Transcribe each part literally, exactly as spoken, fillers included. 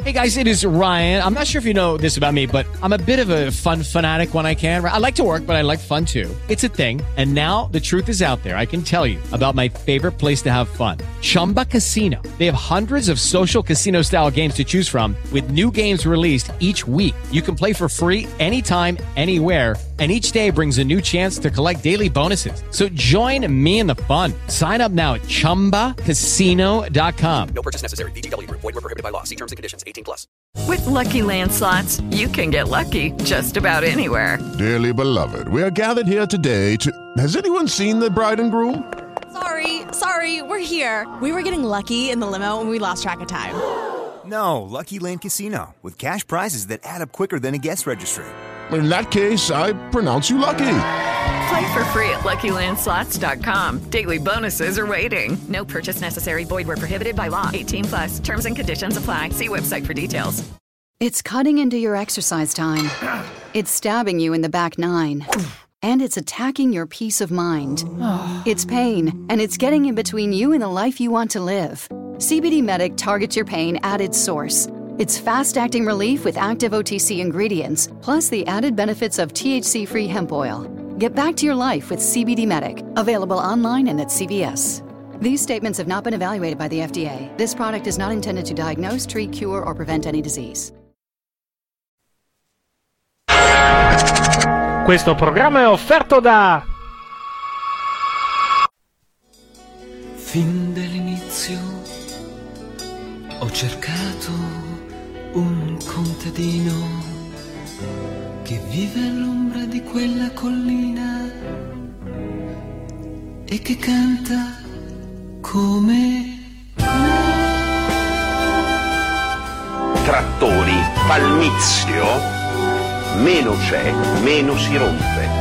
Hey guys, it is Ryan. I'm not sure if you know this about me, but I'm a bit of a fun fanatic when I can. I like to work, but I like fun too. It's a thing. And now the truth is out there. I can tell you about my favorite place to have fun. Chumba Casino. They have hundreds of social casino style games to choose from with new games released each week. You can play for free anytime, anywhere. And each day brings a new chance to collect daily bonuses. So join me in the fun. Sign up now at chumba casino dot com. No purchase necessary. V G W. Void were prohibited by law. See terms and conditions. eighteen plus. With Lucky Land Slots, you can get lucky just about anywhere. Dearly beloved, we are gathered here today to... Has anyone seen the bride and groom? Sorry, sorry, we're here. We were getting lucky in the limo and we lost track of time. No, Lucky Land Casino. With cash prizes that add up quicker than a guest registry. In that case, I pronounce you lucky. Play for free at lucky land slots dot com. Daily bonuses are waiting. No purchase necessary. Void where prohibited by law. eighteen plus. Terms and conditions apply. See website for details. It's cutting into your exercise time. It's stabbing you in the back nine. And it's attacking your peace of mind. It's pain, and it's getting in between you and the life you want to live. C B D Medic targets your pain at its source. It's fast-acting relief with active O T C ingredients, plus the added benefits of T H C-free hemp oil. Get back to your life with C B D Medic. Available online and at C V S. These statements have not been evaluated by the F D A. This product is not intended to diagnose, treat, cure, or prevent any disease. Questo programma è offerto da... Fin dall'inizio ho cercato un contadino che vive all'ombra di quella collina e che canta come me. Trattori, palmizio, meno c'è, meno si rompe.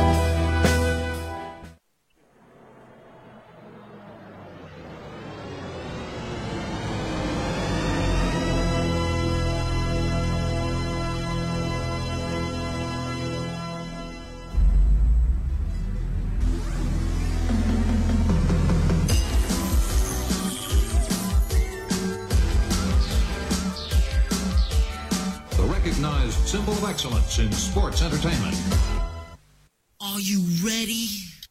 Symbol of excellence in sports entertainment. Are you ready?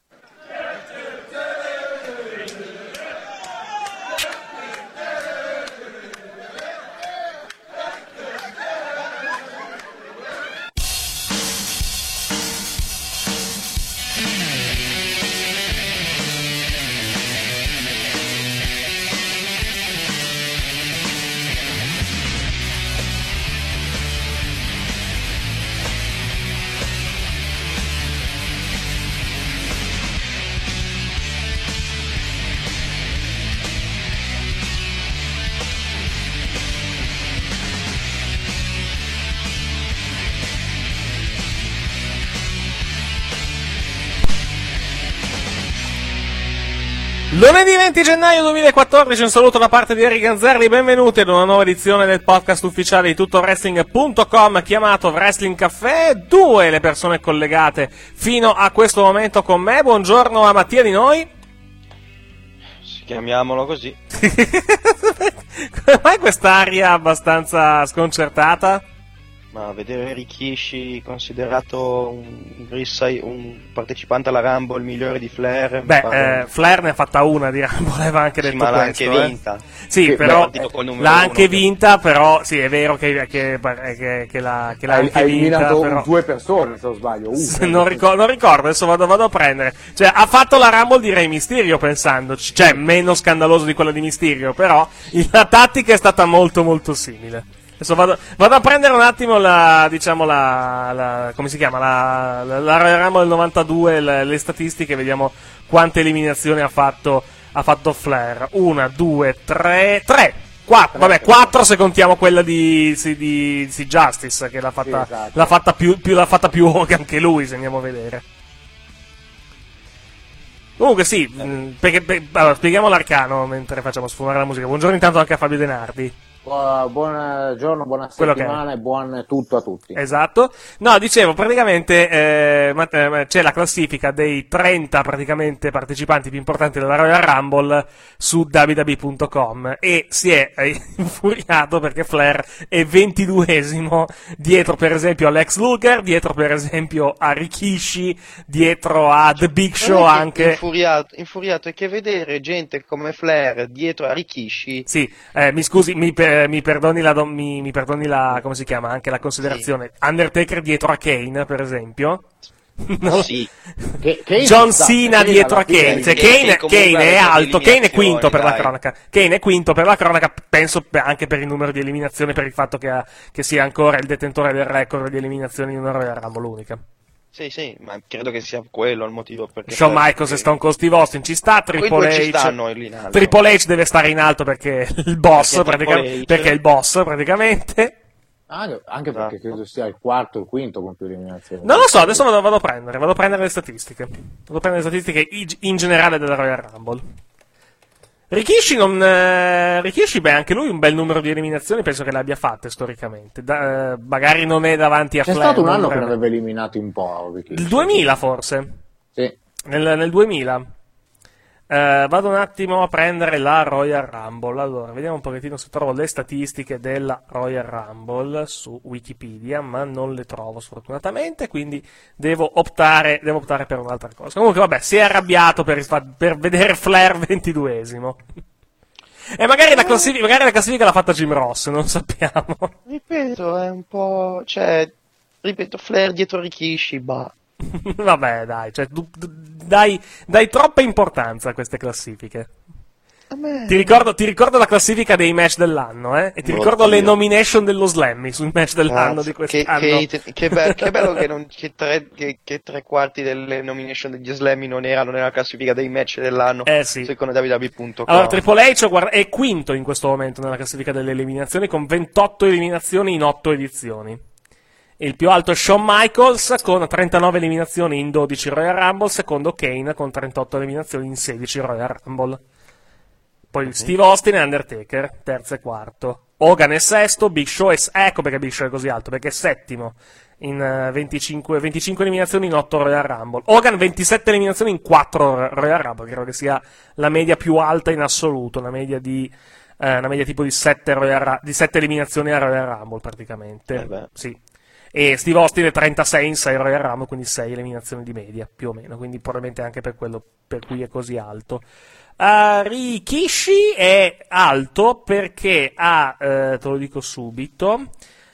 Lunedì venti gennaio duemilaquattordici, un saluto da parte di Eric Ganzerli, benvenuti ad una nuova edizione del podcast ufficiale di tutto wrestling punto com chiamato Wrestling Café. Due le persone collegate fino a questo momento con me. Buongiorno a Mattia Di Noi. Chiamiamolo così. Come mai quest'aria abbastanza sconcertata? Ma vedere Rikishi considerato un, un partecipante alla Rumble migliore di Flair. Beh, pare... eh, Flair ne ha fatta una di Rumble, aveva anche sì, detto ma l'ha questo, anche eh. vinta. Sì, che, però beh, l'ha anche uno, vinta, però sì, è vero che, che, che, che l'ha, che l'ha hai, anche hai vinta. eliminato però... due persone, se non sbaglio. Uh, non, ricordo, non ricordo, adesso vado, vado a prendere. Cioè, ha fatto la Rumble di Rey Mysterio, pensandoci. Cioè, meno scandaloso di quella di Mysterio, però la tattica è stata molto molto simile. Adesso vado, vado a prendere un attimo la, diciamo la, la come si chiama, la, la, la Royal Rumble del novantadue, le, le statistiche, vediamo quante eliminazioni ha fatto, ha fatto Flair. Una, due, tre, tre, quattro, vabbè, quattro se contiamo quella di, di, di, di Justice, che l'ha fatta, sì, esatto. l'ha fatta più, più, l'ha fatta più che anche lui, se andiamo a vedere. Comunque sì, eh. perché, per, allora, spieghiamo l'arcano mentre facciamo sfumare la musica. Buongiorno intanto anche a Fabio Denardi. Uh, buon giorno, buona settimana e buon tutto a tutti. Esatto. No, dicevo, praticamente eh, c'è la classifica dei trenta praticamente partecipanti più importanti della Royal Rumble su W W E punto com e si è infuriato perché Flair è ventiduesimo dietro per esempio a Lex Luger, dietro per esempio a Rikishi, dietro a The Big Show anche. Infuriato, infuriato è che vedere gente come Flair dietro a Rikishi. Sì, eh, mi scusi, mi per Mi perdoni la, mi, mi perdoni la, come si chiama, anche la considerazione. Sì. Undertaker dietro a Kane, per esempio. No? Sì. Che, Kane John Cena dietro a Kane. Cioè, Kane, Kane è alto, Kane è quinto per dai. la cronaca. Kane è quinto per la cronaca, penso anche per il numero di eliminazioni, per il fatto che, ha, che sia ancora il detentore del record di eliminazioni in una Royal Rumble unica. Sì, sì, ma credo che sia quello il motivo perché... Shawn Michaels e Stone Cold Steve Austin ci sta, Triple H... Ci stanno lì in alto. Triple H deve stare in alto perché il boss, perché, pratica- perché è il boss, praticamente... Anche, anche perché credo sia il quarto o il quinto con più eliminazioni. Non lo so, adesso vado, vado a prendere, vado a prendere le statistiche. Vado a prendere le statistiche in generale della Royal Rumble. Rikishi non eh, Rikishi, beh, anche lui un bel numero di eliminazioni penso che le abbia fatte storicamente. Da, eh, magari non è davanti a C'è Flair. C'è stato un anno che ne aveva eliminati un po' Rikishi. Il duemila forse. Sì. Nel, nel duemila. Uh, vado un attimo a prendere la Royal Rumble. Allora, vediamo un pochettino se trovo le statistiche della Royal Rumble su Wikipedia, ma non le trovo sfortunatamente, quindi devo optare, devo optare per un'altra cosa. Comunque, vabbè, si è arrabbiato per, per vedere Flair ventiduesimo. E magari la classifica, magari la classifica l'ha fatta Jim Ross, non sappiamo. Ripeto, è un po'... cioè, ripeto, Flair dietro Rikishi, bah. Vabbè, dai, cioè, du, du, dai, dai troppa importanza a queste classifiche. Ti ricordo, ti ricordo la classifica dei match dell'anno, eh? E ti oh, ricordo Dio. le nomination dello Slammy sul match dell'anno Cazzo, di quest'anno. Che, che, che, be- che bello che, non, che, tre, che, che tre quarti delle nomination degli Slammy non erano nella classifica dei match dell'anno, eh, sì. secondo W W E punto com. Allora, Triple H guarda, è quinto in questo momento nella classifica delle eliminazioni, con ventotto eliminazioni in otto edizioni. Il più alto è Shawn Michaels con trentanove eliminazioni in dodici Royal Rumble, secondo Kane con trentotto eliminazioni in sedici Royal Rumble. Poi Steve Austin e Undertaker, terzo e quarto. Hogan è sesto, Big Show è... Ecco perché Big Show è così alto, perché è settimo in uh, venticinque, venticinque eliminazioni in otto Royal Rumble. Hogan ventisette eliminazioni in quattro Royal Rumble, credo che sia la media più alta in assoluto, una media di... Uh, una media tipo di sette, Royal, di sette eliminazioni a Royal Rumble praticamente. Eh beh. Sì. E Steve Austin è trentasei in sei Royal Rumble, quindi sei eliminazioni di media, più o meno, quindi probabilmente anche per quello per cui è così alto. Uh, Rikishi è alto perché ha, uh, te lo dico subito,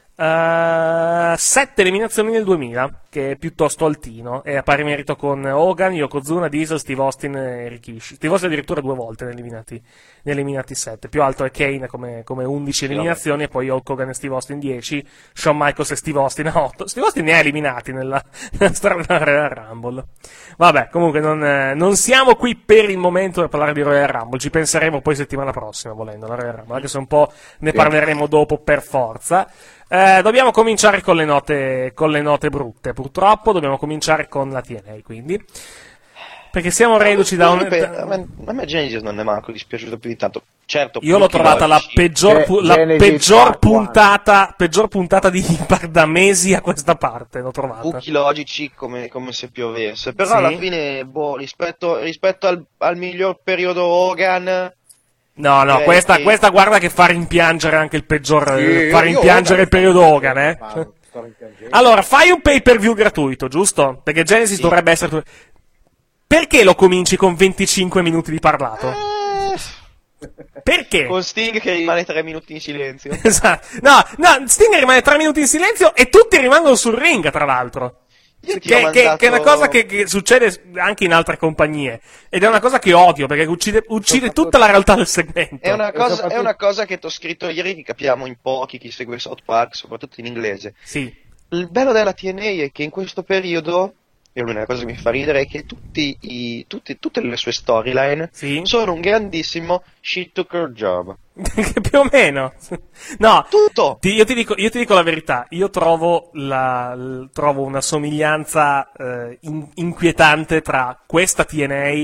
Uh, sette eliminazioni nel duemila, che è piuttosto altino, è a pari merito con Hogan, Yokozuna, Diesel, Steve Austin e Rikishi. Steve Austin addirittura due volte ne eliminati, ne eliminati sette. Più alto è Kane come, come undici eliminazioni, sì, e poi Hulk Hogan e Steve Austin dieci, Shawn Michaels e Steve Austin a otto. Steve Austin ne ha eliminati nella, nella storia della Royal Rumble. Vabbè, comunque non, eh, non siamo qui per il momento per parlare di Royal Rumble, ci penseremo poi settimana prossima, volendo, la Royal Rumble, anche se un po' ne parleremo dopo per forza. Eh, dobbiamo cominciare con le note con le note brutte, purtroppo dobbiamo cominciare con la T N A, quindi perché siamo reduci da un... A me, a me Genesis non è manco dispiaciuto più di tanto. Certo, io l'ho trovata la peggior, pu- la peggior puntata peggior puntata di Impact da mesi a questa parte, l'ho trovata. Buchi logici come, come se piovesse, però sì, alla fine, boh, rispetto, rispetto al, al miglior periodo Hogan... No, no, questa, che... questa guarda che fa rimpiangere anche il peggior, sì, fa rimpiangere il periodo Hogan, eh. Allora, fai un pay per view gratuito, giusto? Perché Genesis sì, dovrebbe essere... Perché lo cominci con venticinque minuti di parlato? Eh... Perché? Con Sting che rimane tre minuti in silenzio. Esatto. No, no, Sting rimane tre minuti in silenzio e tutti rimangono sul ring, tra l'altro. Che, che, mandato... che è una cosa che, che succede anche in altre compagnie ed è una cosa che odio perché uccide, uccide tutta la realtà del segmento. È una cosa, è una cosa che ti ho scritto ieri, che capiamo in pochi, chi segue South Park, soprattutto in inglese. Sì. Il bello della T N A è che in questo periodo, e l'unica cosa che mi fa ridere, è che tutti i, tutti, tutte le sue storyline sì, sono un grandissimo she took her job. Più o meno. No, tutto. Ti, io, ti dico, io ti dico la verità, io trovo, la, l, trovo una somiglianza eh, in, inquietante tra questa T N A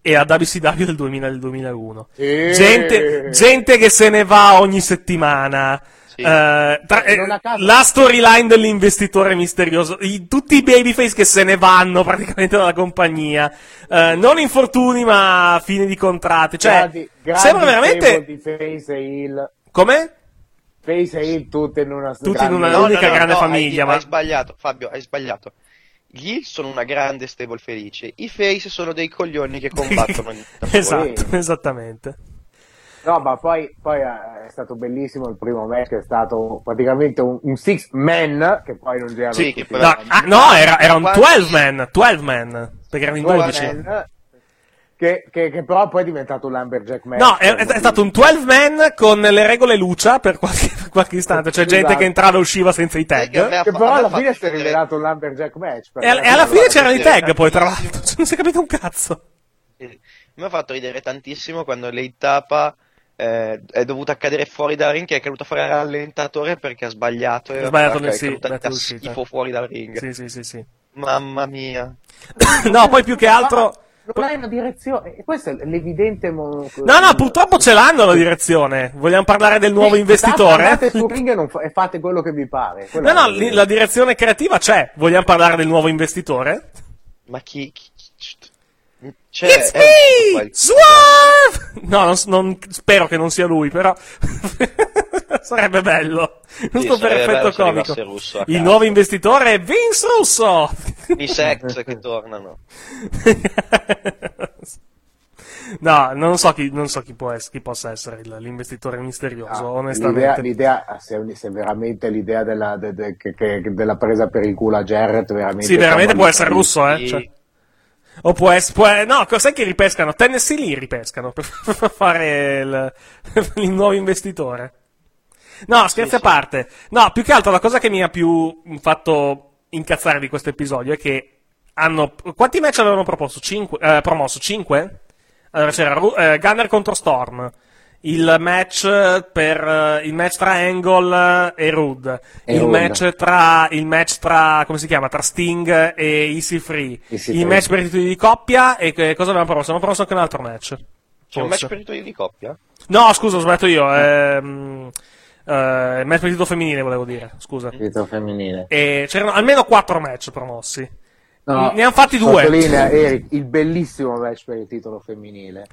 e a W C W del duemila e del duemilauno. E... Gente, gente che se ne va ogni settimana. Sì. Uh, tra, eh, la storyline dell'investitore misterioso, i, tutti i babyface che se ne vanno praticamente dalla compagnia, uh, non infortuni ma fine di contratti, cioè grandi, grandi sembra veramente di Face e Hill. come? Face e Hill tutte in una tutti grande... in una no, unica no, no, grande no, famiglia. hai, ma hai sbagliato, Fabio, hai sbagliato. Gli Hill sono una grande stable felice, i Face sono dei coglioni che combattono ogni tanto. Esatto, esattamente. No, ma poi, poi è stato bellissimo il primo match, che è stato praticamente un, un six man, che poi non c'erano sì, tutti. che No, ah, no era, era un twelve man, twelve man, perché erano in dodici. Man, che, che, che però poi è diventato un lumberjack match. No, è, è, è stato un twelve man con le regole Lucia per qualche, per qualche istante, cioè gente esatto. che entrava e usciva senza i tag. Che però alla fine si è rivelato un lumberjack match. E, e alla fine c'erano i tag poi, tra l'altro, non si è capito un cazzo. Mi ha fatto ridere tantissimo quando Lei Tapa eh, è dovuta cadere fuori dal ring, che è caduta fuori al rallentatore perché ha sbagliato. Ha sbagliato nel è sì, caduta da l'uscita. schifo fuori dal ring. Sì, sì, sì, sì. Mamma mia. No, poi più che altro... Non hai una direzione, e questo è l'evidente... Mon... No, no, purtroppo ce l'hanno la direzione. Vogliamo parlare del nuovo sì, investitore? Andate sul ring e, non fa- e fate quello che vi pare. No, no, li- la direzione creativa c'è. Vogliamo parlare del nuovo investitore? Ma chi... chi... C'è, It's me! Swerve! No, non, non, spero che non sia lui, però sarebbe bello. Giusto sì, per effetto comico. Il nuovo investitore è Vince Russo! I Sex che tornano. No, non so chi, non so chi, può essere, chi possa essere il, l'investitore misterioso, ah, onestamente. L'idea, l'idea se, se veramente l'idea della, de, de, che, che, della presa per il culo a Jarrett, veramente... Sì, veramente può essere russo, eh. Cioè. O può essere, può, no, cos'è che ripescano? Tennessee lì ripescano per fare il, il nuovo investitore. No, scherzi sì, a parte. No, più che altro la cosa che mi ha più fatto incazzare di questo episodio è che hanno, quanti match avevano proposto? Cinque, eh, promosso? Cinque? Allora c'era eh, Gunner contro Storm, il match per uh, il match tra Angle e Rude, e il Rude. match tra il match tra come si chiama tra Sting e Easy Free, Easy il Free. match per i titoli di coppia e che, cosa avevamo promosso? Abbiamo promosso anche un altro match. C'è un match per i titoli di coppia? No, scusa, ho sbagliato io. Ehm, eh, il match per il titolo femminile volevo dire, scusa. Il titolo femminile. E c'erano almeno quattro match promossi. No, ne hanno fatti due. Sottolinea, Eric, il bellissimo match per il titolo femminile.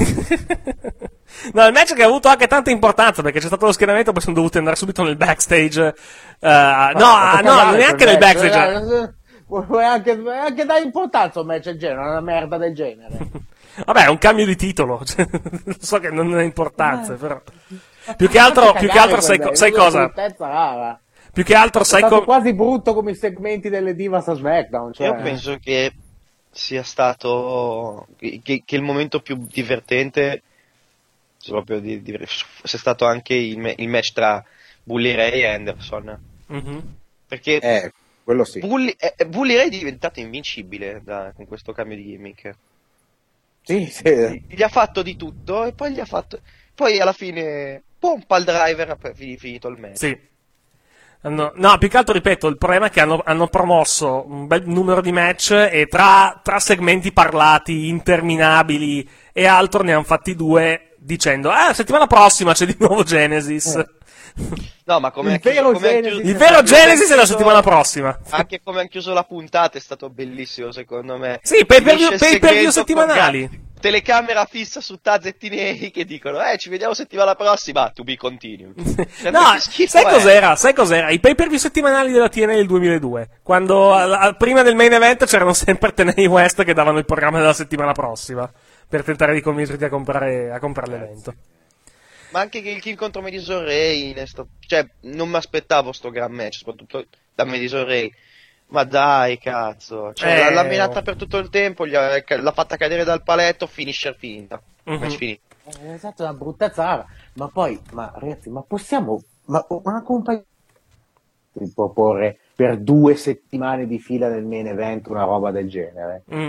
No, il match che ha avuto anche tanta importanza perché c'è stato lo schieramento, poi sono dovuti andare subito nel backstage. Uh, no, no, neanche nel backstage. Vuoi anche, anche dare importanza a un match del genere, una merda del genere. Vabbè, è un cambio di titolo. So che non ha importanza, però. Più che altro, più che altro sai, co- sai cosa? Più che altro sai come... com- quasi brutto come i segmenti delle Divas a SmackDown. Cioè... Io penso che sia stato che, che il momento più divertente proprio di, di, sia stato anche il, il match tra Bully Ray e Anderson. Mm-hmm. Perché eh, quello sì. Bully, eh, Bully Ray è diventato invincibile da, con questo cambio di gimmick. Sì, sì. Gli ha fatto di tutto e poi gli ha fatto poi alla fine pompa il driver per finito il match. Sì. No, no, più che altro ripeto, il problema è che hanno, hanno promosso un bel numero di match e tra, tra segmenti parlati, interminabili e altro ne hanno fatti due dicendo ah, settimana prossima c'è di nuovo Genesis. Eh. No, ma come il vero come Genesis, chiuso, il vero Genesis è la settimana prossima. Anche come hanno chiuso la puntata è stato bellissimo secondo me. Sì, pay per view, pay per view settimanali. Telecamera fissa su Taz e Tinei che dicono eh ci vediamo settimana prossima, to be continued. No, sai cos'era? Sai cos'era? I pay per view settimanali della T N A del duemiladue, quando a, a, prima del main event c'erano sempre Tenei West che davano il programma della settimana prossima per tentare di convincerti a comprare, a comprare l'evento. Ma anche che il King contro Madison Ray, cioè non mi aspettavo sto gran match, soprattutto da Madison Ray. Ma dai, cazzo, cioè, eh... l'ha menata per tutto il tempo, gli ha, l'ha fatta cadere dal paletto, finisher finita. Mm-hmm. Match finito. È esatto, una bruttezza rara. Ma poi, ma ragazzi, ma possiamo, ma una compagnia di proporre per due settimane di fila del main event una roba del genere? Mm.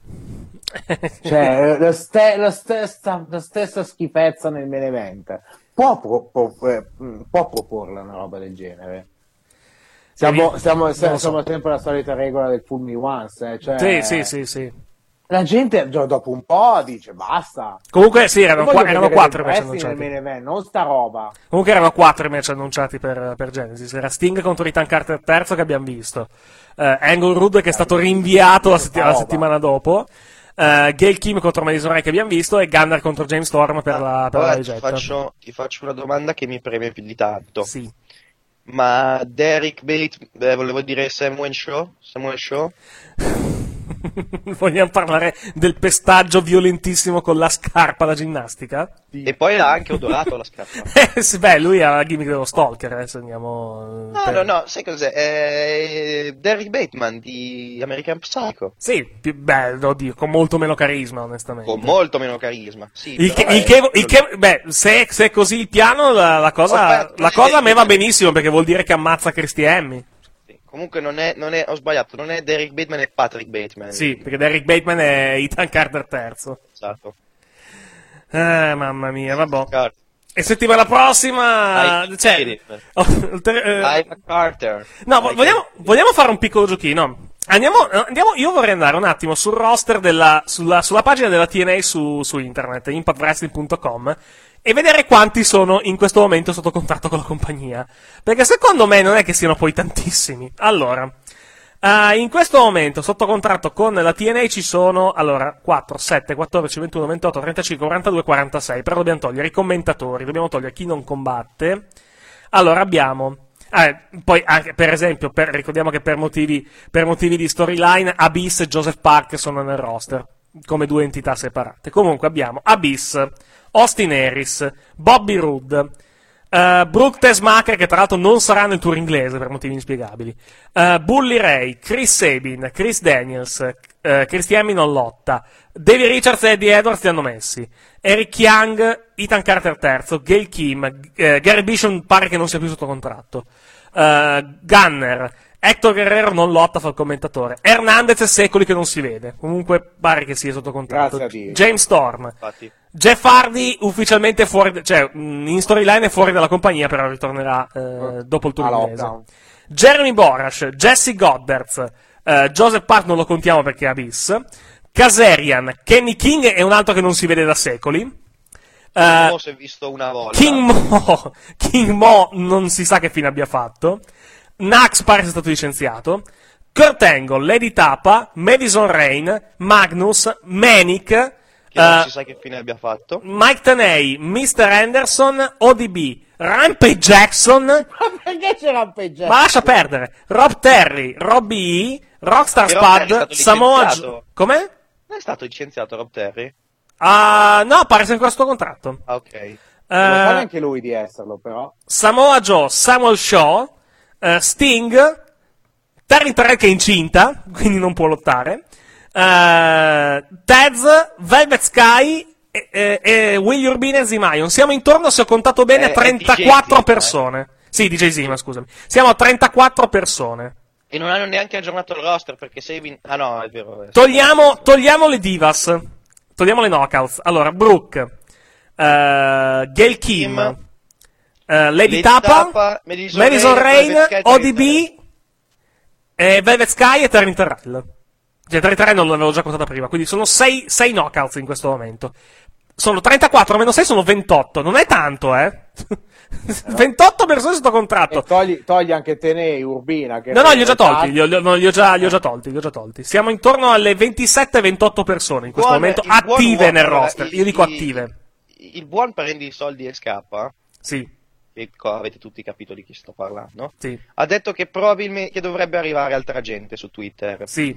Cioè, la, ste- la, stessa, la stessa schifezza nel main event. Può, pro- pro- eh, può proporla una roba del genere? Siamo, siamo, siamo, siamo sempre la solita regola del fool me once, eh? Cioè, sì, sì, sì, sì. la gente dopo un po' dice basta. Comunque sì, erano, qua, erano quattro match annunciati. annunciati. Event, non sta roba. Comunque erano quattro match annunciati per, per Genesis. Era Sting contro Ethan Carter terzo che abbiamo visto. Uh, Angle Roode che è stato rinviato la, setti- la settimana dopo. Uh, Gail Kim contro Madison Ray che abbiamo visto e Gunner contro James Storm per la, per Ora la ti legetta. faccio, ti faccio una domanda che mi preme più di tanto. Sì. Ma Derek Bateman, eh, volevo dire Samuel Shaw? Samuel Shaw? Vogliamo parlare del pestaggio violentissimo con la scarpa da ginnastica? E poi l'ha anche odorato la scarpa. Eh, sì, beh, lui ha la gimmick dello stalker, adesso andiamo... No, per... no, no, sai cos'è? È Derek Bateman di American Psycho. Sì, più, beh, oddio, con molto meno carisma, onestamente. Con molto meno carisma, sì. Il che, però il è- che, il che, beh, se, se è così il piano, la, la cosa, Aspetta, la cosa a me va benissimo, perché vuol dire che ammazza Christy Hemme. Comunque non è, non è, ho sbagliato, non è Derek Bateman, è Patrick Bateman. Sì, perché Derek Bateman è Ethan Carter terzo. Esatto. Eh, mamma mia, vabbè. E settimana prossima... I- Cioè, oh, ulter- eh, Ira Carter. no, vo- vogliamo, vogliamo fare un piccolo giochino? Andiamo, andiamo, io vorrei andare un attimo sul roster della, sulla, sulla pagina della T N A su, su internet, impact wrestling punto com, e vedere quanti sono in questo momento sotto contratto con la compagnia. Perché secondo me non è che siano poi tantissimi. Allora, uh, in questo momento sotto contratto con la T N A ci sono, allora, quattro, sette, quattordici, ventuno, ventotto, trentacinque, quarantadue, quarantasei. Però dobbiamo togliere i commentatori, dobbiamo togliere chi non combatte. Allora, abbiamo... Ah, poi anche, per esempio, per, ricordiamo che per motivi, per motivi di storyline, Abyss e Joseph Park sono nel roster, come due entità separate. Comunque abbiamo Abyss, Austin Harris, Bobby Roode, uh, Brooke Tessmacher, che tra l'altro non sarà nel tour inglese per motivi inspiegabili, uh, Bully Ray, Chris Sabin, Chris Daniels, uh, Christy Hemme non lotta, Davey Richards e Eddie Edwards li hanno messi, Eric Young, Ethan Carter terzo, Gail Kim, uh, Gary Bishop pare che non sia più sotto contratto, uh, Gunner, Hector Guerrero non lotta, fa il commentatore, Hernandez e Secoli che non si vede, comunque pare che sia sotto contratto, Grazie a Dio. James Storm, Infatti. Jeff Hardy ufficialmente fuori, cioè mh, in storyline è fuori dalla compagnia, però ritornerà eh, dopo il tour A inglese. lockdown. Jeremy Borash, Jesse Godderz, eh, Joseph Park non lo contiamo perché è Abyss, Kazarian, Kenny King è un altro che non si vede da secoli. Eh, Mo si è visto una volta. King Mo, King Mo non si sa che fine abbia fatto. Nax pare sia stato licenziato. Kurt Angle, Lady Tapa, Madison Rain, Magnus, Manic, Che non eh, si sa che fine abbia fatto. Mike Tanay, mister Anderson, O D B, Rampage Jackson, Ma perché c'era un peggio? ma lascia perdere, Rob Terry, Robbie E, Rockstar Che Rob Terry è Spud, stato Samoa licenziato. Jo- Com'è? Non è stato licenziato Rob Terry? Ah, no, pare sia ancora sotto contratto. Ah, ok. Eh, Non sa neanche lui di esserlo, però. Samoa Joe, Samuel Shaw, eh, Sting, Terry Terrell che è incinta, quindi non può lottare, eh, Tez, Velvet Sky e, e, e Willy Urbina e Zimayon. Siamo intorno, se ho contato bene, a Eh, trentaquattro è D J persone. Sì, D J Zima, scusami. Siamo a trentaquattro persone. E non hanno neanche aggiornato il roster perché Sabin... Ah no, è vero. è- Togliamo, togliamo le divas. Togliamo le knockouts. Allora, Brooke, eh, Gail Kim, eh, Lady, Lady Tapa, Tapa, Madison Madison Rain, Rain, Velvet Sky, O D Terry B, e Velvet Sky e Terry Terrell. Cioè, Terry Terrell non l'avevo già contata prima, quindi sono sei knockouts in questo momento. Sono trentaquattro meno sei, sono ventotto. Non è tanto, eh? ventotto persone sotto contratto. E togli, togli anche Tenei, Urbina. Che No, no, li ho già tolti, li ho, li ho- no, li ho già, li ho già tolti, li ho già tolti. Siamo intorno alle ventisette ventotto persone in questo Buon- momento il buon attive uomo, nel allora, roster. il- Io dico il- attive. Il buon prendi i soldi e scappa. Sì. E co- avete tutti capito di chi sto parlando. Sì. Ha detto che probabilmente che dovrebbe arrivare altra gente su Twitter. Sì.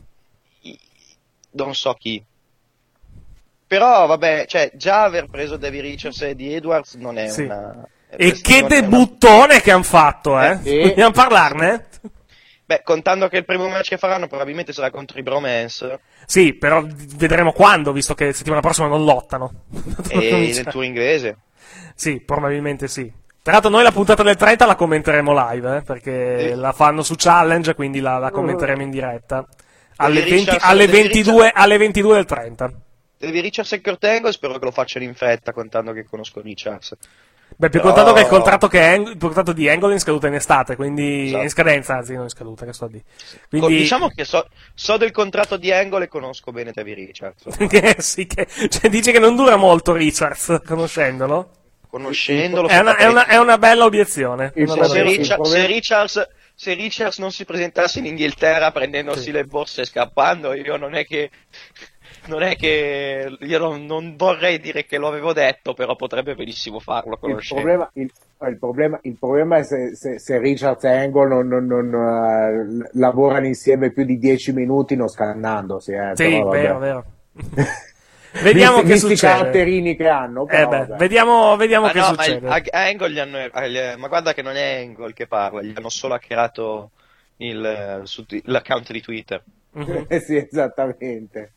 Non so chi. Però vabbè, cioè già aver preso Davey Richards e Eddie Edwards non è Sì. una... E non che è una- debuttone che hanno fatto, eh? Eh, sì. Vogliamo parlarne? Beh, contando che il primo match che faranno probabilmente sarà contro i Bromance Sì, però vedremo quando, visto che settimana prossima non lottano. e nel tour inglese. Sì, probabilmente sì. Tra l'altro noi la puntata del trenta la commenteremo live, eh, perché Sì. la fanno su Challenge, quindi la, la commenteremo in diretta. Alle, Davey venti, Richards- alle, Davey ventidue, alle ventidue del trenta. Davey Richards e Kurt Angle spero che lo facciano in fretta, contando che conosco Richards. Beh, più Però... contato che il contratto, che è, il contratto di Angle è in scaduta in estate, quindi Esatto. in scadenza, anzi non in scaduta, che sto di. Quindi... Diciamo che so, so del contratto di Angle e conosco bene Trevi Richards. che sì, che, cioè, dici che non dura molto Richards, conoscendolo? Conoscendolo... È una, è una, è una bella obiezione. Se, Una bella se, obiezione. Richard, se, Richards, se Richards non si presentasse in Inghilterra prendendosi Sì. le borse e scappando, io non è che... Non è che io non, non vorrei dire che lo avevo detto, però potrebbe benissimo farlo. Il Conoscendo. problema, il, il problema, il problema è se, se, se Richards e Angle non, non, non uh, lavorano insieme più di dieci minuti non scannandosi. Eh, Sì, però, vabbè. vero, vero. Vediamo visti, che visti i succede. caratterini che hanno. Però, Eh beh, vabbè. vediamo, vediamo Ma che no, succede. ma il- a, a Angle gli hanno, a- ma guarda che non è Angle che parla, gli hanno solo hackerato il, eh, su, l'account di Twitter. Mhm. Eh sì, esattamente.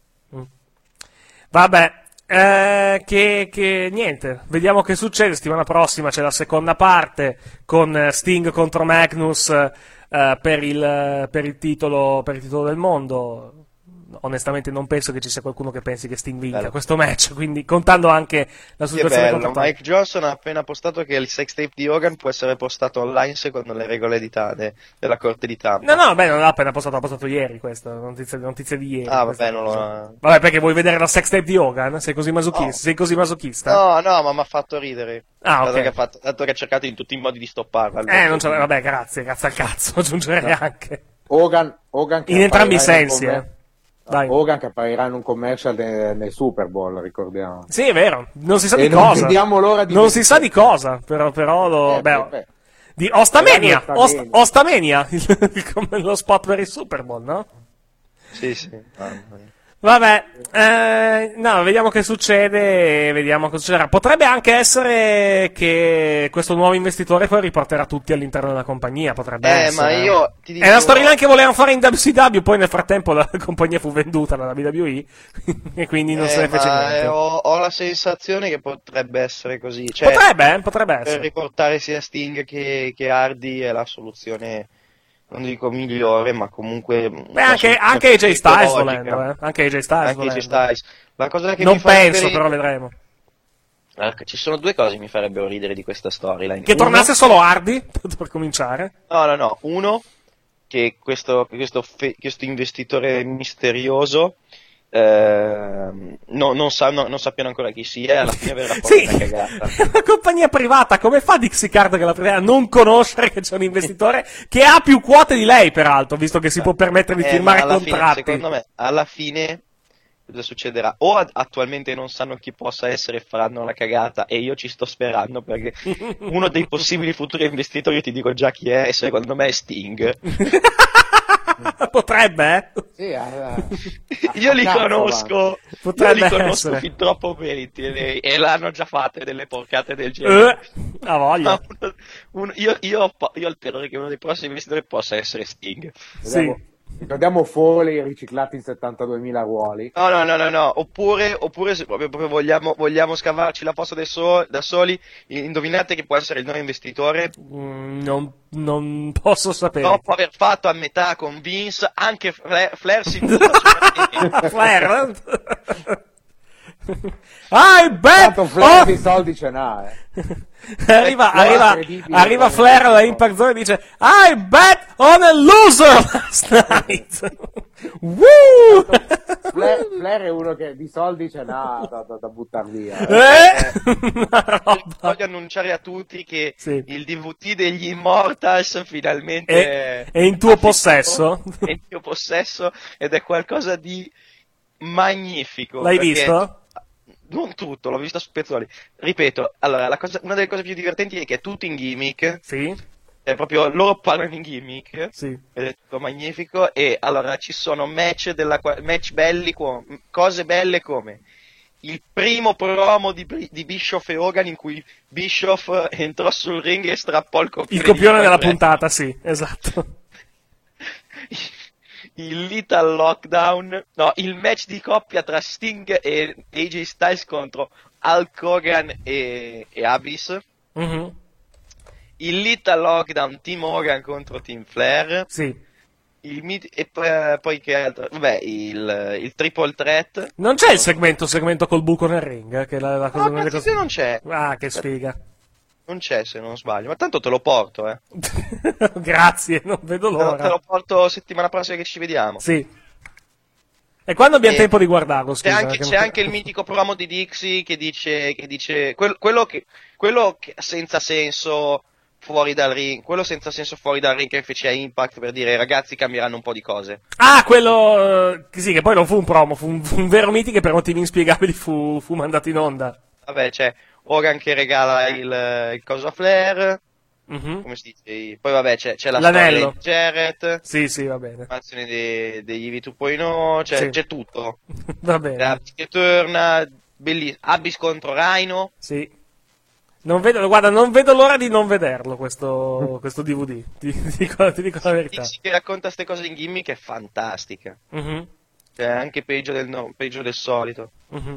Vabbè, eh, che, che niente, vediamo che succede. Settimana prossima c'è la seconda parte con eh, Sting contro Magnus eh, per, il, per, il titolo, per il titolo del mondo. Onestamente non penso che ci sia qualcuno che pensi che Sting vinca Bello. questo match, quindi contando anche la Che situazione bello, contrattuale. Mike Johnson ha appena postato che il sex tape di Hogan può essere postato online secondo le regole di Tade, della corte di Tampa. No, no, beh, non l'ha appena postato, l'ha postato ieri questa, notizia, notizia di ieri. Ah, questa vabbè, non lo- cosa. Vabbè, perché vuoi vedere la sex tape di Hogan? Sei così masochista? No. Sei così masochista? No, no, ma mi ha fatto ridere. Ah, dato ok. che ha fatto, dato che ha cercato in tutti i modi di stopparla. Eh, non c'è, vabbè, grazie, grazie al cazzo, aggiungerei anche. Hogan, Hogan che In entrambi i apparirà in un sensi, commer- eh. Dai. Hogan che apparirà in un commercial de- nel Super Bowl, ricordiamo. Sì, è vero, non si sa E di non cosa. vediamo l'ora di non vedere. si sa di cosa, però, però lo... Eh, beh, beh, di Ostamania, Magari Ost- Ostamania. Ostamania, il- come lo spot per il Super Bowl, no? Sì, sì. Mamma mia. Vabbè, eh, no, vediamo che succede e vediamo cosa succederà. Potrebbe anche essere che questo nuovo investitore poi riporterà tutti all'interno della compagnia, potrebbe Eh, essere. ma io ti dico... È una storyline che volevano fare in W C W, poi nel frattempo la compagnia fu venduta dalla W W E e quindi non Eh, se ne fece ma, niente. eh, ho, ho la sensazione che potrebbe essere così. Cioè, Potrebbe, eh, potrebbe per essere. riportare sia Sting che, che Hardy è la soluzione, non dico migliore, ma comunque... Beh, anche, anche A J Styles volendo, eh. Anche A J Styles Anche A J volendo. Styles. La cosa che Non mi fa penso, ridere- però vedremo. Ecco, ci sono due cose che mi farebbero ridere di questa storyline. Che Uno- tornasse solo Hardy, per cominciare. No, no, no. Uno, che questo, questo, fe- questo investitore misterioso ehm, no, non, sa, no, non sappiano ancora chi sia e alla fine verrà fuori Sì. una cagata. È una compagnia privata, come fa Dixie Carter che la prima a non conoscere che c'è un investitore che ha più quote di lei, peraltro, visto che si può permettere di Eh, firmare ma alla fine, contratti. secondo me, alla fine cosa succederà? O ad- attualmente non sanno chi possa essere e faranno la cagata, e io ci sto sperando perché uno dei possibili futuri investitori, io ti dico già chi è, e secondo me è Sting. Potrebbe, eh? Sì, eh, Io li cazzo, conosco, io Potrebbe li conosco essere. fin troppo bene e, e l'hanno già fatte delle porcate del genere. Eh, ha voglia. Ma uno- uno- io, io, ho pa- io ho il terrore che uno dei prossimi investitori possa essere Sting. Ricordiamo, ricordiamo Foley riciclati in settantaduemila ruoli. No, no, no, no, no. Oppure, oppure se proprio, proprio vogliamo, vogliamo scavarci la fossa da, so- da soli, indovinate chi può essere il nuovo investitore? Mm, non, non posso sapere. Dopo aver fatto a metà con Vince, anche Flair, Flair si butta su Flair? I bet Tanto Flair on- di soldi ce n'ha, eh. arriva, Flair arriva, incredibile, arriva come- Flair alla Impact Zone e dice I bet on a loser last night. Woo! Flair, Flair è uno che di soldi ce n'ha da, da, da buttar via. Eh? Voglio annunciare a tutti che Sì. il D V D degli Immortals finalmente È, è in tuo possesso? è in mio possesso ed è qualcosa di magnifico. L'hai perché- visto? Non tutto, l'ho visto su pezzoli. Ripeto, allora, la cosa- una delle cose più divertenti è che è tutto in gimmick. Sì. È proprio, loro parlano in gimmick. Sì. Ed è tutto magnifico. E allora ci sono match, della, qua- match belli, co- cose belle come il primo promo di, Bri- di Bischoff e Hogan in cui Bischoff entrò sul ring e strappò il copione. Il copione di della Impact puntata, sì, esatto. il Little Lockdown, no, il match di coppia tra Sting e A J Styles contro Hulk Hogan e, e Abyss, Mhm. il Little Lockdown Team Hogan contro Team Flair, Sì. il mid- e poi, poi che altro? Vabbè, il, il Triple Threat. Non c'è il segmento, segmento col buco nel ring, eh, che è la, la cosa, No, una delle cazzo, cose- non c'è. Ah, che sfiga. Non c'è, se non sbaglio, ma tanto te lo porto, eh. Grazie, non vedo l'ora. Te lo porto settimana prossima che ci vediamo. Sì. E quando abbiamo E tempo di guardarlo, scusa? C'è anche, c'è non... anche il mitico promo di Dixie che dice, che dice quello, quello, che, quello che senza senso fuori dal ring, quello senza senso fuori dal ring che fece a Impact per dire ragazzi cambieranno un po' di cose. Ah, quello, eh, sì, che poi non fu un promo, fu un, fu un vero mitico che per motivi inspiegabili fu, fu mandato in onda. Vabbè, c'è Hogan che regala il, il coso a Flair. Mm-hmm. Come si dice? Poi vabbè c'è, c'è la L'anello. storia di Jarrett. Sì, sì, va bene. L'animazione dei, degli E V due punto zero, c'è, Sì. c'è tutto. Va bene. Abyss che torna, bellissimo. Abyss contro Rhino. Sì. Non vedo, guarda, non vedo l'ora di non vederlo questo, questo D V D. Ti, ti, dico, ti dico la verità. Dixie che racconta queste cose in gimmick è fantastica. Mm-hmm. Cioè, anche peggio del, no, peggio del solito. Mm-hmm.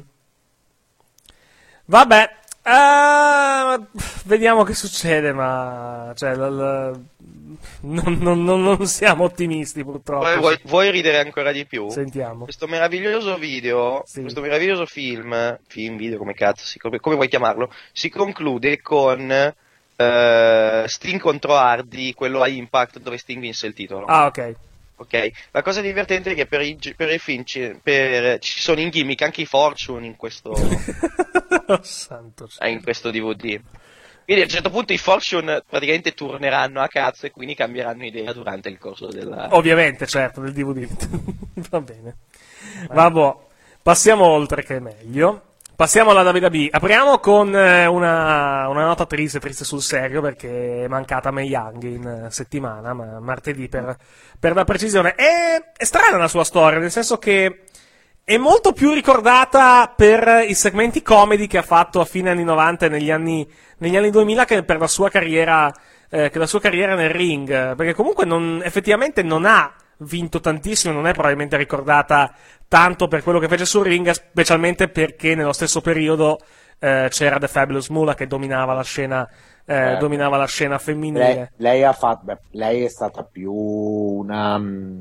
Vabbè. Uh, vediamo che succede, ma cioè, l- l- non, non, non, non siamo ottimisti purtroppo. Poi vuoi, vuoi ridere ancora di più? Sentiamo. Questo meraviglioso video, Sì. questo meraviglioso film, film, video, come cazzo, si, come, come vuoi chiamarlo, si conclude con eh, Sting contro Hardy, quello a Impact dove Sting vinse il titolo. Ah, ok. Ok, la cosa divertente è che per i, per i film ci, per, ci sono in gimmick anche i Fortune in questo, Oh, santo cielo. in questo D V D. Quindi a un certo punto i Fortune praticamente torneranno a cazzo e quindi cambieranno idea durante il corso della... Ovviamente, certo, del D V D. Va bene. Vabbè, passiamo oltre che è meglio. Passiamo alla W W E. Apriamo con eh, una, una nota triste, triste sul serio, perché è mancata Mae Young in eh, settimana, ma martedì per, per la precisione. È, è strana la sua storia, nel senso che è molto più ricordata per i segmenti comedy che ha fatto a fine anni novanta e negli anni, negli anni duemila che per la sua carriera, eh, che la sua carriera nel ring, perché comunque non, effettivamente non ha vinto tantissimo, non è probabilmente ricordata tanto per quello che fece sul ring, specialmente perché nello stesso periodo eh, c'era The Fabulous Moolah che dominava la scena, eh, Eh. dominava la scena Lei, femminile. lei ha fatto, beh, lei è stata più una,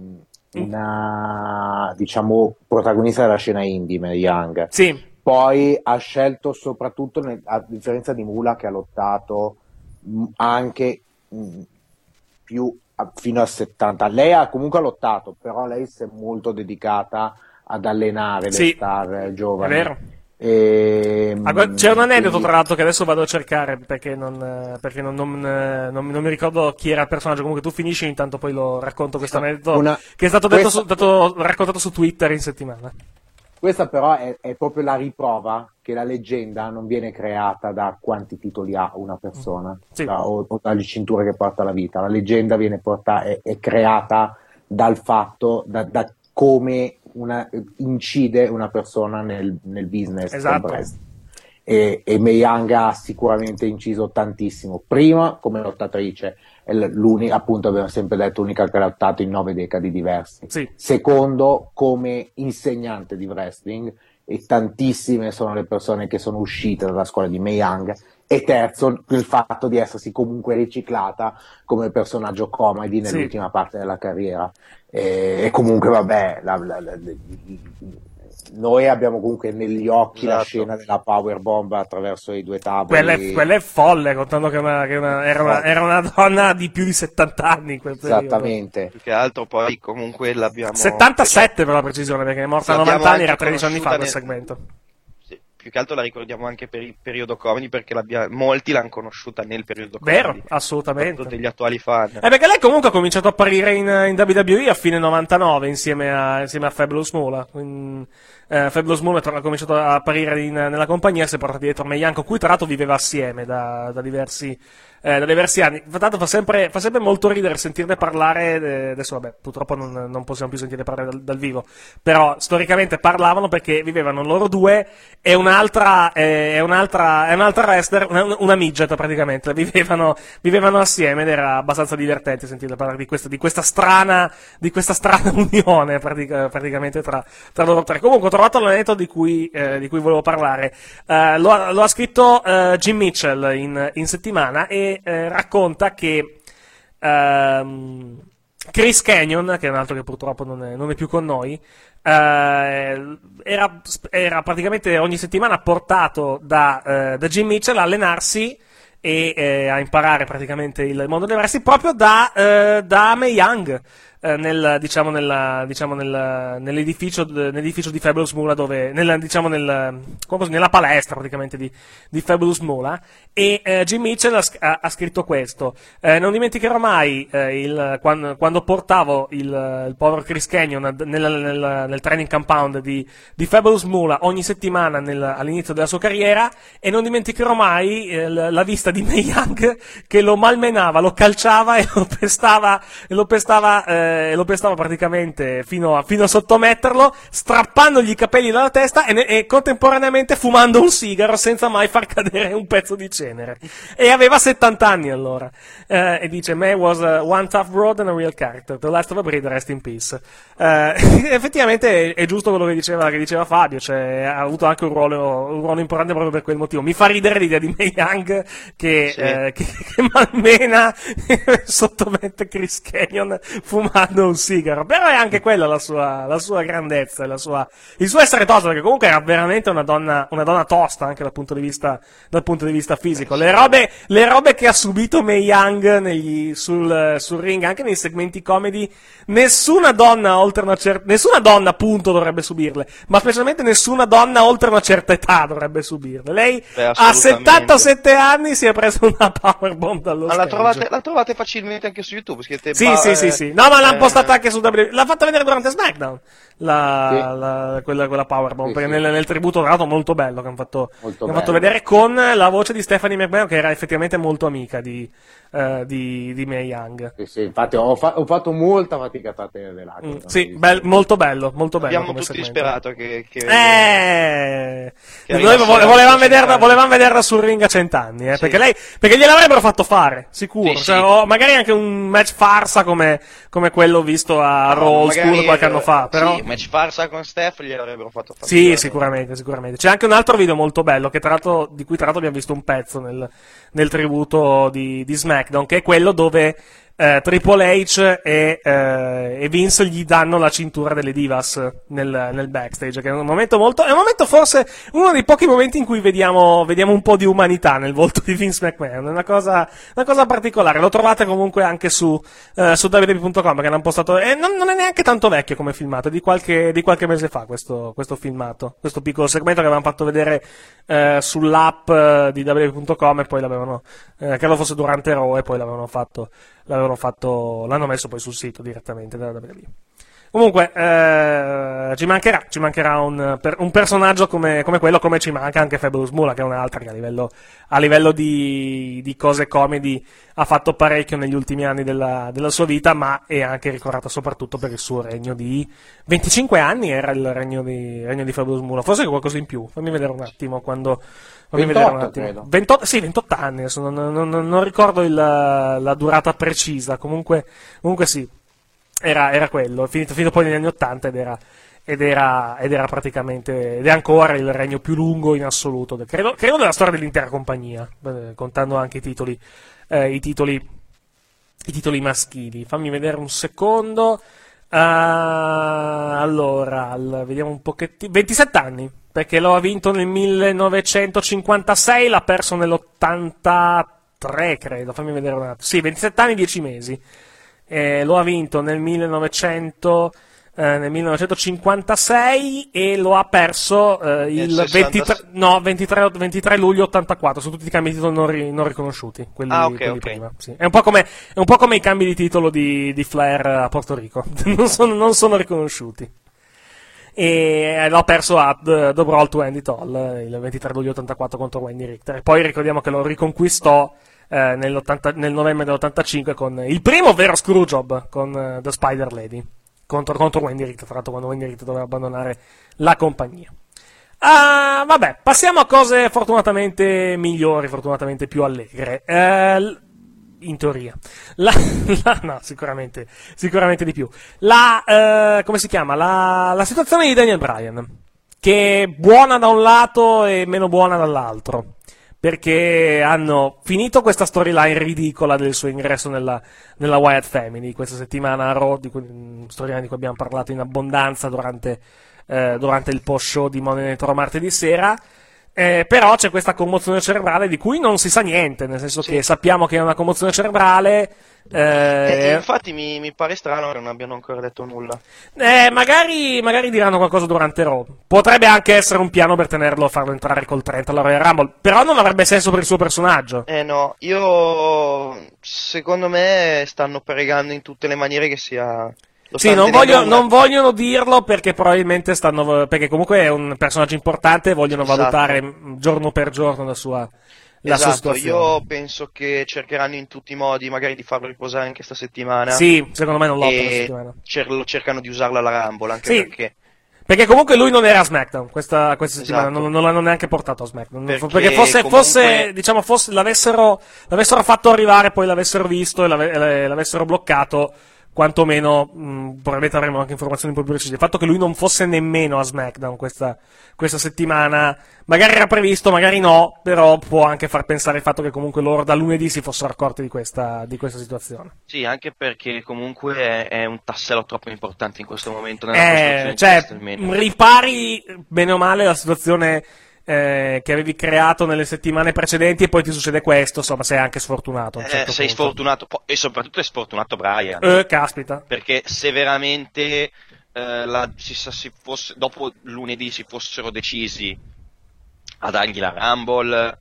una diciamo protagonista della scena indie, Mae Young. Sì. Poi ha scelto soprattutto, nel- a differenza di Moolah che ha lottato mh, anche mh, più a- fino a settanta. Lei ha comunque lottato, però lei si è molto dedicata ad allenare Sì. le star eh, giovani. È vero. E, Ah, guarda, c'è un aneddoto quindi- tra l'altro che adesso vado a cercare perché non, eh, perché non, non, eh, non- non mi ricordo chi era il personaggio. Comunque tu finisci, intanto poi lo racconto questo aneddoto Una- che è stato, detto questa- su- dato- raccontato su Twitter in settimana. Questa però è, è proprio la riprova che la leggenda non viene creata da quanti titoli ha una persona Sì. da- o, o dalle cinture che porta la vita. La leggenda viene portata, è, è creata dal fatto, da, da come una, incide una persona nel, nel business del Esatto. wrestling. E, e Mae Young ha sicuramente inciso tantissimo. Prima come lottatrice, è l'unica, appunto abbiamo sempre detto, l'unica che ha lottato in nove decadi diversi. Sì. Secondo, come insegnante di wrestling, e tantissime sono le persone che sono uscite dalla scuola di Mae Young. E terzo, il fatto di essersi comunque riciclata come personaggio comedy nell'ultima Sì. parte della carriera. E, e comunque, vabbè, la- la- la- noi abbiamo comunque negli occhi la Esatto. scena della powerbomb attraverso i due tavoli. Quella è, quella è folle, contando che, una- che una- era, una, era una donna di più di settanta anni in quel periodo. Esattamente. Più che altro poi comunque l'abbiamo... settantasette per la precisione, perché è morta a L'abbiamo novanta anni, anche era tredici anni fa quel conosciuta segmento. Sì, più che altro la ricordiamo anche per il periodo comedy perché l'abbia- molti l'hanno conosciuta nel periodo comedy. Vero, assolutamente. Soprattutto degli attuali fan. Eh, perché lei comunque ha cominciato a apparire in, in W W E a fine novantanove insieme a, insieme a Fabulous Moolah. In, eh, Fabulous Moolah ha cominciato a apparire in- nella compagnia, si è portato dietro Mae Young, con cui tra l'altro viveva assieme da, da diversi eh, da diversi anni. Tanto fa sempre, fa sempre molto ridere sentirne parlare. eh, Adesso, vabbè, purtroppo non, non possiamo più sentirne parlare dal, dal vivo. Però storicamente parlavano perché vivevano loro due e un'altra, eh, e un'altra, e un'altra wrestler, una, una midget praticamente. Vivevano, vivevano assieme ed era abbastanza divertente sentirle parlare di questa, di questa strana, di questa strana unione pratica- praticamente tra, tra loro tre. Comunque ho trovato l'aneddoto di cui, eh, di cui volevo parlare. Eh, lo, ha, lo ha scritto eh, Jim Mitchell in, in settimana e eh, racconta che ehm, Chris Canyon, che è un altro che purtroppo non è, non è più con noi, eh, era, era praticamente ogni settimana portato da, eh, da Jim Mitchell a allenarsi e eh, a imparare praticamente il mondo del wrestling proprio da, eh, da Mae Young. Nel, diciamo, nella, diciamo nel, nell'edificio, nell'edificio di Fabulous Moolah, dove, nel, diciamo nel, nella palestra praticamente di, di Fabulous Moolah, e eh, Jim Mitchell ha, ha scritto questo. Eh, non dimenticherò mai eh, il, quando, quando portavo il, il povero Chris Canyon nel, nel, nel training compound di, di Fabulous Moolah ogni settimana nel, all'inizio della sua carriera, e non dimenticherò mai eh, la vista di Mae Young che lo malmenava, lo calciava e lo pestava, e lo pestava eh, e lo pestava praticamente fino a, fino a sottometterlo, strappandogli i capelli dalla testa e, ne, e contemporaneamente fumando un sigaro senza mai far cadere un pezzo di cenere. E aveva settanta anni allora. Eh, e dice: Mae was uh, one tough broad and a real character. The last of a breed, rest in peace. Eh, effettivamente è, è giusto quello che diceva, che diceva Fabio, cioè ha avuto anche un ruolo, un ruolo importante proprio per quel motivo. Mi fa ridere l'idea di Mae Young che, sì. eh, che, che malmena sottomette Chris Canyon fumando un sigaro, però è anche quella la sua, la sua grandezza, la sua, il suo essere tosto, perché comunque era veramente una donna, una donna tosta anche dal punto di vista, dal punto di vista fisico. Le robe, le robe che ha subito Mae Young negli, sul, sul ring, anche nei segmenti comedy, nessuna donna oltre una certa, nessuna donna appunto dovrebbe subirle, ma specialmente nessuna donna oltre una certa età dovrebbe subirle. Lei Beh, a settantasette anni si è presa una powerbomb dallo ma stage. la trovate, la trovate facilmente anche su YouTube, scrivete sì, ba- sì, sì, sì. No, ma l'ha postata anche su W W E, l'ha fatta vedere durante SmackDown, la, sì. la, quella, quella powerbomb, sì, perché sì. Nel, nel tributo tra l'altro molto bello che hanno fatto, molto che hanno fatto bello. vedere, con la voce di Stephanie McMahon, che era effettivamente molto amica di, uh, di, di Mae Young. Sì, sì, infatti ho, fa- ho fatto molta fatica a trattenere le lacrime. Mm, sì, bel, molto bello, molto bello. Abbiamo come tutti segmento. sperato che, che eh, che noi vo- arrivasse volevamo la- vederla, volevamo vederla sul ring a cent'anni, eh, Sì. perché lei, perché gliel'avrebbero fatto fare, sicuro. Sì, Cioè, sì. o magari anche un match farsa come, come quello visto a No, Raw magari, School qualche eh, anno fa, però. sì, match farsa con Steph gliel'avrebbero fatto fare. Sì, sicuramente, sicuramente. C'è anche un altro video molto bello, che tra l'altro, di cui tra l'altro abbiamo visto un pezzo nel, nel tributo di, di SmackDown, che è quello dove eh, Triple H e, eh, e Vince gli danno la cintura delle Divas nel, nel backstage, che è un momento molto, è un momento forse uno dei pochi momenti in cui vediamo, vediamo un po' di umanità nel volto di Vince McMahon, è una cosa, una cosa particolare. Lo trovate comunque anche su, eh, su W W E punto com, che hanno postato, e non, non è neanche tanto vecchio come filmato, è di qualche, di qualche mese fa questo, questo filmato, questo piccolo segmento che avevamo fatto vedere eh, sull'app eh, di W W E punto com, e poi l'avevano, eh, credo fosse durante Raw, e poi l'avevano fatto, l'avevano fatto, l'hanno messo poi sul sito direttamente della W W E. Comunque, eh, ci mancherà, ci mancherà un, per, un personaggio come, come quello, come ci manca anche Fabulous Moolah, che è un'altra che a livello, a livello di, di cose comedy ha fatto parecchio negli ultimi anni della, della sua vita, ma è anche ricordata soprattutto per il suo regno di venticinque anni, era il regno di, regno di Fabulous Moolah, forse qualcosa in più, fammi vedere un attimo quando... Fammi ventotto, vedere un attimo. credo. ventotto, sì, ventotto anni, adesso non, non, non, non ricordo il, la durata precisa, comunque, comunque sì. Era, era quello, è finito, finito poi negli anni ottanta ed era, ed era, ed era praticamente, ed è ancora il regno più lungo in assoluto, credo, credo della storia dell'intera compagnia, eh, contando anche i titoli, eh, i titoli, i titoli maschili. Fammi vedere un secondo, uh, allora, al, vediamo un pochettino, ventisette anni, perché lo ha vinto nel millenovecentocinquantasei, l'ha perso nell'ottantatré, credo, fammi vedere un attimo, sì, ventisette anni, dieci mesi. Eh, lo ha vinto nel, millenovecento, eh, nel millenovecentocinquantasei e lo ha perso eh, il ventitré, no, ventitré, ventitré luglio ottantaquattro. Sono tutti i cambi di titolo non, ri, non riconosciuti, quelli, ah, okay, quelli okay. prima. Sì. È, un po' come, è un po' come i cambi di titolo di, di Flair a Porto Rico, non, sono, non sono riconosciuuti. E l'ha perso a The, The Brawl to End It All il ventitré luglio ottantaquattro contro Wendy Richter. E poi ricordiamo che lo riconquistò Eh, nel novembre dell'ottantacinque con il primo vero screwjob con uh, The Spider Lady contro, contro Wendy Richter, tra l'altro quando Wendy Richter doveva abbandonare la compagnia. Uh, vabbè, passiamo a cose fortunatamente migliori, fortunatamente più allegre. Uh, in teoria. La, la, no, sicuramente, sicuramente di più. La, uh, come si chiama? La, la situazione di Daniel Bryan, che è buona da un lato e meno buona dall'altro, perché hanno finito questa storyline ridicola del suo ingresso nella, nella Wyatt Family questa settimana a Raw, di cui, storyline di cui abbiamo parlato in abbondanza durante, eh, durante il post show di Monday Night Raw martedì sera. Eh, però c'è questa commozione cerebrale di cui non si sa niente, nel senso sì. che sappiamo che è una commozione cerebrale. Eh, eh, infatti mi, mi pare strano che non abbiano ancora detto nulla. Eh, magari, magari diranno qualcosa durante Raw. Potrebbe anche essere un piano per tenerlo, farlo entrare col trenta alla Royal Rumble, però non avrebbe senso per il suo personaggio. Eh no, io secondo me stanno pregando in tutte le maniere che sia. Sì, non, voglio, non vogliono dirlo perché probabilmente stanno. Perché comunque è un personaggio importante e vogliono esatto. valutare giorno per giorno la sua. La esatto, sua situazione. Io penso che cercheranno in tutti i modi magari di farlo riposare anche sta settimana. Sì, secondo me non lotta e questa settimana. Cer- cercano di usarla alla Rumble, anche sì. perché. Perché comunque lui non era a SmackDown questa, questa settimana, esatto. non, non l'hanno neanche portato a SmackDown. Perché, perché fosse, comunque... fosse, diciamo, fosse, l'avessero, l'avessero fatto arrivare, poi l'avessero visto e l'ave, l'avessero bloccato, quantomeno mh, probabilmente avremo anche informazioni un po' più precise. Il fatto che lui non fosse nemmeno a SmackDown questa, questa settimana, magari era previsto, magari no, però può anche far pensare il fatto che comunque loro da lunedì si fossero accorti di questa, di questa situazione. Sì, anche perché comunque è, è un tassello troppo importante in questo momento nella eh, costruzione cioè, ripari bene o male la situazione Eh, che avevi creato nelle settimane precedenti e poi ti succede questo, insomma sei anche sfortunato a un certo eh, sei punto. sfortunato e soprattutto è sfortunato Brian eh, caspita perché se veramente eh, la, si, si fosse, dopo lunedì si fossero decisi a dargli la Rumble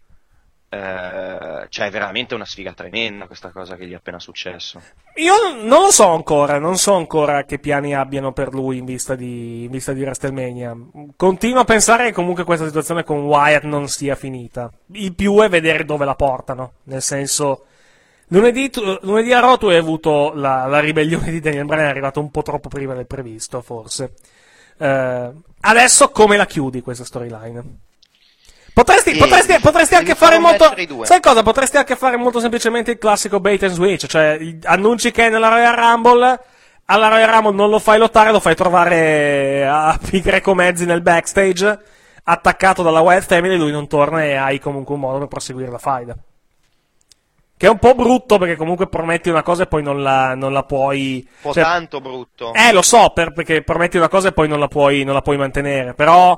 eh, cioè è veramente una sfiga tremenda questa cosa che gli è appena successo. Io non lo so ancora, non so ancora che piani abbiano per lui in vista di, in vista di WrestleMania. Continuo a pensare che comunque questa situazione con Wyatt non sia finita. Il più è vedere dove la portano, nel senso, lunedì, tu, lunedì a Raw tu hai avuto la, la ribellione di Daniel Bryan, è arrivata un po' troppo prima del previsto, forse. Eh, adesso come la chiudi questa storyline? Potresti, potresti, potresti anche fare molto. Sai cosa? Potresti anche fare molto semplicemente il classico bait and switch, cioè annunci che è nella Royal Rumble, alla Royal Rumble non lo fai lottare, lo fai trovare a Pi Greco Mezzi nel backstage, attaccato dalla Wyatt Family, lui non torna e hai comunque un modo per proseguire la faida. Che è un po' brutto perché comunque prometti una cosa e poi non la, non la puoi. Un po' cioè, tanto brutto. Eh, lo so, per, perché prometti una cosa e poi non la puoi, non la puoi mantenere, però.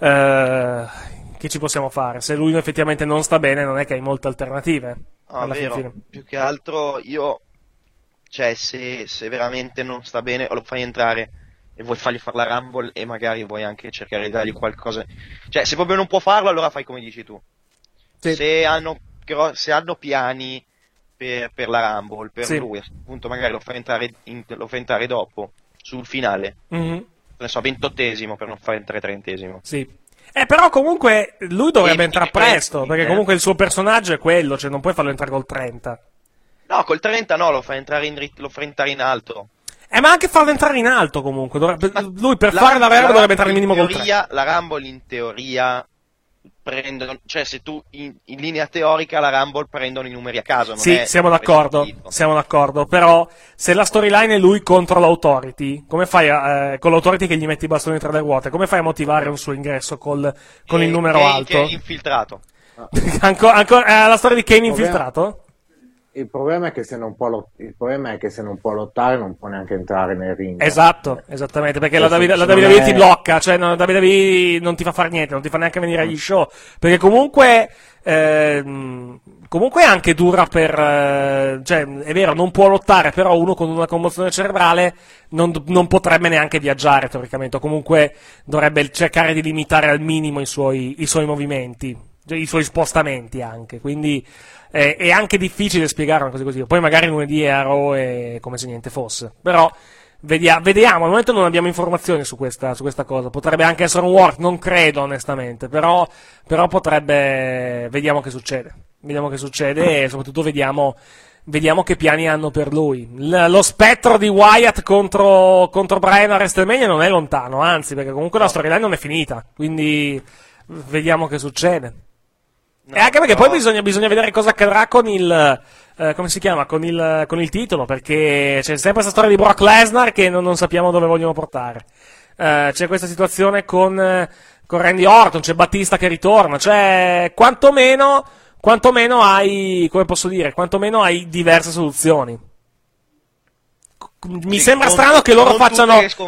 Eh, che ci possiamo fare? Se lui effettivamente non sta bene, non è che hai molte alternative. Ah, vero. Fine. Più che altro io, cioè, se, se veramente non sta bene, o lo fai entrare e vuoi fargli fare la Rumble e magari vuoi anche cercare di dargli qualcosa. Cioè, se proprio non può farlo, allora fai come dici tu. Sì. Se hanno, se hanno piani per, per la Rumble, per sì. lui, appunto, magari lo fai entrare, in, lo fai entrare dopo, sul finale. Mm-hmm. Ne so, ventottesimo per non fare entrare trentesimo. Sì. Eh, però comunque lui dovrebbe entrare presto, perché eh. comunque il suo personaggio è quello, cioè non puoi farlo entrare col trenta. No, col trenta no, lo fai entrare in, lo fai entrare in alto. Eh, ma anche farlo entrare in alto comunque, dovrebbe, lui per la fare la vera dovrebbe entrare al minimo teoria, col trenta. La Rumble in teoria prendono, cioè se tu in, in linea teorica la Rumble prendono i numeri a caso. Non sì, è siamo d'accordo, siamo d'accordo, però se la storyline è lui contro l'Authority, come fai a, eh, con l'Authority che gli metti i bastoni tra le ruote, come fai a motivare un suo ingresso col, con e, il numero Kane, alto? Che è infiltrato. ancora, ancora eh, la storia di Kane infiltrato? Il problema è che se non può lot- il problema è che se non può lottare non può neanche entrare nel ring. Esatto, esattamente, perché la, David- la W W E è... ti blocca, cioè no, la W W E non ti fa fare niente, non ti fa neanche venire agli show, perché comunque eh, comunque è anche dura per eh, cioè è vero, non può lottare, però uno con una commozione cerebrale non, non potrebbe neanche viaggiare teoricamente, o comunque dovrebbe cercare di limitare al minimo i suoi, i suoi movimenti, i suoi spostamenti anche, quindi eh, è anche difficile spiegare una cosa così. Poi magari lunedì è a Raw e come se niente fosse, però vedia- vediamo, al momento non abbiamo informazioni su questa, su questa cosa, potrebbe anche essere un work, non credo onestamente, però, però potrebbe, vediamo che succede, vediamo che succede e soprattutto vediamo Vediamo che piani hanno per lui. L- lo spettro di Wyatt contro, contro Brian a WrestleMania non è lontano, anzi, perché comunque la storyline non è finita, quindi vediamo che succede. No, e anche perché no. poi bisogna, bisogna vedere cosa accadrà con il eh, come si chiama? Con il, con il titolo, perché c'è sempre questa storia di Brock Lesnar che non, non sappiamo dove vogliono portare. Eh, c'è questa situazione con, con Randy Orton, c'è Battista che ritorna, cioè quantomeno, quantomeno hai, come posso dire, quantomeno hai diverse soluzioni. Mi sì, sembra con, strano che loro facciano. Che scom-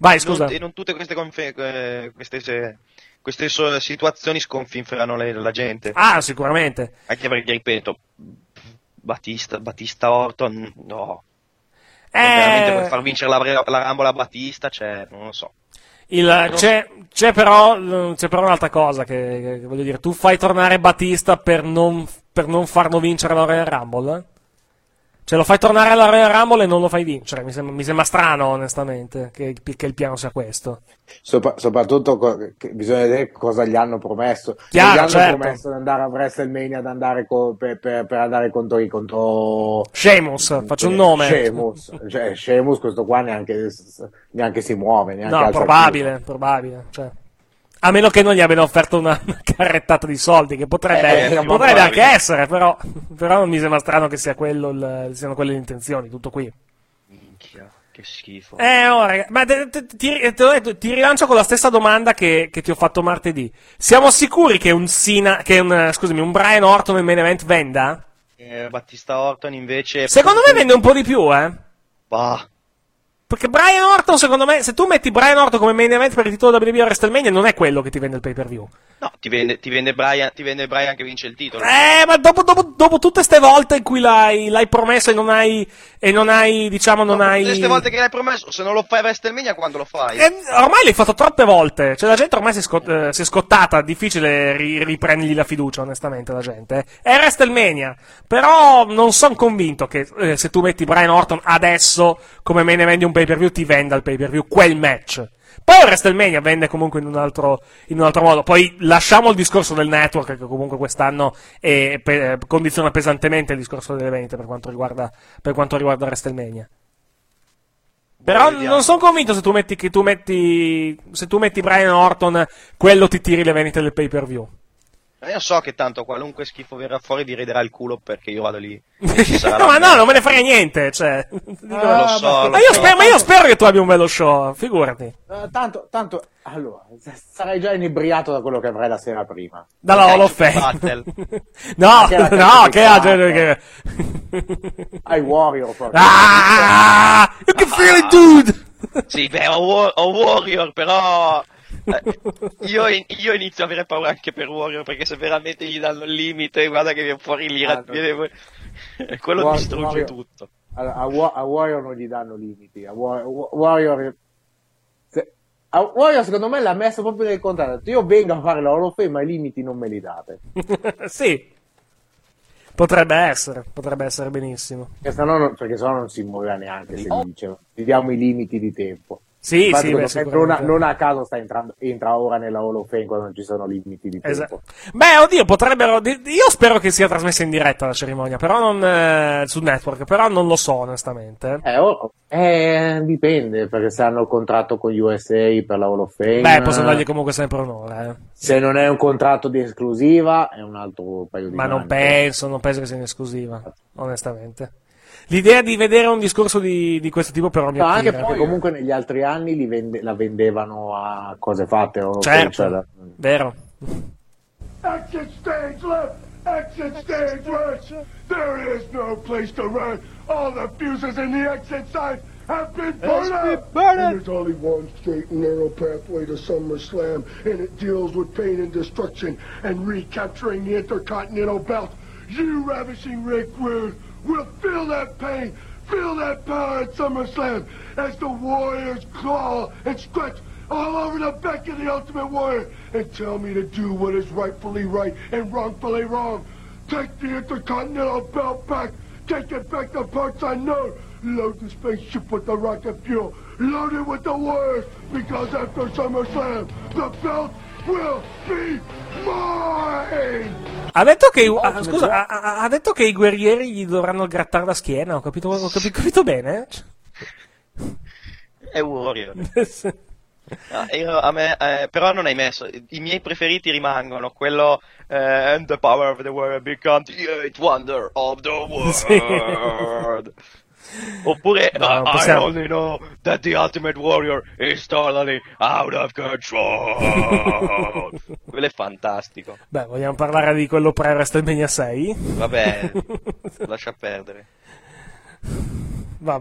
Vai, scusa. Non, e non tutte queste, confe- eh, queste, se, queste so- situazioni sconfinferano le- la gente. Ah, sicuramente. Anche perché, ripeto, Battista, Battista Orton, no. Eh... Veramente per far vincere la, la Rumble a Battista, cioè, non lo so. Il, c'è, c'è, però, c'è però un'altra cosa che, che voglio dire, tu fai tornare Battista per non, per non farlo vincere la Royal Rumble? Eh? Cioè lo fai tornare alla Royal Rumble e non lo fai vincere, mi sembra, mi sembra strano onestamente che, che il piano sia questo. Sopra, soprattutto co- bisogna vedere cosa gli hanno promesso. Chiaro, gli hanno certo. promesso di andare a WrestleMania ad andare co- per, per, per andare contro, contro Sheamus, faccio un nome. Sheamus, cioè, Sheamus questo qua neanche, neanche si muove, neanche No, alza probabile, probabile, cioè. A meno che non gli abbiano offerto una, una carrettata di soldi, che potrebbe, Eh, potrebbe anche essere, però, però non mi sembra strano che sia quello il, siano quelle le intenzioni, tutto qui. Minchia, che schifo. Eh, oh, raga, ma te, te, ti, te l'ho detto, ti rilancio con la stessa domanda che, che ti ho fatto martedì. Siamo sicuri che un Cena, che un, scusami, un Brian Orton nel main event venda? Eh, Battista Orton invece... Secondo me vende un po' di più, eh. Bah. Perché Brian Orton, secondo me, se tu metti Brian Orton come main event per il titolo W W E a WrestleMania, non è quello che ti vende il pay-per-view. No, ti vende, ti vende Brian, ti vende Brian che vince il titolo. Eh, ma dopo, dopo, dopo tutte ste volte in cui l'hai, l'hai promesso e non hai, e non hai, diciamo, non Dopo hai... tutte queste volte che l'hai promesso, se non lo fai a WrestleMania, quando lo fai? Eh, ormai l'hai fatto troppe volte, cioè la gente ormai si è, scot- eh, si è scottata, difficile ri- riprendergli la fiducia, onestamente, la gente. È WrestleMania, però non sono convinto che eh, se tu metti Brian Orton adesso come main event di un pay-per-view ti venda il pay-per-view quel match. Poi il WrestleMania vende comunque in un altro, in un altro modo. Poi lasciamo il discorso del network, che comunque quest'anno è, pe- condiziona pesantemente il discorso delle vendite per quanto riguarda, per quanto riguarda WrestleMania. Però non sono convinto se tu metti, che tu metti, se tu metti Brian Orton, quello ti tiri le vendite del pay-per-view. Io so che tanto qualunque schifo verrà fuori vi riderà il culo perché io vado lì. No, ma no, non me ne frega niente, cioè. Dico, Ah, lo so, ma, lo io so. spero, ma io spero che tu abbia un bello show, figurati. Eh, tanto, tanto, allora, sarei già inebriato da quello che avrai la sera prima. Dalla Hall of Fame. No, Che era no, che ha... Battle. Che... Ai Warrior proprio. Ah, you can feel it, dude! Sì, beh, ho, War- ho Warrior, però... eh, io, in- io inizio a avere paura anche per Warrior, perché se veramente gli danno il limite, guarda che viene fuori l'ira, Ah, no. viene... quello War- distrugge Warrior- tutto. A, a, Wa- a Warrior non gli danno limiti. A Wa- Wa- Warrior, se- a Warrior secondo me l'ha messo proprio nel contratto. Io vengo a fare la Hall of Fame, ma i limiti non me li date. Sì. Potrebbe essere, potrebbe essere benissimo. Perché sennò non, perché sennò non si muoveva neanche se gli dicevano. Ti diamo i limiti di tempo. Sì, Infatti, sì, beh, secondo me non, a, sicuramente. non a caso sta entrando, entra ora nella Hall of Fame quando non ci sono limiti di Esatto. tempo. Beh, oddio, potrebbero. di- Io spero che sia trasmessa in diretta la cerimonia, però non. Eh, su network, però non lo so, onestamente. Eh, oh, eh, dipende, perché se hanno il contratto con U S A per la Hall of Fame. Beh, possono dargli comunque sempre onore, eh. Se non è un contratto di esclusiva, è un altro paio di Ma non maniche. penso, non penso che sia in esclusiva, onestamente. L'idea di vedere un discorso di, di questo tipo però mi No, anche attira. perché comunque negli altri anni li vende- la vendevano a cose fatte. Hall of Fame, Certo, cioè la- vero. Exit stage left! Exit stage right! There is no place to run! All the fuses in the exit side have been burned out! And there's only one straight and narrow pathway to SummerSlam, and it deals with pain and destruction and recapturing the Intercontinental Belt. You ravishing Rick Rude will feel that pain, feel that power at SummerSlam as the Warriors claw and stretch all over the back of the Ultimate Warrior and tell me to do what is rightfully right and wrongfully wrong. Take the Intercontinental Belt back, take it back to parts unknown, load the spaceship with the rocket fuel, load it with the Warriors, because after SummerSlam, the belt will be mine! Ha detto che ah, scusa, ha, ha- ha detto che i guerrieri gli dovranno grattare la schiena, ho capito, ho capi- capito bene? È Warrior. No, io- a me, eh, però non hai messo. I miei preferiti rimangono quello eh, and the power of the world becomes the eighth wonder of the world. Oppure No, non I possiamo. only know that the Ultimate Warrior is totally out of control. Quello è fantastico. Beh, vogliamo parlare di quello pre-WrestleMania sei? Vabbè, lascia perdere. Vabbè.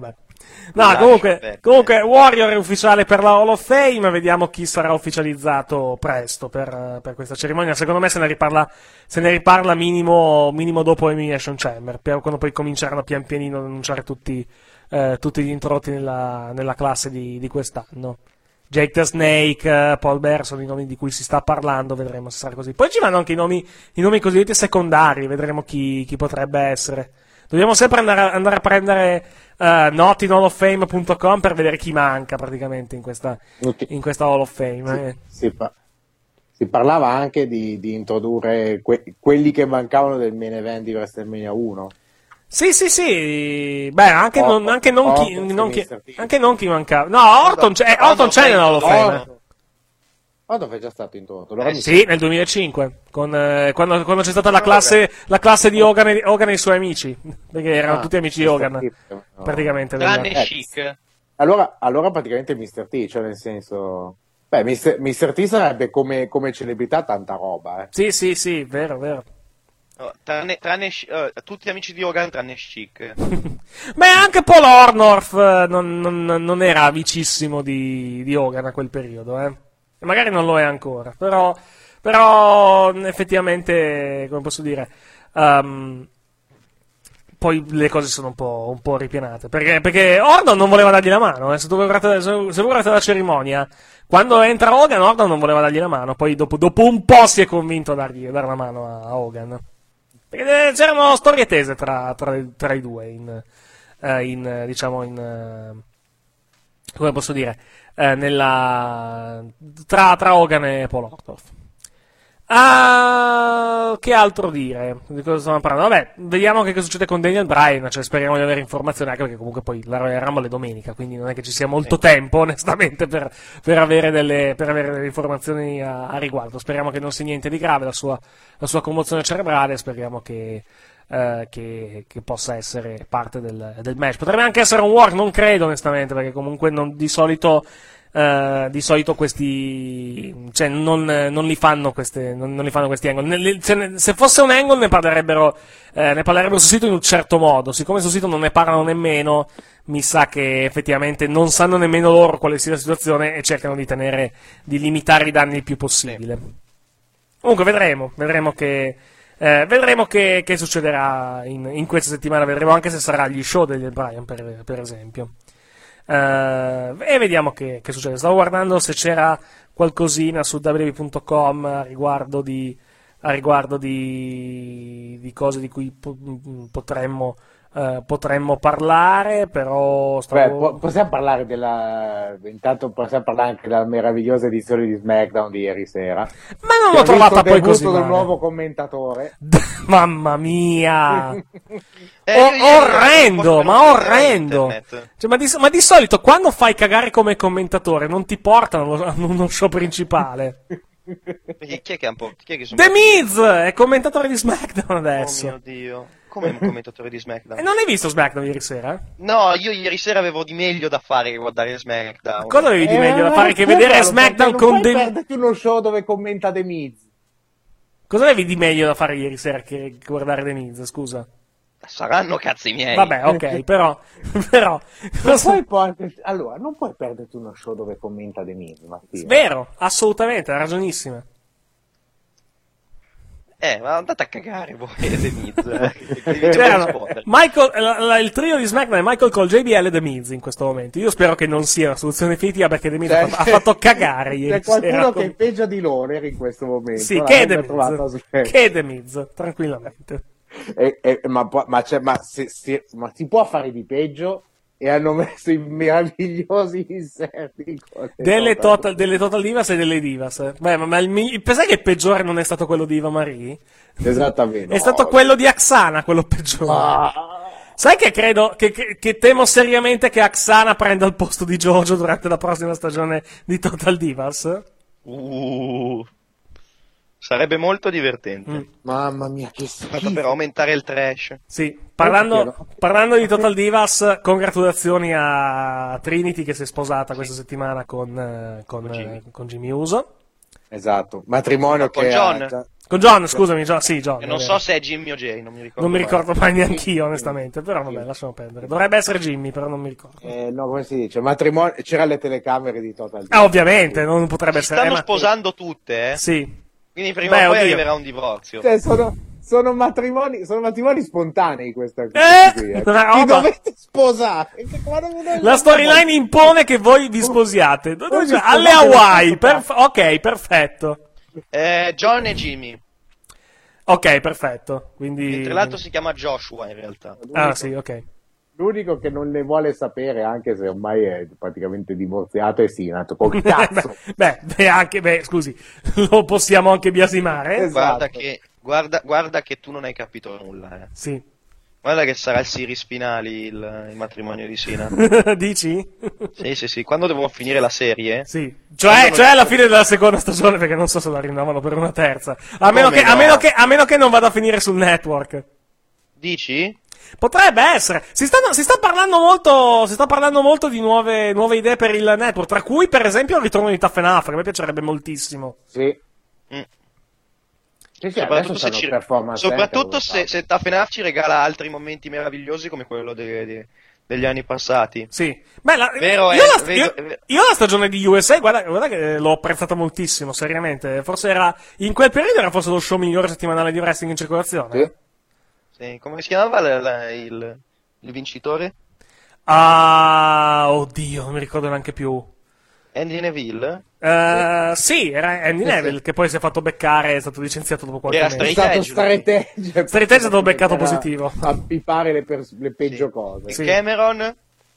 No, comunque, comunque Warrior è ufficiale per la Hall of Fame, vediamo chi sarà ufficializzato presto per, per questa cerimonia. Secondo me se ne riparla, se ne riparla minimo, minimo dopo Elimination Chamber, quando poi cominceranno pian pianino ad annunciare tutti, eh, tutti gli introiti nella, nella classe di, di quest'anno. Jake the Snake, Paul Bear sono i nomi di cui si sta parlando, vedremo se sarà così. Poi ci vanno anche i nomi, i nomi cosiddetti secondari, vedremo chi, chi potrebbe essere. Dobbiamo sempre andare a, andare a prendere uh, noti in hall of fame punto com per vedere chi manca praticamente in questa, in questa Hall of Fame. Eh. Si, si, pa- si parlava anche di, di introdurre que- quelli che mancavano del main event di WrestleMania uno. Sì, sì, sì. Beh, anche Orton, non, anche non Orton, chi, non chi, mister T. anche non chi mancava. No, Orton c'è, eh, Orton c'è nella Hall of Fame. Quando è già stato introdotto? Allora Eh, sì, nel duemilacinque, con, eh, quando, quando c'è stata la classe, la classe di Hogan e, Hogan e i suoi amici, perché erano Ah, tutti amici di Hogan, no. praticamente. Tranne del- Chic. Allora, allora praticamente mister T, cioè nel senso... Beh, mister mister T sarebbe come, come celebrità tanta roba, eh. Sì, sì, sì, vero, vero. No, tranne, tranne eh, tutti gli amici di Hogan tranne Chic. Beh, anche Paul Orndorff eh, non, non, non era vicissimo di, di Hogan a quel periodo, eh. E magari non lo è ancora, però, però effettivamente, come posso dire, um, poi le cose sono un po', un po' ripianate, perché, perché Orton non voleva dargli la mano, eh. se tu guardate, se voi guardate la cerimonia, quando entra Hogan, Orton non voleva dargli la mano, poi dopo, dopo un po' si è convinto a dargli, a dare la mano a, a Hogan, perché c'erano storie tese tra, tra, tra i due, in, eh, in diciamo, in... Eh, come posso dire, eh, nella tra, tra Hogan e Paul Orndorff. Ah, che altro dire? Di cosa stiamo parlando? Vabbè, vediamo che cosa succede con Daniel Bryan, cioè speriamo di avere informazioni, anche perché comunque poi la Royal Rumble è domenica, quindi non è che ci sia molto tempo, onestamente, per, per, avere, delle, per avere delle informazioni a, a riguardo. Speriamo che non sia niente di grave la sua, la sua commozione cerebrale, speriamo che Uh, che, che possa essere parte del, del match. Potrebbe anche essere un work, non credo onestamente, perché comunque non, di solito uh, di solito questi cioè non, non li fanno queste non, non li fanno questi angle. Ne, se, se fosse un angle ne parlerebbero eh, ne parlerebbero sul sito in un certo modo. Siccome sul sito non ne parlano nemmeno, mi sa che effettivamente non sanno nemmeno loro quale sia la situazione e cercano di tenere di limitare i danni il più possibile. Comunque vedremo, vedremo che Eh, vedremo che, che succederà in, in questa settimana, vedremo anche se sarà gli show degli Bryan per, per esempio, eh, e vediamo che, che succede. Stavo guardando se c'era qualcosina su w w e punto com a riguardo di, a riguardo di, di cose di cui po- potremmo Uh, potremmo parlare, però stavo... Beh, po- possiamo parlare della intanto possiamo parlare anche della meravigliosa edizione di SmackDown di ieri sera, ma non l'ho trovata poi così del male. nuovo commentatore. Mamma mia, Eh, O- io ieri orrendo, ho ma orrendo, internet. cioè, ma, di, ma di solito quando fai cagare come commentatore non ti portano a uno show principale. Perché chi è che ha un po'? Chi è che sono The Miz è commentatore di SmackDown adesso. Oh mio Dio. Come un commentatore di SmackDown? E non hai visto SmackDown ieri sera? No, io ieri sera avevo di meglio da fare che guardare SmackDown. Cosa avevi di Eh, meglio da fare che scusa, vedere perché SmackDown non con puoi The... perderti uno show dove commenta The Miz. Cosa avevi di meglio da fare ieri sera che guardare The Miz, scusa? Saranno cazzi miei. Vabbè, ok, però... però Non puoi perderti- allora, non puoi perderti uno show dove commenta The Miz, Mattia. vero, assolutamente, ha ragionissima. Eh, ma andate a cagare voi, The Miz. Devi C'erano rispondere. Michael, la- la- il trio di SmackDown è Michael Cole, J B L e The Miz in questo momento. Io spero che non sia una soluzione definitiva perché The Miz Cioè, ha, fatto, ha fatto cagare C'è ieri qualcuno sera. che è peggio di loro in questo momento. Sì, l'ha che è The trovato Miz, su- che è The Miz, tranquillamente. E- e- ma, può- ma, c'è- ma, se- se- ma si può fare di peggio? E hanno messo i meravigliosi inserti con le Delle total- total, delle total Divas e delle Divas. Beh, ma, ma il, mi- pensai che il peggiore non è stato quello di Eva Marie? Esattamente. È stato quello di Aksana, quello peggiore. Ah. Sai che credo, che, che, che temo seriamente che Aksana prenda il posto di Giorgio durante la prossima stagione di Total Divas? Uh, sarebbe molto divertente. Mm. Mamma mia, che schifo. Per aumentare il trash. Sì, parlando, parlando di Total Divas, congratulazioni a Trinity che si è sposata questa settimana con, eh, con, Con eh, Jimmy. con Jimmy Uso. Esatto, matrimonio Con che John. ha già- Con John, scusami, John, sì, John. E non so se è Jimmy o Jay, non mi ricordo. Non mi ricordo mai. mai neanch'io, onestamente, però vabbè, lasciamo perdere. Dovrebbe essere Jimmy, però non mi ricordo. Eh, no, come si dice? Matrimonio, c'era le telecamere di Total Ah, ovviamente, non potrebbe Si essere... stanno eh, ma- sposando tutte, eh? Sì. Quindi prima Beh, o poi oddio. arriverà un divorzio. Cioè, sono, sono matrimoni, sono matrimoni spontanei questa Eh, qui, eh. una Ti roba. dovete sposare. La storyline impone che voi vi sposiate. Dove- dove- Alle Hawaii, perf- ok, perfetto. Eh, John e Jimmy. Ok, perfetto. Quindi... Mentre l'altro si chiama Joshua, in realtà. Ah, sì, ok. L'unico che non ne vuole sapere, anche se ormai è praticamente divorziato, è Sinato. Col cazzo. beh, beh, anche, beh, scusi, lo possiamo anche biasimare. Esatto. Guarda che, guarda, guarda che tu non hai capito nulla, eh. Sì. Guarda che sarà il Siri Spinali il, il matrimonio di Sina. Dici? Sì, sì, sì. Quando devono finire la serie... Sì. Cioè, cioè alla fine della seconda stagione, perché non so se la rinnovano per una terza. A meno, Come che, a, no? meno che, a meno che non vada a finire sul network. Dici? Potrebbe essere. Si, stanno, si sta parlando molto. Si sta parlando molto di nuove, nuove idee per il network. Tra cui, per esempio, il ritorno di Tough Enough, che a me piacerebbe moltissimo. Sì. Mm. Sì, sì, Soprattutto adesso se, stanno ci, performance soprattutto center, se, se Tough Enough ci regala altri momenti meravigliosi come quello de- de- degli anni passati. Sì. Beh, la, Vero, io, è, la, vedo- io, è- io la stagione di U S A, guarda, guarda che l'ho apprezzata moltissimo, seriamente. Forse era. In quel periodo era forse lo show migliore settimanale di wrestling in circolazione. Sì. sì, come si chiamava la- la- il, il vincitore? Ah, oddio, non mi ricordo neanche più. Andy Neville? Uh, sì, era Andy Sì, Neville, sì. che poi si è fatto beccare, è stato licenziato dopo qualche Era mese. È Straight stato Edge, straight edge. Straight Edge è stato beccato Era positivo. A pipare le, pers- le peggio Sì. cose. E Sì. Cameron?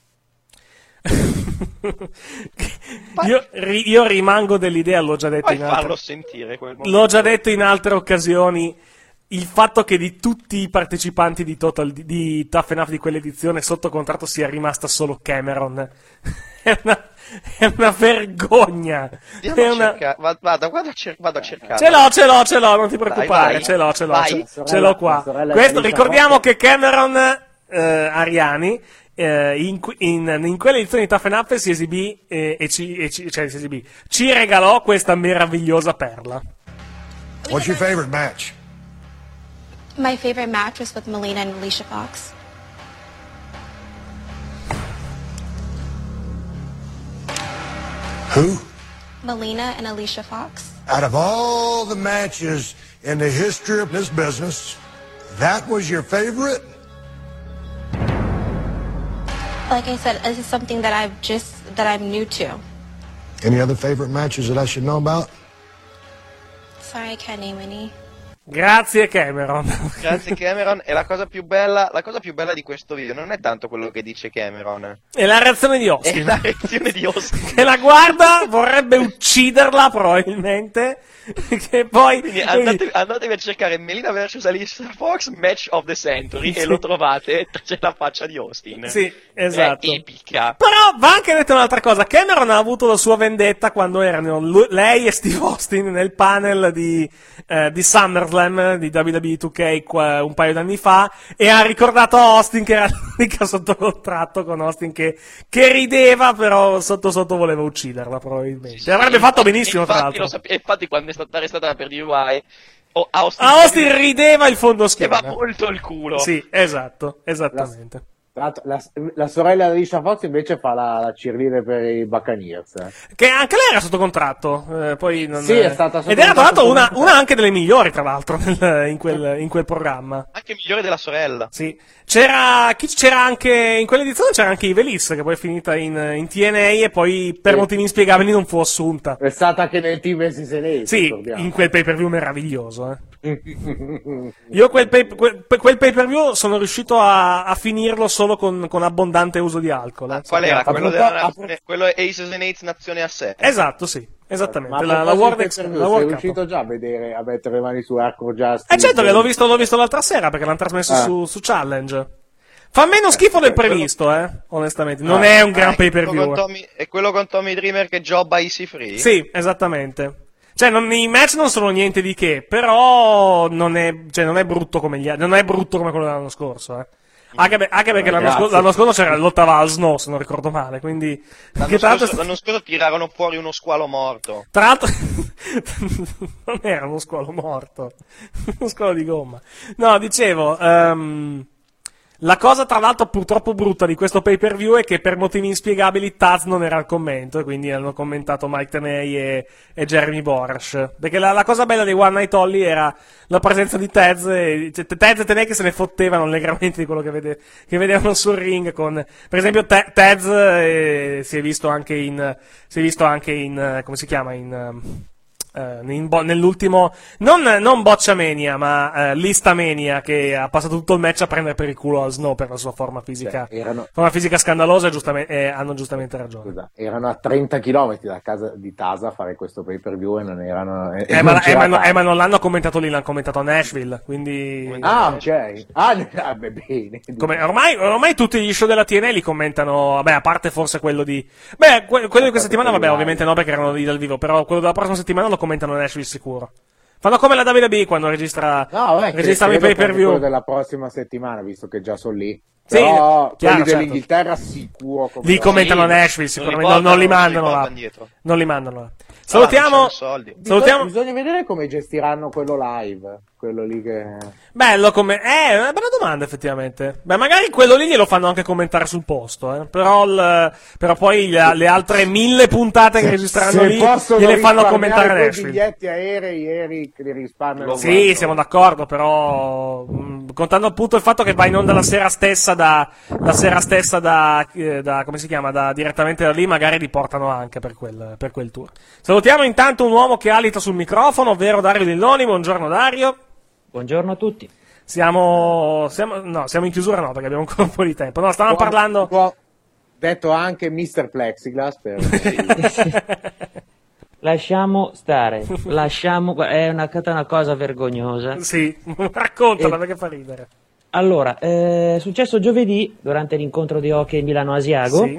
io, ri- io rimango dell'idea, l'ho già detto Puoi in altre, farlo sentire quel momento. l'ho già detto in altre occasioni. Il fatto che di tutti i partecipanti di Total di, di Tough Enough di quell'edizione sotto contratto sia rimasta solo Cameron è una, è una vergogna. Andiamo È a una... cercare. Va- Vado, vado, a cer- vado a cercare. Ce l'ho, ce l'ho, ce l'ho, non ti preoccupare, vai. ce l'ho, ce l'ho, Vai. ce, La sorella- ce l'ho qua. la sorella Questo, di ricordiamo Lisa che Cameron eh, Ariani eh, in, que- in, in quell'edizione di Tough Enough si esibì, eh, e ci, e ci, cioè si esibì, ci regalò questa meravigliosa perla. What's your favorite match? My favorite match was with Melina and Alicia Fox. Who? Melina and Alicia Fox. Out of all the matches in the history of this business, that was your favorite? Like I said, this is something that I've just, that I'm new to. Any other favorite matches that I should know about? Sorry, I can't name any. Grazie Cameron. Grazie Cameron. E la cosa più bella, la cosa più bella di questo video non è tanto quello che dice Cameron, E la reazione di è Austin. la reazione di Austin. Che la guarda, vorrebbe ucciderla probabilmente. Che poi. Quindi andate, andatevi a cercare Melina versus Alicia Fox Match of the Century Sì. e lo trovate, c'è la faccia di Austin. Sì, esatto. È epica. Però va anche detto un'altra cosa. Cameron ha avuto la sua vendetta quando erano lu- lei e Steve Austin nel panel di, eh, di SummerSlam di W W E due K qua- un paio d'anni fa, e ha ricordato a Austin che era l'unica sotto contratto, con Austin che, che rideva, però sotto sotto voleva ucciderla probabilmente. Sì, Avrebbe sì, fatto infatti- benissimo, tra infatti l'altro. lo sape- infatti quando è stata arrestata per D U I, oh, Austin, A Austin rideva il fondo che va schiena. molto il culo. Sì, esatto, esattamente. Tra l'altro, la, la sorella di Alicia Fox invece fa la, la cheerleader per i Buccaneers. eh. Che anche lei era sotto contratto, eh, poi non Sì, è stata sotto ed era tra l'altro contratto una, una anche delle migliori, tra l'altro, nel- in, quel, in quel programma. Anche migliore della sorella. Sì. C'era, chi c'era anche, in quell'edizione c'era anche Ivelis, che poi è finita in, in T N A e poi per Sì. motivi inspiegabili non fu assunta. È stata anche nel team S N A. Sì, in quel pay per view meraviglioso, eh. Io quel pay, quel, quel pay per view sono riuscito a, a finirlo solo con, con abbondante uso di alcol. Eh. Qual era? Quello, Appunto- della nazione, quello è Aces and Eights nazione a sé. Esatto, sì, esattamente. Ma La, la World Ex- la sei World Cup. riuscito già a vedere, a mettere le mani su Hardcore Justice? Eh certo che l'ho visto, l'ho visto l'altra sera perché l'hanno trasmesso Ah. su, su Challenge. Fa meno schifo del previsto, eh, onestamente. Non Ah. è un gran Ah, pay è per quello view. con Tommy- È quello con Tommy Dreamer che jobba Easy Free? Sì, esattamente. Cioè, non, i match non sono niente di che, però non è, cioè, non è brutto come gli altri, non è brutto come quello dell'anno scorso, eh. Anche, be- anche perché l'anno, scorso, l'anno scorso c'era lottava al Snow, se non ricordo male, quindi... L'anno, scorso, st- l'anno scorso tirarono fuori uno squalo morto. Tra l'altro... non era uno squalo morto, uno squalo di gomma. No, dicevo... Um... La cosa tra l'altro purtroppo brutta di questo pay per view è che per motivi inspiegabili Taz non era al commento e quindi hanno commentato Mike Tenay e, e Jeremy Borash, perché la, la cosa bella dei One Night Only era la presenza di Taz e, cioè, Taz e Tenay che se ne fottevano allegramente di quello che, vede, che vedevano sul ring con, per esempio Te, Taz eh, si è visto anche in si è visto anche in come si chiama in Uh, in bo- nell'ultimo non, non Bocciamania ma uh, Listamania, che ha passato tutto il match a prendere per il culo al Snow per la sua forma fisica, cioè, erano... forma fisica scandalosa e giustamente, eh, hanno giustamente ragione. Scusa, erano a trenta chilometri da casa di Tasa a fare questo pay per view e non erano eh, eh, non ma, eh, ma, no, eh, ma non l'hanno commentato lì, l'hanno commentato a Nashville, quindi ah ok ah, ah beh, bene come, ormai, ormai tutti gli show della T N A li commentano, vabbè, a parte forse quello di beh que- quello di questa settimana vabbè ovviamente no perché erano lì dal vivo, però quello della prossima settimana lo commentano a Nashville sicuro. Fanno come la W W E quando registra no, beh, registrano i pay per view. Quello della prossima settimana, visto che già sono lì. Sì, però chiaro, quelli certo. dell'Inghilterra sicuro. Come li commentano a Nashville sicuramente, non, non li mandano là. Non li mandano là. Salutiamo. Salutiamo. Bisogna vedere come gestiranno quello live. Quello lì che. Bello come. Eh, è una bella domanda, effettivamente. Beh, magari quello lì glielo fanno anche commentare sul posto, eh. Però, il, però poi le, le altre mille puntate che registreranno lì gliele fanno commentare a Nashville. I biglietti aerei ieri che li risparmiano. Sì, quanto. Siamo d'accordo, però. Mh, contando appunto il fatto che va in onda la sera stessa da. La sera stessa da. Eh, da come si chiama? Da, direttamente da lì, magari li portano anche per quel, per quel tour. Salutiamo intanto un uomo che alita sul microfono, ovvero Dario Dilloni. Buongiorno Dario. Buongiorno a tutti. Siamo, siamo, no, siamo in chiusura no, perché abbiamo ancora un po' di tempo. No, stavamo Buon, parlando... buon, detto anche mister Plexiglass per... Lasciamo stare, lasciamo... È una, una cosa vergognosa. Sì, raccontala e... perché fa ridere. Allora, è successo giovedì, durante l'incontro di hockey Milano-Asiago, sì.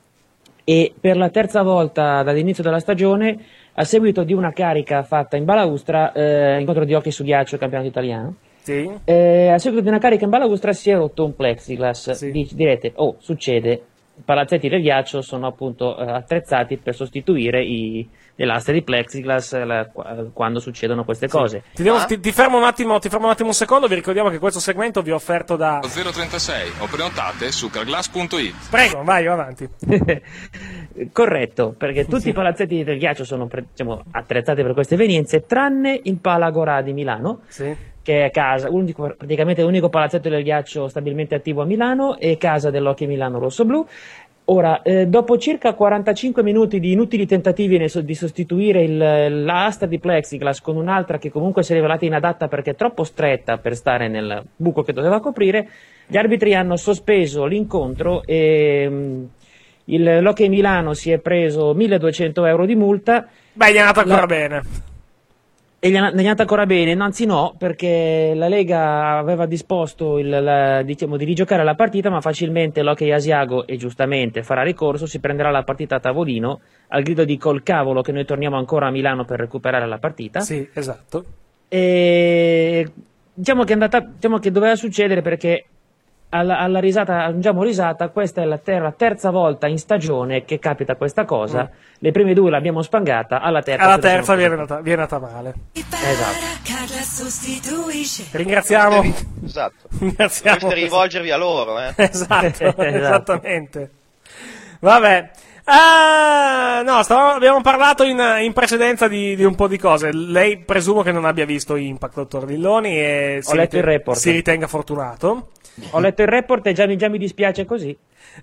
E per la terza volta dall'inizio della stagione, a seguito di una carica fatta in balaustra, eh, incontro di hockey su ghiaccio, campionato italiano, sì. eh, a seguito di una carica in balaustra si è rotto un plexiglass. Sì. Dic- direte, oh, succede, i palazzetti del ghiaccio sono appunto eh, attrezzati per sostituire i, le lastre di plexiglass la, quando succedono queste sì. cose. Ti, devo, ti, ti, fermo un attimo, ti fermo un attimo un secondo, vi ricordiamo che questo segmento vi è offerto da zero trentasei o prenotate su carglass punto it. Prego, vai avanti. Corretto, perché tutti sì. i palazzetti del ghiaccio sono diciamo, attrezzati per queste evenienze, tranne il Palagorà di Milano, sì. che è casa, unico, praticamente l'unico palazzetto del ghiaccio stabilmente attivo a Milano e casa dell'Hockey Milano Rosso-Blu. Ora, eh, dopo circa quarantacinque minuti di inutili tentativi ne so, di sostituire il, l'asta di plexiglass con un'altra che comunque si è rivelata inadatta perché è troppo stretta per stare nel buco che doveva coprire, gli arbitri hanno sospeso l'incontro e mh, il l'Hockey Milano si è preso milleduecento euro di multa. Beh, gli è andata ancora la... bene. E gli è andata ancora bene, anzi no, perché la Lega aveva disposto il, la, diciamo, di rigiocare la partita, ma facilmente l'Hockey Asiago, e giustamente farà ricorso, si prenderà la partita a tavolino, al grido di col cavolo che noi torniamo ancora a Milano per recuperare la partita. Sì, esatto. E diciamo che è andata, diciamo che doveva succedere perché alla, alla risata, aggiungiamo risata, questa è la, ter- la terza volta in stagione che capita questa cosa, mm. le prime due l'abbiamo spangata, alla terza, alla terza viene andata, viene andata male. Esatto. Ringraziamo. Esatto. Ringraziamo. Dovreste rivolgervi a loro, eh. Esatto, esatto. Esattamente. Vabbè. Ah, no, stavamo, abbiamo parlato in, in precedenza di, di un po' di cose. Lei presumo che non abbia visto Impact, dottor Villoni, e Ho letto il report. Si ritenga fortunato. Ho letto il report e già mi, già mi dispiace così.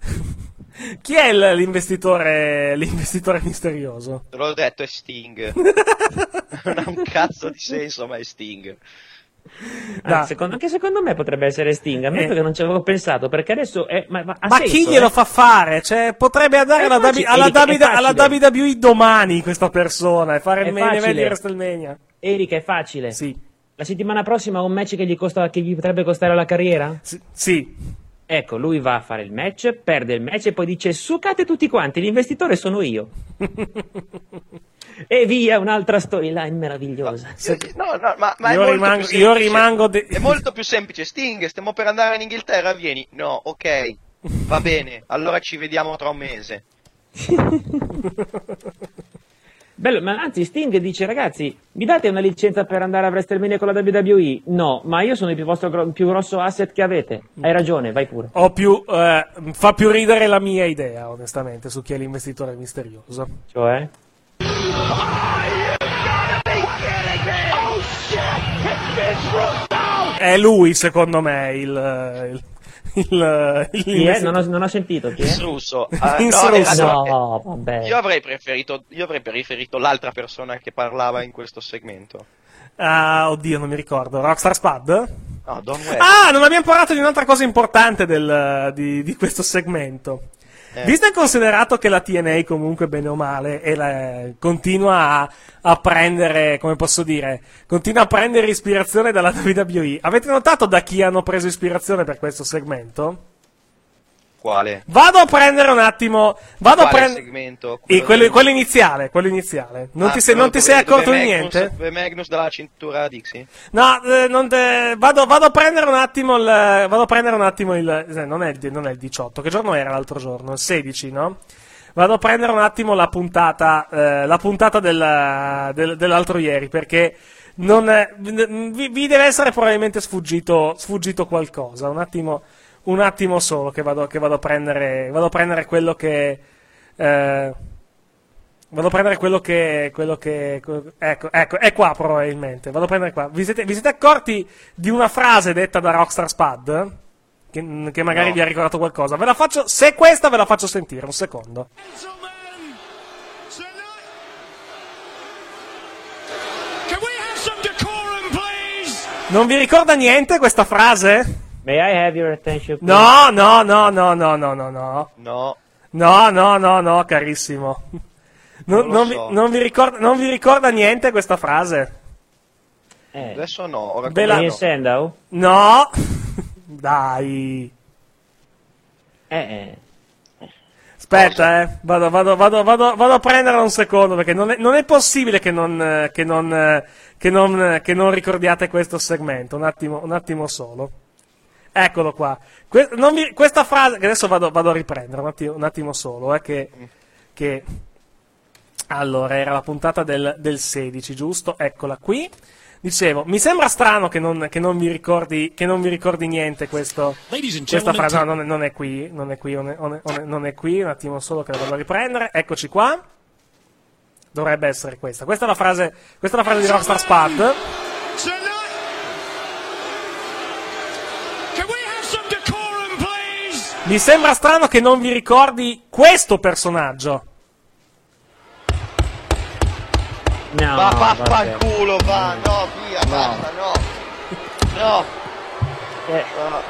Chi è l'investitore, l'investitore misterioso? Te l'ho detto, è Sting. Non ha un cazzo di senso, ma è Sting. Ah, secondo, anche secondo me potrebbe essere Sting, a me eh. perché non ci avevo pensato, perché adesso è, ma, ma, ma senso, chi glielo eh? fa fare? Cioè, potrebbe andare alla, facile, alla, Erika, alla W W E domani questa persona e fare è il main event di WrestleMania. Erika, è facile. Sì. La settimana prossima un match che gli, costa, che gli potrebbe costare la carriera? S- sì. Ecco, lui va a fare il match, perde il match e poi dice succate tutti quanti, l'investitore sono io. E via, un'altra storyline meravigliosa. No, no, no, ma, ma io, è molto rimango, più io semplice. rimango de- È molto più semplice. Sting, stiamo per andare in Inghilterra, vieni. No, ok, va bene, allora ci vediamo tra un mese. Bello, ma anzi Sting dice ragazzi, mi date una licenza per andare a WrestleMania con la W W E? No, ma io sono il più, vostro, gro- più grosso asset che avete. Hai ragione, vai pure. Ho più, eh, fa più ridere la mia idea, onestamente, su chi è l'investitore misterioso. Cioè? È lui, secondo me, il... il Il, il chi è? Non ho, non ho sentito chi è? Russo. Uh, no, no, no, no, vabbè. Io avrei preferito, io avrei preferito l'altra persona che parlava in questo segmento. Ah, oddio, non mi ricordo. Rockstar Spud? No, Don West. Ah, non abbiamo parlato di un'altra cosa importante del, di, di questo segmento. Eh. Visto e considerato che la T N A comunque bene o male e la, continua a, a prendere, come posso dire, continua a prendere ispirazione dalla W W E, avete notato da chi hanno preso ispirazione per questo segmento? Quale? Vado a prendere un attimo. Vado Quale a prendere. segmento? Quello, quello, quello iniziale, quello iniziale. Non ah, ti sei, non ti sei accorto di niente? Dove Magnus dalla cintura Dixie? No, eh, non te, vado, vado a prendere un attimo il. Vado a prendere un attimo il. Eh, non, è il non è il diciotto, che giorno era l'altro giorno? Il sedici, no? Vado a prendere un attimo la puntata. Eh, la puntata del, del, dell'altro ieri, perché. Non è, vi, vi deve essere probabilmente sfuggito, sfuggito qualcosa. Un attimo. Un attimo solo che vado, che vado a prendere. Vado a prendere quello che. Eh, vado a prendere quello che. Quello che. Ecco, ecco, è qua probabilmente. Vado a prendere qua. Vi siete, vi siete accorti di una frase detta da Rockstar Spud? Che, che magari no. vi ha ricordato qualcosa. Ve la faccio. Se è questa, ve la faccio sentire. Un secondo. Non vi ricorda niente questa frase? May I have your attention, please? No, no, no, no, no, no, no, no. No. No, no, no, no, carissimo. Non, non, non, so. vi, non, vi ricorda, non vi ricorda niente questa frase? Eh. Adesso no. Ora Ve la... no. No. Dai. Eh, eh. Aspetta, eh. Vado, vado, vado, vado, vado a prendere un secondo, perché non è, non è possibile che non, che non, che non, che non ricordiate questo segmento. Un attimo, un attimo solo. Eccolo qua. Que- non vi- questa frase, che adesso vado, vado a riprendere un attimo, un attimo solo, eh, che, che... Allora, era la puntata del, del sedici, giusto? Eccola qui. Dicevo, mi sembra strano che non, che non vi ricordi, che non vi ricordi niente questo, questa frase. No, non è, non è qui, non è qui, non è, non è, non è qui, un attimo solo che la vado a riprendere. Eccoci qua. Dovrebbe essere questa. Questa è la frase, questa è la frase di Rockstar Spud. Mi sembra strano che non vi ricordi questo personaggio. No, va vaffanculo, va, no, via, no. basta, no. No. Eh.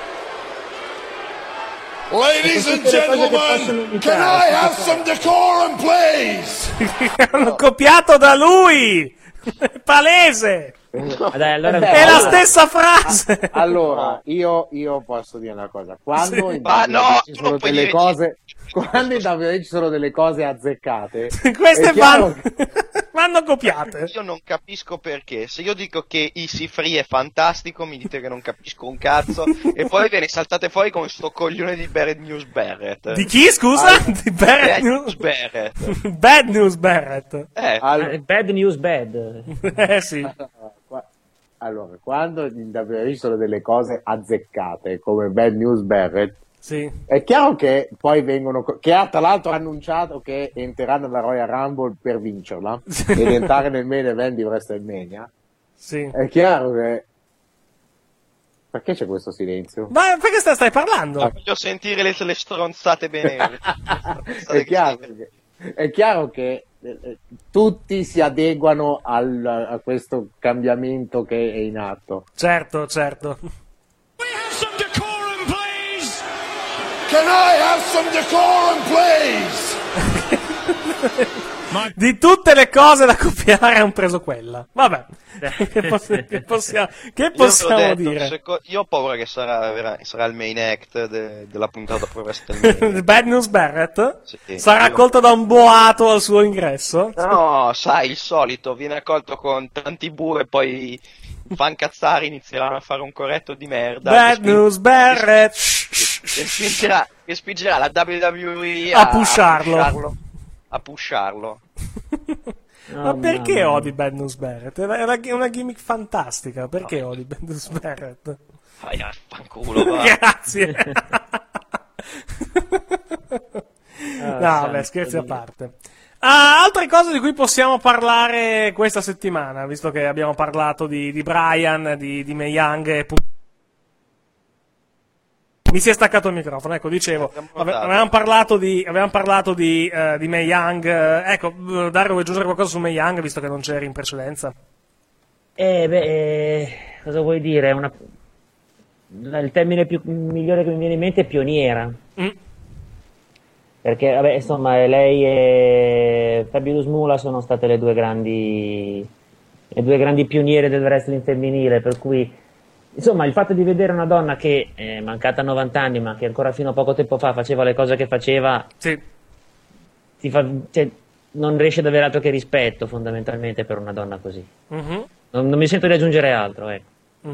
no. Ladies and gentlemen, can I have some decorum, please? Hanno copiato da lui! Palese! Dai, allora è la stessa frase. Allora, io, io posso dire una cosa. Quando sì. in Ma no, ci sono delle cose, quando in W W E ci sono delle cose azzeccate, queste vanno, che... vanno copiate. Io non capisco perché. Se io dico che Easy Free è fantastico, mi dite che non capisco un cazzo, e poi ve ne saltate fuori come sto coglione di Bad News Barrett. Di chi, scusa? Ah, di Bad, Bad News News Barrett. Bad News Barrett. Eh. All... Bad News Bad. Eh sì. Allora, quando in W W E ci sono delle cose azzeccate come Bad News Barrett, sì. È chiaro che poi vengono, che ha tra l'altro annunciato che entrerà nella Royal Rumble per vincerla ed entrare nel main event di WrestleMania. Sì. È chiaro che... Perché c'è questo silenzio? Ma perché stai, stai parlando? Ah, voglio sentire le, le stronzate bene. È chiaro che, è chiaro che eh, tutti si adeguano al, a questo cambiamento che è in atto. Certo, certo. Can I have some decorum, please? Di tutte le cose da copiare hanno preso quella. Vabbè, che, poss- che possiamo, che possiamo io detto, dire? seco- io ho paura che sarà, vera- sarà il main act de- della puntata Pro WrestleMania. Bad News Barrett? Sì, sarà io- accolto da un boato al suo ingresso? No, sai, il solito, viene accolto con tanti bu e poi fa incazzare, inizieranno a fare un corretto di merda. Bad che spin- News Barrett! Che spingerà, che spingerà la W W E A a, pusharlo. a pusharlo. A pusharlo. Ma perché odi Bad News Barrett? È una, è una gimmick fantastica. Perché odi Bad News Barrett? Vai a fanculo, va. Grazie. Ah, no, santo beh, scherzi a Dio. parte. Ah, altre cose di cui possiamo parlare questa settimana, visto che abbiamo parlato di, di Bryan, di, di Mae Young e pu- mi si è staccato il microfono, ecco, dicevo, ave- avevamo parlato di, avevamo parlato di, eh, di Mae Young, eh, ecco, eh, Dario, vuoi aggiungere qualcosa su Mae Young, visto che non c'eri in precedenza? Eh, beh, eh, cosa vuoi dire? È una... Il termine più migliore che mi viene in mente è pioniera. Mm. Perché, vabbè, insomma, lei e Fabulous Moolah sono state le due grandi, le due grandi pioniere del wrestling femminile, per cui, insomma, il fatto di vedere una donna che è mancata a novanta anni, ma che ancora fino a poco tempo fa faceva le cose che faceva, sì. ti fa, cioè, non riesce ad avere altro che rispetto, fondamentalmente, per una donna così. Mm-hmm. Non, non mi sento di aggiungere altro, ecco. Mm.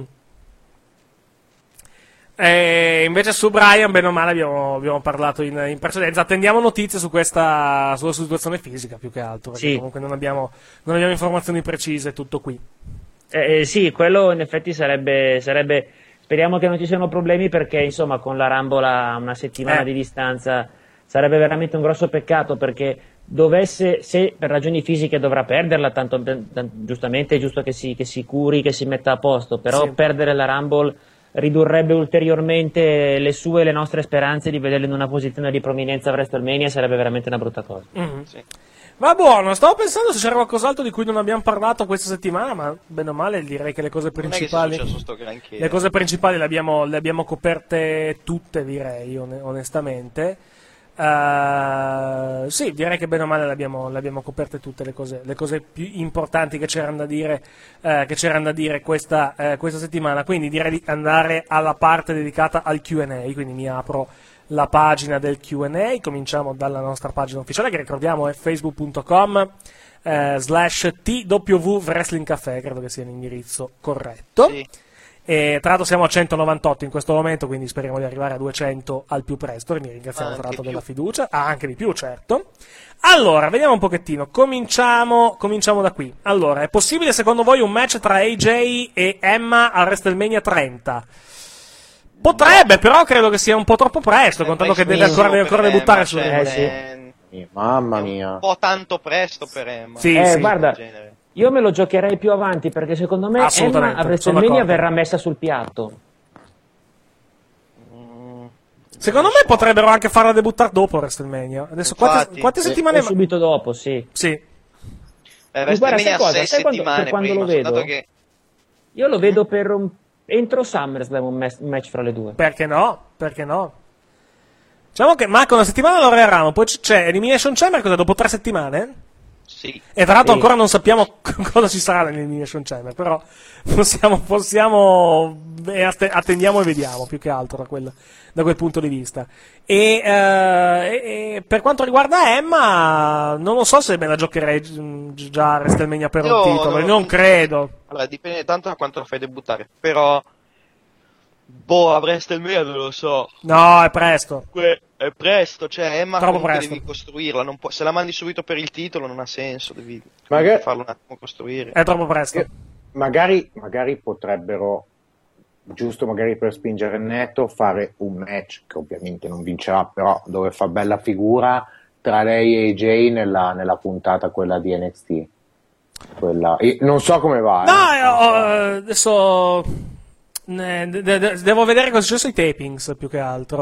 E invece su Bryan, bene o male, abbiamo, abbiamo parlato in, in precedenza. Attendiamo notizie su questa sulla situazione fisica, più che altro, perché Sì. comunque non abbiamo, non abbiamo informazioni precise, tutto qui. Eh, eh, sì, quello in effetti sarebbe, sarebbe. Speriamo che non ci siano problemi, perché insomma con la Rumble a una settimana Eh. di distanza sarebbe veramente un grosso peccato, perché dovesse, se per ragioni fisiche dovrà perderla, tanto tan- giustamente è giusto che si, che si curi, che si metta a posto, però Sì. perdere la Rumble ridurrebbe ulteriormente le sue e le nostre speranze di vederla in una posizione di prominenza a WrestleMania, sarebbe veramente una brutta cosa. Mhm. Va buono, stavo pensando se c'era qualcos'altro di cui non abbiamo parlato questa settimana, ma bene o male direi che le cose Non è che sia principali successo sto granché. le cose principali le abbiamo, le abbiamo coperte tutte, direi, on- onestamente. Uh, sì, direi che bene o male le abbiamo, le abbiamo coperte tutte le cose, le cose più importanti che c'erano da dire, uh, che c'erano da dire questa, uh, questa settimana. Quindi direi di andare alla parte dedicata al Q and A. Quindi mi apro la pagina del Q and A. Cominciamo dalla nostra pagina ufficiale, che ricordiamo è facebook punto com uh, slash T W Wrestling Café, credo che sia l'indirizzo corretto. Sì. E tra l'altro siamo a centonovantotto in questo momento, quindi speriamo di arrivare a duecento al più presto, e vi ringraziamo Anche tra l'altro più. della fiducia. Ah, anche di più, certo. Allora, vediamo un pochettino, cominciamo, cominciamo da qui. Allora, è possibile secondo voi un match tra A J e Emma a WrestleMania trenta? Potrebbe, però credo che sia un po' troppo presto, contando che deve ancora, deve ancora debuttare su Emma, ring. cioè, Sì, mamma mia. un po' tanto presto per Emma. Sì, eh, sì. guarda, Del genere. io me lo giocherei più avanti, perché secondo me Emma Assolutamente, a sono WrestleMania d'accordo. verrà messa sul piatto. Secondo me potrebbero anche farla debuttare dopo WrestleMania. Adesso quante, Infatti. quante Sì. settimane O subito dopo, sì. Sì. Eh, Ma guarda, WrestleMania sai cosa? sei Sai quando- settimane per quando prima, lo vedo? soltanto che Io lo vedo per un... entro SummerSlam un, mes- un match fra le due. Perché no? Perché no? Diciamo che manca una settimana alla Royal Rumble, poi c- c'è Elimination Chamber, cosa, dopo tre settimane? sì. E tra l'altro Sì. ancora non sappiamo cosa ci sarà nell'Elimination Chamber, però possiamo, possiamo e aste- attendiamo e vediamo, più che altro da quel, da quel punto di vista. E, eh, e- e per quanto riguarda Emma, non lo so se me la giocherei gi- già a WrestleMania per un Io titolo, non- non credo. Allora, dipende tanto da quanto la fai debuttare, però boh, a WrestleMania non lo so. No, è presto. Que- È presto, cioè Emma Troppo comunque presto. devi costruirla, non può- se la mandi subito per il titolo non ha senso, devi Magari- devi farlo un attimo costruire. È troppo presto. Eh, Magari, magari potrebbero, giusto magari per spingere netto, fare un match che ovviamente non vincerà, però dove fa bella figura tra lei e A J nella, nella puntata quella di N X T. Quella, e non so come va. eh. No, eh, ho- adesso ne- de- de- devo vedere cosa è successo ai tapings, più che altro. Eh,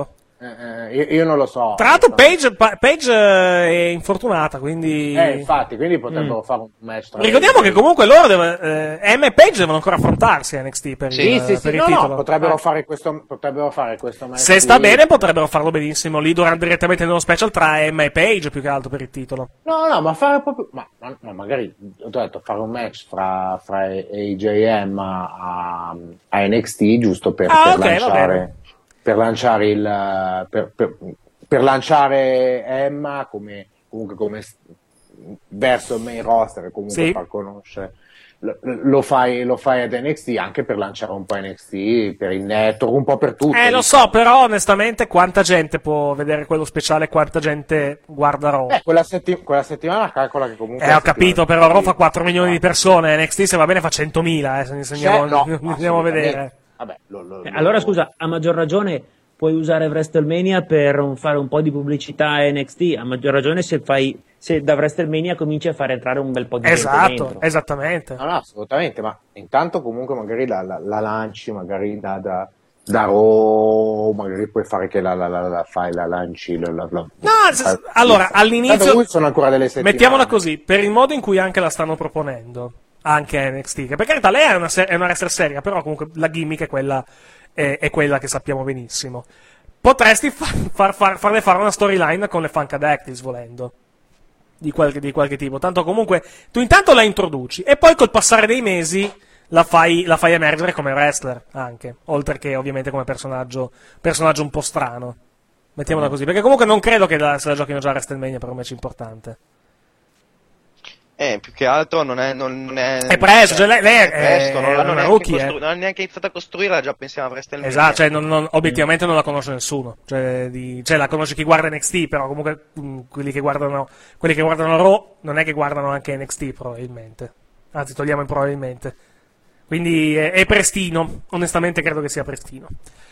Eh, io, io non lo so. Tra l'altro Paige, Pa- Paige eh, è infortunata, quindi... Eh, infatti, quindi potrebbero Mm. fare un match tra Ricordiamo che comunque loro deve, eh, M e Paige devono ancora affrontarsi a N X T per, Sì, il, sì, sì, per il no, titolo. no, potrebbero Eh. fare questo, potrebbero fare questo match. Se sta qui. bene potrebbero farlo benissimo lì durante, direttamente nello special tra Emma e Paige più che altro per il titolo. No, no, ma fare proprio, ma, ma- ma magari, ho detto, fare un match fra, fra A J M a, a N X T giusto per, Ah, per ok, va lanciare, bene. per lanciare il, per, per- per lanciare Emma come, comunque come s- verso il main roster, comunque Sì. far conoscere. Lo, lo fai, lo fai ad N X T anche per lanciare un po' N X T, per il network, un po' per tutto. Eh, lo so, però onestamente quanta gente può vedere quello speciale, quanta gente guarda Raw? Eh, quella, setti- quella settimana calcola che comunque... Eh, la ho capito, settimana- però Raw fa quattro milioni di persone, N X T se va bene fa centomila, eh, se se andiamo, no, andiamo a assolutamente. vedere. Vabbè, lo- lo- Eh, lo- Allora scusa, a maggior ragione puoi usare WrestleMania per un- fare un po' di pubblicità a N X T, a maggior ragione se fai se da WrestleMania cominci a far entrare un bel po' di gente Esatto, dentro. esattamente. No, no, assolutamente, ma intanto comunque magari la, la- la lanci, magari da, da, da Raw, magari puoi fare che la, la, la, la fai, la lanci. La, la, la- No, se- allora, Tanto all'inizio, comunque sono ancora delle settimane. mettiamola così, per il modo in cui anche la stanno proponendo, anche a N X T, che per carità lei è una, se- è una wrestler seria, però comunque la gimmick è quella, è, è quella che sappiamo benissimo. Potresti far, far, far- farle fare una storyline con le Funkadactyls, volendo. Di qualche, di qualche tipo. Tanto comunque, tu intanto la introduci, e poi col passare dei mesi la fai, la fai emergere come wrestler, anche. Oltre che ovviamente come personaggio, personaggio un po' strano. Mettiamola così, perché comunque non credo che la, se la giochino già a WrestleMania per un match importante. Eh, più che altro non è... Non, non è, È presto, cioè lei- lei è- presto, non è l'hanno una neanche rookie, costru- eh. non hanno neanche iniziato a costruirla, già pensiamo a WrestleMania. Esatto, cioè non- non- obiettivamente non la conosce nessuno. Cioè, di- cioè, la conosce chi guarda N X T, però comunque mh, quelli che guardano quelli che guardano Raw non è che guardano anche N X T, probabilmente. Anzi, togliamo il probabilmente. Quindi è, è prestino, onestamente credo che sia prestino.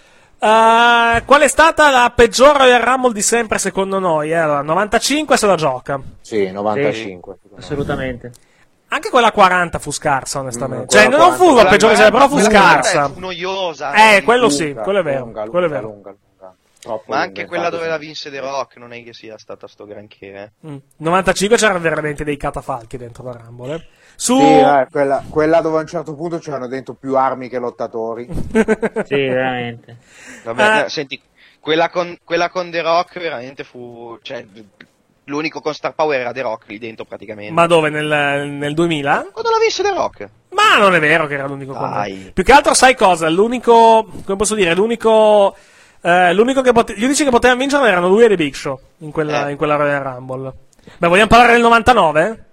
Uh, qual è stata la peggior Royal Rumble di sempre secondo noi? Eh, Allora, novantacinque se la gioca. Sì, novantacinque. Assolutamente. Anche quella quaranta fu scarsa, onestamente. Mm, cioè, quella non fu quaranta la peggiore, quaranta, però fu quella quaranta scarsa. fu noiosa. Eh, eh, quello lunga, sì, quello è vero. lunga, quello è lunga, vero. lunga, lunga. Troppo Ma anche lunga, quella infatti, dove sì. la vinse The Rock non è che sia stata sto granché, eh. Mm. novantacinque c'erano veramente dei catafalchi dentro la Rumble. Eh. Su... Sì, eh, quella, quella dove a un certo punto c'erano dentro più armi che lottatori. Sì, veramente. Vabbè, Eh. senti, quella con, quella con The Rock veramente fu... Cioè, l'unico con Star Power era The Rock lì dentro praticamente. Ma dove? Nel, nel duemila? Quando la vinse The Rock? Ma non è vero che era l'unico con Dai. Più che altro, sai cosa? L'unico. Come posso dire? L'unico. Eh, l'unico che pote- gli unici che potevano vincere erano lui e The Big Show in quella, Eh. in quella Royal Rumble. Beh, vogliamo parlare del novantanove?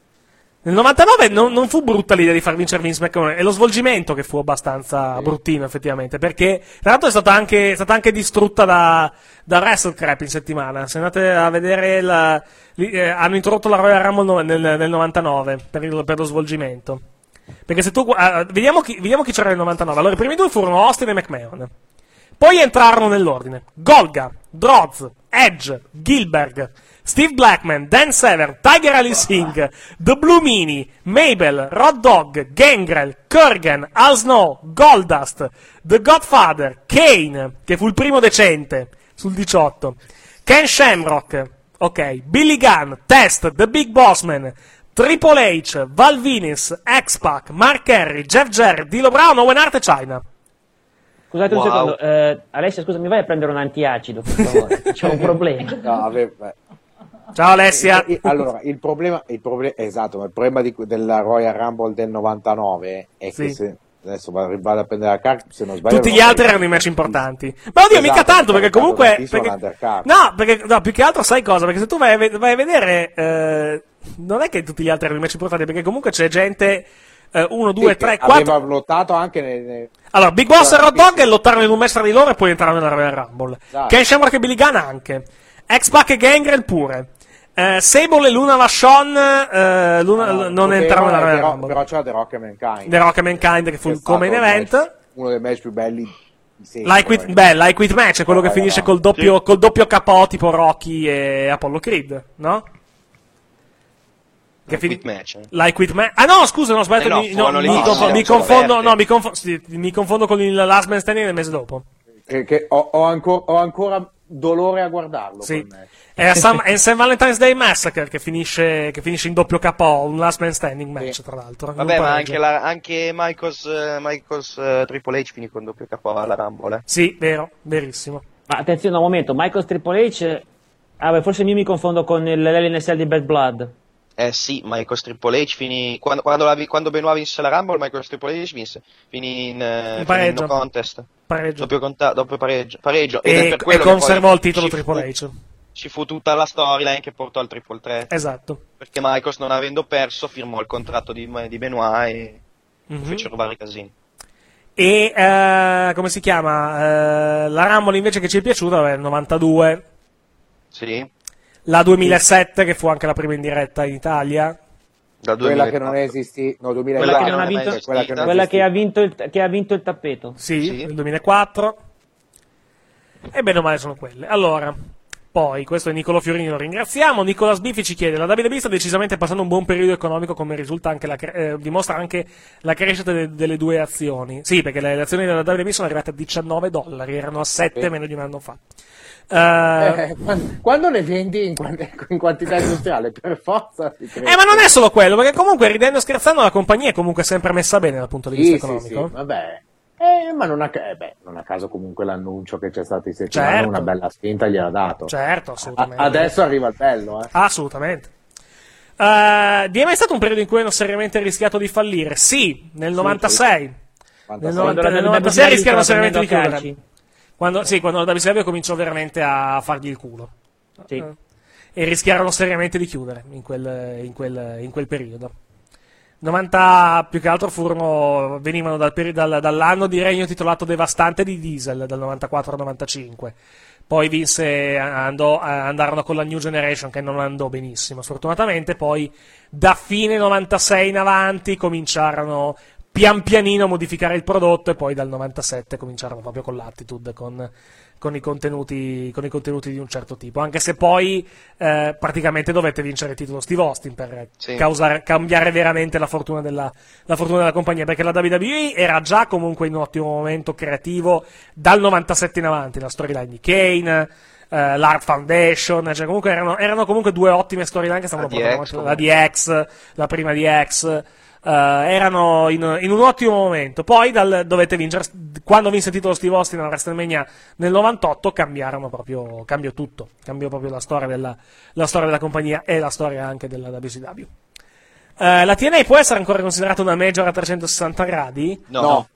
Nel novantanove non, non fu brutta l'idea di far vincere Vince McMahon, è lo svolgimento che fu abbastanza bruttino effettivamente, perché tra l'altro è stata anche, è stata anche distrutta da, da WrestleCrap in settimana. Se andate a vedere, la, li- eh, hanno introdotto la Royal Rumble no- nel, nel novantanove per, il- per lo svolgimento. Perché se tu gu- ah, vediamo, chi, vediamo chi c'era nel novantanove. Allora, i primi due furono Austin e McMahon. Poi entrarono nell'ordine Golga, Droz, Edge, Gilbert, Steve Blackman, Dan Severn, Tiger Ali Singh, The Blue Meanie, Mabel, Rod Dogg, Gangrel, Kurgan, Al Snow, Goldust, The Godfather, Kane, che fu il primo decente sul diciotto, Ken Shamrock, ok, Billy Gunn, Test, The Big Bossman, Triple H, Val Venis, X-Pac, Mark Henry, Jeff Jarrett, D'Lo Brown, Owen Hart e Chyna. Scusate un Wow. secondo, eh, Alessia, scusa, mi vai a prendere un antiacido, per favore? C'è un problema. No, vabbè, beh. Ciao Alessia. Eh, eh, Allora, il problema, il problema, esatto, ma il problema di, della Royal Rumble del novantanove è Sì. che se, adesso vado, vado a prendere la carta, se non sbaglio. Tutti non gli ho- altri erano i match importanti. Ma oddio, Esatto, mica tanto, perché tanto comunque. tantissimo Perché, l'undercard. no, perché no, più che altro sai cosa? Perché se tu vai a, ve- vai a vedere, eh, non è che tutti gli altri erano i match importanti, perché comunque c'è gente. uno, due, Sì, tre, che quattro. aveva lottato anche nei, nei- Allora, Big Boss e Rod Dogg lottarono in un match tra di loro e poi entrarono nella Royal Rumble. Esatto. Ken Shamrock e Billy Gunn anche. X-Pac e Gangrel pure. Eh, Sable e Luna Vachon eh, Luna- no, non poteva, entrarono nella eh, Royal però, Rumble. però c'era The Rock e Mankind. The Rock e Mankind che fu È il stato come in un event. match- uno dei match più belli di sempre. Like with, beh, Like with Match è quello che finisce col doppio, col doppio K O tipo Rocky e Apollo Creed, no? Che Like fini- with Match, eh. Like with Match. Ah no, scusa, non ho sbagliato. Eh no, mi, no, furono mi lì, confo- no, mi sono confondo, aperte. no, mi, confo- sì, mi confondo con il Last Man Standing del mese dopo. Che, che ho, ho ancora, ho ancora dolore a guardarlo. Sì. È, a San, è in Saint Valentine's Day Massacre che finisce, che finisce in doppio K O, un last man standing match, sì. Tra l'altro. Vabbè, ma anche, la, anche Michaels, uh, Michaels uh, Triple H finì con doppio K O alla Rumble. Eh. Sì, vero, verissimo. Ma attenzione un momento, Michaels Triple H... Ah, beh, forse io mi confondo con l'L N S L di Bad Blood. Eh sì, Michaels Triple H finì... Quando, quando, la, quando Benoit vinse la Rumble, Michaels Triple H vinse. Finì in, uh, in no contest. Pareggio. Doppio, conta- doppio pareggio. pareggio. E, Ed è per quello e conservò il titolo Triple H. Ci fu tutta la storyline che portò al Triple Threat. Esatto. Perché Michaels, non avendo perso, firmò il contratto di, di Benoit e mm-hmm. fecero vari casini. E uh, come si chiama? Uh, la Rumble invece che ci è piaciuta è il novantadue. Sì. La duemilasette, che fu anche la prima in diretta in Italia. Da quella che non esisti, no, duemilaquattro, quella che non ha vinto, quella che, non quella che ha vinto il, che ha vinto il tappeto. Sì, sì. Nel duemilaquattro. E bene o male sono quelle. Allora, poi, questo è Niccolò Fiorini, lo ringraziamo. Nicolas Biffi ci chiede: la W W E sta decisamente passando un buon periodo economico, come risulta anche la, eh, dimostra anche la crescita de- delle due azioni. Sì, perché le azioni della W W E sono arrivate a diciannove dollari, erano a sette sì. meno di un anno fa. Uh, eh, quando, quando le vendi in, in quantità industriale, per forza ti eh ma non è solo quello, perché comunque, ridendo e scherzando, la compagnia è comunque sempre messa bene dal punto di vista sì, economico. Sì, sì, vabbè. Eh, ma non a, eh, beh, non a caso comunque l'annuncio che c'è stato in settimana, certo. Una bella spinta gliel'ha dato. Certo, assolutamente. A- adesso arriva il bello, eh. Assolutamente. Uh, D M è stato un periodo in cui hanno seriamente rischiato di fallire? Sì, nel novantasei. Sì, nel, novanta, nel novantasei rischiarono seriamente di chiudere. Quando, sì, quando la W C W cominciò veramente a fargli il culo. Sì. Uh, e rischiarono seriamente di chiudere in quel, in quel, in quel periodo. novanta più che altro furono, venivano dal peri- dal, dall'anno di regno titolato devastante di Diesel, dal novantaquattro al novantacinque. Poi vinse, andò, andarono con la New Generation, che non andò benissimo sfortunatamente. Poi da fine novantasei in avanti cominciarono pian pianino a modificare il prodotto, e poi dal novantasette cominciarono proprio con l'attitude, con, con, i contenuti, con i contenuti di un certo tipo, anche se poi eh, praticamente dovette vincere il titolo Steve Austin per sì. causare, cambiare veramente la fortuna, della, la fortuna della compagnia, perché la W W E era già comunque in un ottimo momento creativo dal novantasette in avanti, la storyline di Kane, Uh, l'Art Foundation, cioè comunque erano, erano comunque due ottime storyline che stavano portando avanti, la D X, la prima D X, uh, erano in, in un ottimo momento. Poi dal, dovete vincere, quando vinse il titolo Steve Austin a WrestleMania nel novantotto, cambiarono proprio, cambiò tutto, cambiò proprio la storia della, la storia della compagnia e la storia anche della W C W. Uh, la T N A può essere ancora considerata una major a trecentosessanta gradi? No. no.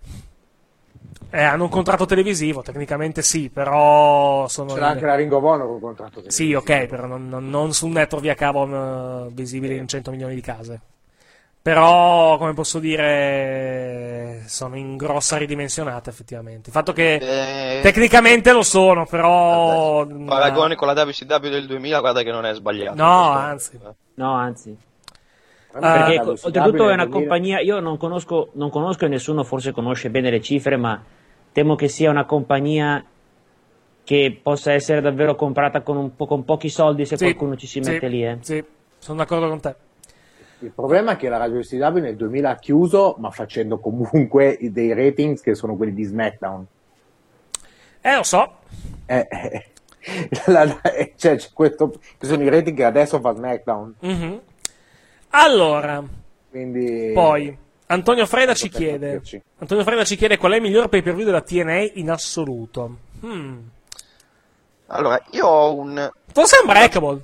Eh, hanno un contratto televisivo, tecnicamente sì, però sono... C'era anche la Ring of Honor con un contratto televisivo. Sì, ok, però non, non, non su un network via cavo uh, visibile in cento milioni di case. Però, come posso dire, sono in grossa ridimensionata, effettivamente. Il fatto che eh... tecnicamente lo sono, però... Vabbè, paragone con la W C W del duemila, guarda che non è sbagliato. No, anzi. No, anzi. Perché uh, oltretutto è una compagnia, io non conosco, non conosco e nessuno forse conosce bene le cifre, ma temo che sia una compagnia che possa essere davvero comprata con, un po', con pochi soldi se sì, qualcuno ci si mette sì, lì. Eh. Sì, sono d'accordo con te. Il problema è che la W C W nel duemila ha chiuso, ma facendo comunque dei ratings che sono quelli di SmackDown. Eh, lo so. Eh, eh, la, la, cioè, questo, che sono i rating che adesso fa SmackDown. Mm-hmm. Allora, quindi poi Antonio Freda ci chiede capirci. Antonio Freda ci chiede qual è il miglior pay per view della T N A in assoluto. Hmm. Allora, io ho un forse è Unbreakable.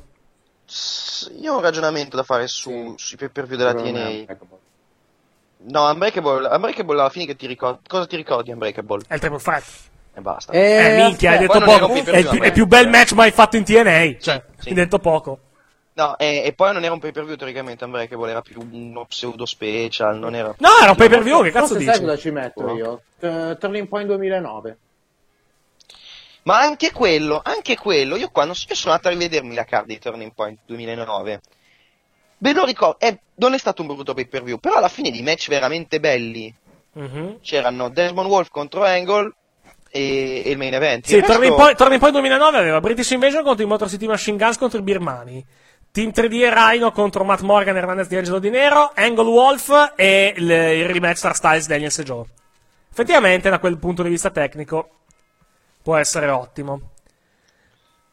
Io ho un ragionamento da fare su, sì. sui pay per view della T N A. No, Unbreakable, Unbreakable alla fine che ti ricordi? Cosa ti ricordi Unbreakable? È il Triple Threat. E basta. Eh, eh minchia, hai detto poco. È il più, è più bel match mai fatto in T N A. Cioè, sì. Hai detto poco. No, e, e poi non era un pay per view teoricamente Unbreakable, era più uno pseudo special, non era... No, era un pay per view, che cazzo dici? Sai cosa ci metto io? Uh, Turning Point duemilanove. Ma anche quello, anche quello, io quando io sono andato a rivedermi la card di Turning Point duemilanove, ve lo ricordo, eh, non è stato un brutto pay per view, però alla fine di match veramente belli, mm-hmm. c'erano Desmond Wolf contro Angle e, e il main event. Sì, il resto... Turning Point, Turning Point duemilanove aveva British Invasion contro i Motor City Machine Guns contro i Birmani. Team tre D e Rhino contro Matt Morgan e Hernandez di Angelo Di Nero, Angle Wolf e il, il rematch tra Styles, Daniels e Joe. Effettivamente, da quel punto di vista tecnico, può essere ottimo.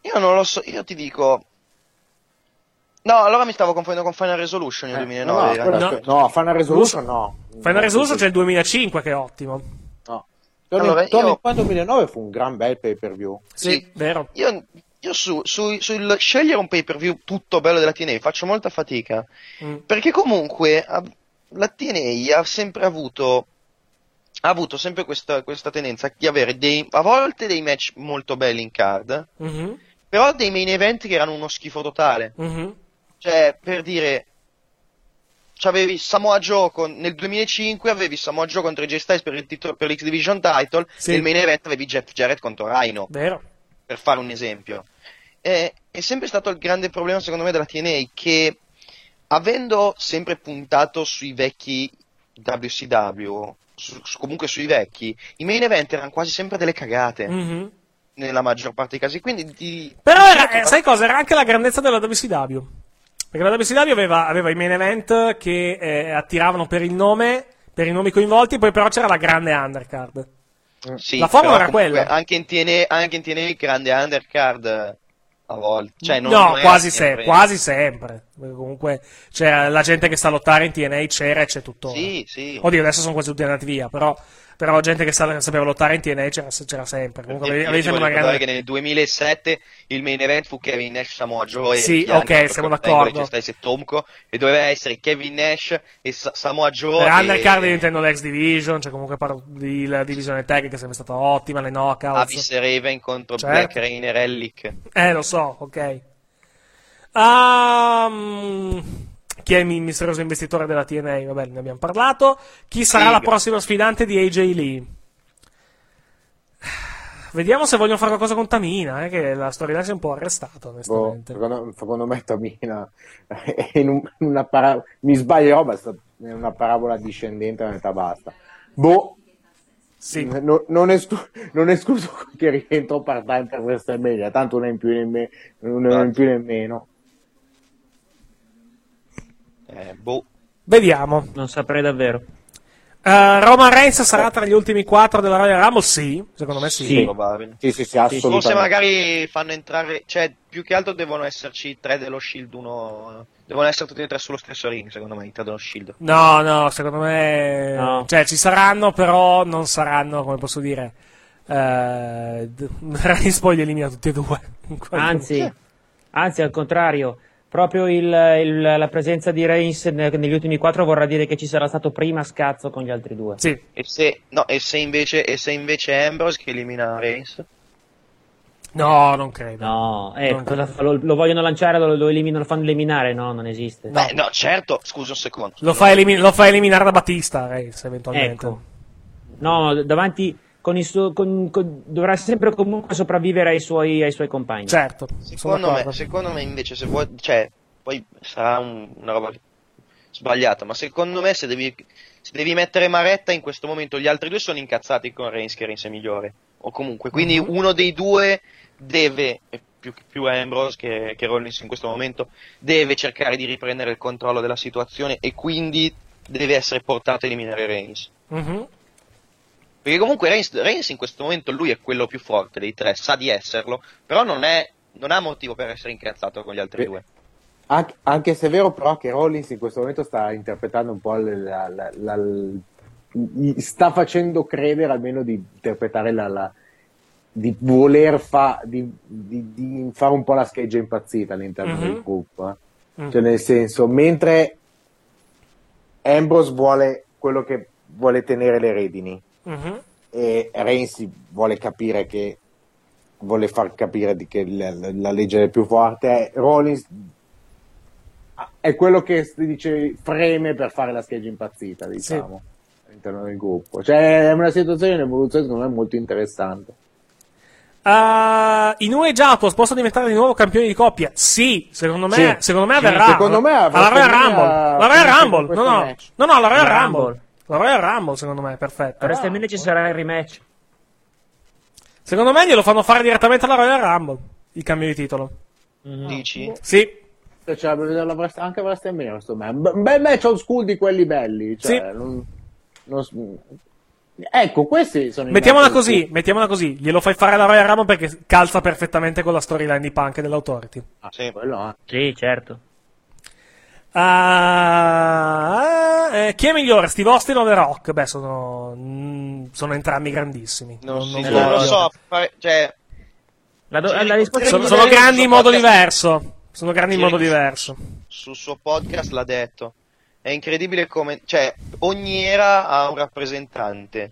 Io non lo so, io ti dico... No, allora mi stavo confondendo con Final Resolution nel Eh, duemilanove. no, no, no, Final Resolution no. Final Resolution c'è il duemilacinque che è ottimo. No. Allora, Tony io- Hawk duemilanove fu un gran bel pay per view. Sì, vero. Io, io su, su- sul scegliere un pay per view tutto bello della T N A faccio molta fatica. Mm. Perché comunque ha- la T N A ha sempre avuto ha avuto sempre questa, questa tendenza di avere dei, a volte dei match molto belli in card, Mhm, però dei main event che erano uno schifo totale. mhm. Cioè, per dire, c'avevi Samoa Joe con, nel duemilacinque avevi Samoa Joe contro A J Styles per il titolo, per l'X Division title, Sì. nel main event avevi Jeff Jarrett contro Rhino, Vero. per fare un esempio. E, è sempre stato il grande problema secondo me della T N A, che avendo sempre puntato sui vecchi W C W, su- su- comunque sui vecchi, i main event erano quasi sempre delle cagate, Mhm. nella maggior parte dei casi, quindi di... Però era, eh, sai cosa? Era anche la grandezza della W C W. Perché la W C W aveva, aveva i main event che eh, attiravano per il nome, per i nomi coinvolti, poi però c'era la grande undercard. Sì, La formula però era comunque quella. Anche in T N A, anche in T N A il grande undercard eh, a volte. Cioè, non, no, non era quasi sempre. sempre, quasi sempre. Perché comunque c'era la gente che sta a lottare in T N A, c'era e c'è tuttora. Sì, sì. Oddio, adesso sono quasi tutti andati via, però, però gente che sa- sapeva lottare in T N A c'era, c'era sempre. Comunque Io avevi, ti avevi sempre voglio una grande... ricordare che nel duemilasette il main event fu Kevin Nash, Samoa Joe e Sì, Bianca ok, contro siamo Kurt Angle, d'accordo. A J Styles e Tomko, e doveva essere Kevin Nash e Sa- Samoa Joe Le e undercard diventano l'X Division, cioè comunque parlo di la divisione tag che è sempre stata ottima, le knockouts. Avis e Raven contro Certo. Black Rainer Ellick. Eh, lo so, ok. Um, chi è il misterioso investitore della T N A? Vabbè, ne abbiamo parlato. Chi sarà Sì, la gra- prossima sfidante di A J Lee? Vediamo se vogliono fare qualcosa con Tamina, eh, che la storyline si è un po' arrestata, Boh, onestamente. secondo, secondo me Tamina è in, un- in una parabola, mi sbaglierò, ma è sta- è una parabola discendente a metà basta. Boh, Sì. no- non, esclu- non escluso che rientro part-time per WrestleMania, tanto né in più né in, me- né in più né in meno. Eh, boh. Vediamo. Non saprei davvero. Uh, Roman Reigns sarà tra gli ultimi quattro della Royal Rumble? Sì, secondo me sì. Sì. Probabile. Sì, sì, sì, assolutamente. Forse magari fanno entrare, cioè più che altro devono esserci tre dello Shield, uno devono essere tutti e tre sullo stesso ring, secondo me, i tre dello Shield. No, no, secondo me... No. Cioè, ci saranno, però non saranno, come posso dire... Eh, d- Reigns poi li elimina tutti e due. in qualche Anzi, modo. anzi, al contrario, proprio il, il- la presenza di Reigns ne- negli ultimi quattro vorrà dire che ci sarà stato prima scazzo con gli altri due. Sì. E se, no, e se invece, e se invece è Ambrose che elimina Reigns? No, non credo. No, eh, Non cosa fa? Lo, lo vogliono lanciare, lo, lo eliminano, lo fanno eliminare? No, non esiste. Beh, no, certo, scusa un secondo. Lo fa, elimi- lo fa eliminare da Batista, Reigns, eventualmente. Ecco. No, davanti con il suo, con- con- dovrà sempre comunque sopravvivere ai suoi, ai suoi compagni. Certo. Secondo me, secondo me invece se vuoi, cioè, poi sarà un- una roba sbagliata, ma secondo me se devi, se devi mettere Maretta in questo momento gli altri due sono incazzati con Reigns, che Reigns è migliore, o comunque, quindi Mhm. uno dei due deve, e più, più Ambrose che, che Rollins in questo momento, deve cercare di riprendere il controllo della situazione e quindi deve essere portato a eliminare Reigns. Mhm. Perché comunque Reigns, Reigns in questo momento lui è quello più forte dei tre, sa di esserlo, però non, è, non ha motivo per essere incazzato con gli altri Beh, due. Anche, anche se è vero però che Rollins in questo momento sta interpretando un po' la, la- la- la- gli sta facendo credere almeno di interpretare la, la- di voler fa, di, di- di fare un po' la scheggia impazzita all'interno Mhm. del gruppo, eh. Mm. Cioè nel senso, mentre Ambrose vuole quello che vuole tenere le redini Mhm. e Reigns vuole capire che vuole far capire di che la, la- la legge è più forte, Rollins è quello che si dice freme per fare la scheggia impazzita, diciamo, all'interno del gruppo. Cioè è una situazione in evoluzione secondo me molto interessante. Uh, Inoue e Jatto possono diventare di nuovo campioni di coppia? Sì, secondo me, Sì. secondo me Sì, avverrà. secondo me alla avrà Royal secondo me Rumble. a- La Royal finisce Rumble. questo No, no, match. no, no, la Royal La Rumble. Rumble. La Royal Rumble, secondo me, è perfetta. A WrestleMania ci sarà il rematch. Secondo me glielo fanno fare direttamente alla Royal Rumble, il cambio di titolo. Dici? Sì. Cioè, vederla Wrest- anche a WrestleMania questo me. Un bel match old school di quelli belli, cioè, Sì. non- non s- Ecco, questi sono i Mettiamola metodi così, che- mettiamola così, glielo fai fare alla Royal Rumble perché calza perfettamente con la storyline di Punk e dell'Authority. Ah, sì, quello eh. Sì, certo. Ah, eh, chi è migliore, Steve Austin o The Rock? Beh, sono, mm, sono entrambi grandissimi. Non, Non- sì, non non lo voglio- so, fa- cioè... La, do- Cioè, la risposta Sono, è sono Sul grandi in suo modo podcast- diverso. Sono grandi in modo Sì, diverso. Sul suo podcast l'ha detto. È incredibile come... Cioè, ogni era ha un rappresentante.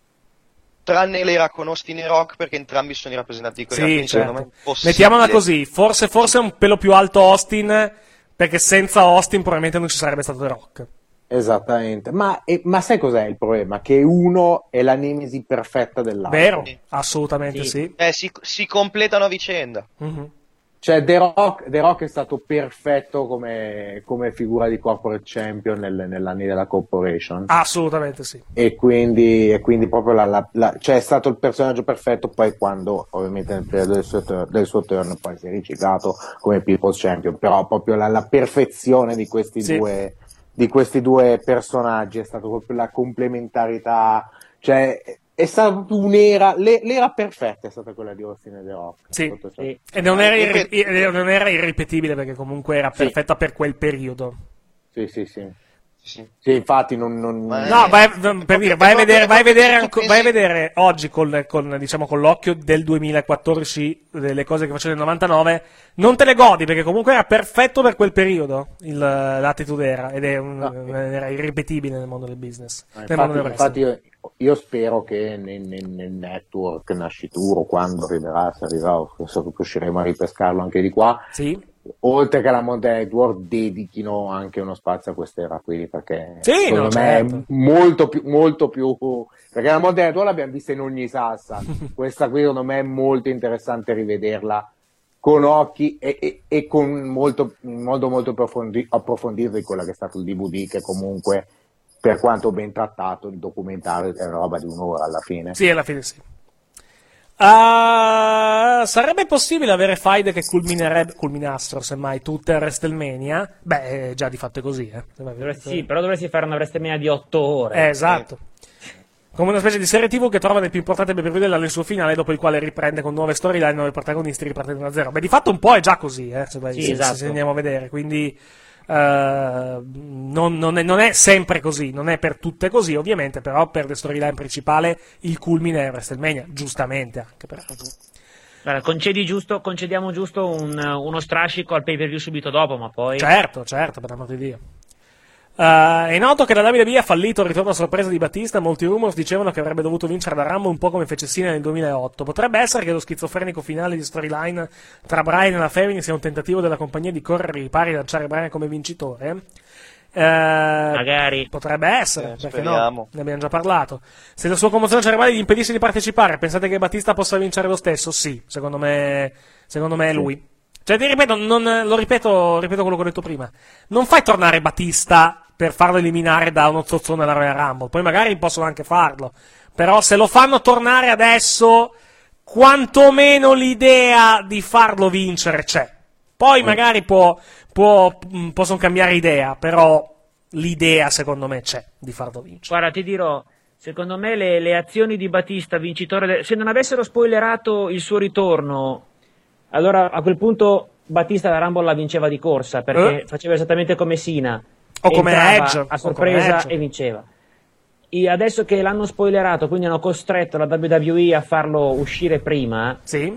Tranne l'era con Austin e Rock, perché entrambi sono i rappresentanti di quella. Sì, Quindi secondo certo. me è possibile. Mettiamola così, forse, forse è un pelo più alto Austin, perché senza Austin probabilmente non ci sarebbe stato The Rock. Esattamente, ma, e- ma sai cos'è il problema? Che uno è la nemesi perfetta dell'altro. Vero? Assolutamente sì. Eh, si, si completano a vicenda. Mhm. Cioè The Rock, The Rock è stato perfetto come, come figura di corporate champion nel- nell'anni della corporation. Assolutamente sì. E quindi, e quindi proprio la, la- la- cioè è stato il personaggio perfetto. Poi quando ovviamente nel periodo del suo, turn, del suo turn poi si è riciclato come People's Champion, però proprio la, la perfezione di questi Sì. due di questi due personaggi è stata proprio la complementarità, cioè è stata proprio un'era, l'e- l'era perfetta è stata quella di Austin e The Rock. Sì. Sotto ciò. E non era, irri- e non era irripetibile perché comunque era perfetta per quel periodo. Sì, sì, sì. Sì, infatti non... non... No, vai, per dire, vai a vedere, vai a vedere, anco- vai a vedere oggi con, con, diciamo, con l'occhio del duemilaquattordici le cose che facevo nel novantanove, non te le godi perché comunque era perfetto per quel periodo il, l'attitude era ed è un, era irripetibile nel mondo del business. Ah, nel mondo infatti, del infatti io, io spero che nel, nel- nel network nascituro, quando arriverà, se arriverà, so che riusciremo a ripescarlo anche di qua, sì. oltre che la Monday Network dedichino anche uno spazio a quest'era qui, perché Sì, secondo no, me certo. è molto più, molto più, perché la Monday Network l'abbiamo vista in ogni salsa, questa qui secondo me è molto interessante rivederla con occhi e, e, e con molto, in modo molto approfondi- approfondito di quello che è stato il D V D, che comunque, per quanto ben trattato, il documentario è roba di un'ora alla fine. Sì, alla fine sì. Ah, sarebbe possibile avere faide che culminerebbe, culminassero semmai tutte a WrestleMania? Beh, eh, già di fatto è così, eh. Dovresti- sì, però dovresti fare una WrestleMania di otto ore. Eh, esatto. Come una specie di serie tivù che trova nel più importante pay per view dell'anno il suo finale, dopo il quale riprende con nuove storyline, nuovi protagonisti, ripartendo da zero. Beh, di fatto un po' è già così, eh, se, Sì, se- esatto. se andiamo a vedere. Quindi eh, non, non è, non è sempre così, non è per tutte così, ovviamente, però per le storyline principali il culmine è WrestleMania, giustamente anche peraltro. Guarda, concedi giusto, concediamo giusto un- uno strascico al pay per view subito dopo, ma poi... Certo, certo, per l'amor di Dio. Uh, è noto che la W W E ha fallito il ritorno a sorpresa di Batista. Molti rumors dicevano che avrebbe dovuto vincere da Rumble un po' come fece Cena nel duemilaotto. Potrebbe essere che lo schizofrenico finale di storyline tra Bryan e la Family sia un tentativo della compagnia di correre ai ripari e lanciare Bryan come vincitore? Uh, Magari. Potrebbe essere, Eh, perché speriamo. no? Ne abbiamo già parlato. Se la sua commozione cerebrale gli impedisce di partecipare, pensate che Batista possa vincere lo stesso? Sì, secondo me, secondo me è lui. Cioè, ti ripeto, non, lo ripeto, ripeto quello che ho detto prima. Non fai tornare Batista per farlo eliminare da uno zozzone alla Royal Rumble. Poi magari possono anche farlo. Però se lo fanno tornare adesso, quantomeno l'idea di farlo vincere c'è. Poi magari può, può, mh, possono cambiare idea, però l'idea secondo me c'è di farlo vincere. Guarda, ti dirò, secondo me le, le azioni di Batista, vincitore, de- se non avessero spoilerato il suo ritorno, allora a quel punto Batista la Rumble la vinceva di corsa, perché Eh? faceva esattamente come Cena. O come Entrava Edge, a o sorpresa come Edge. e vinceva. E adesso che l'hanno spoilerato, quindi hanno costretto la W W E a farlo uscire prima, sì.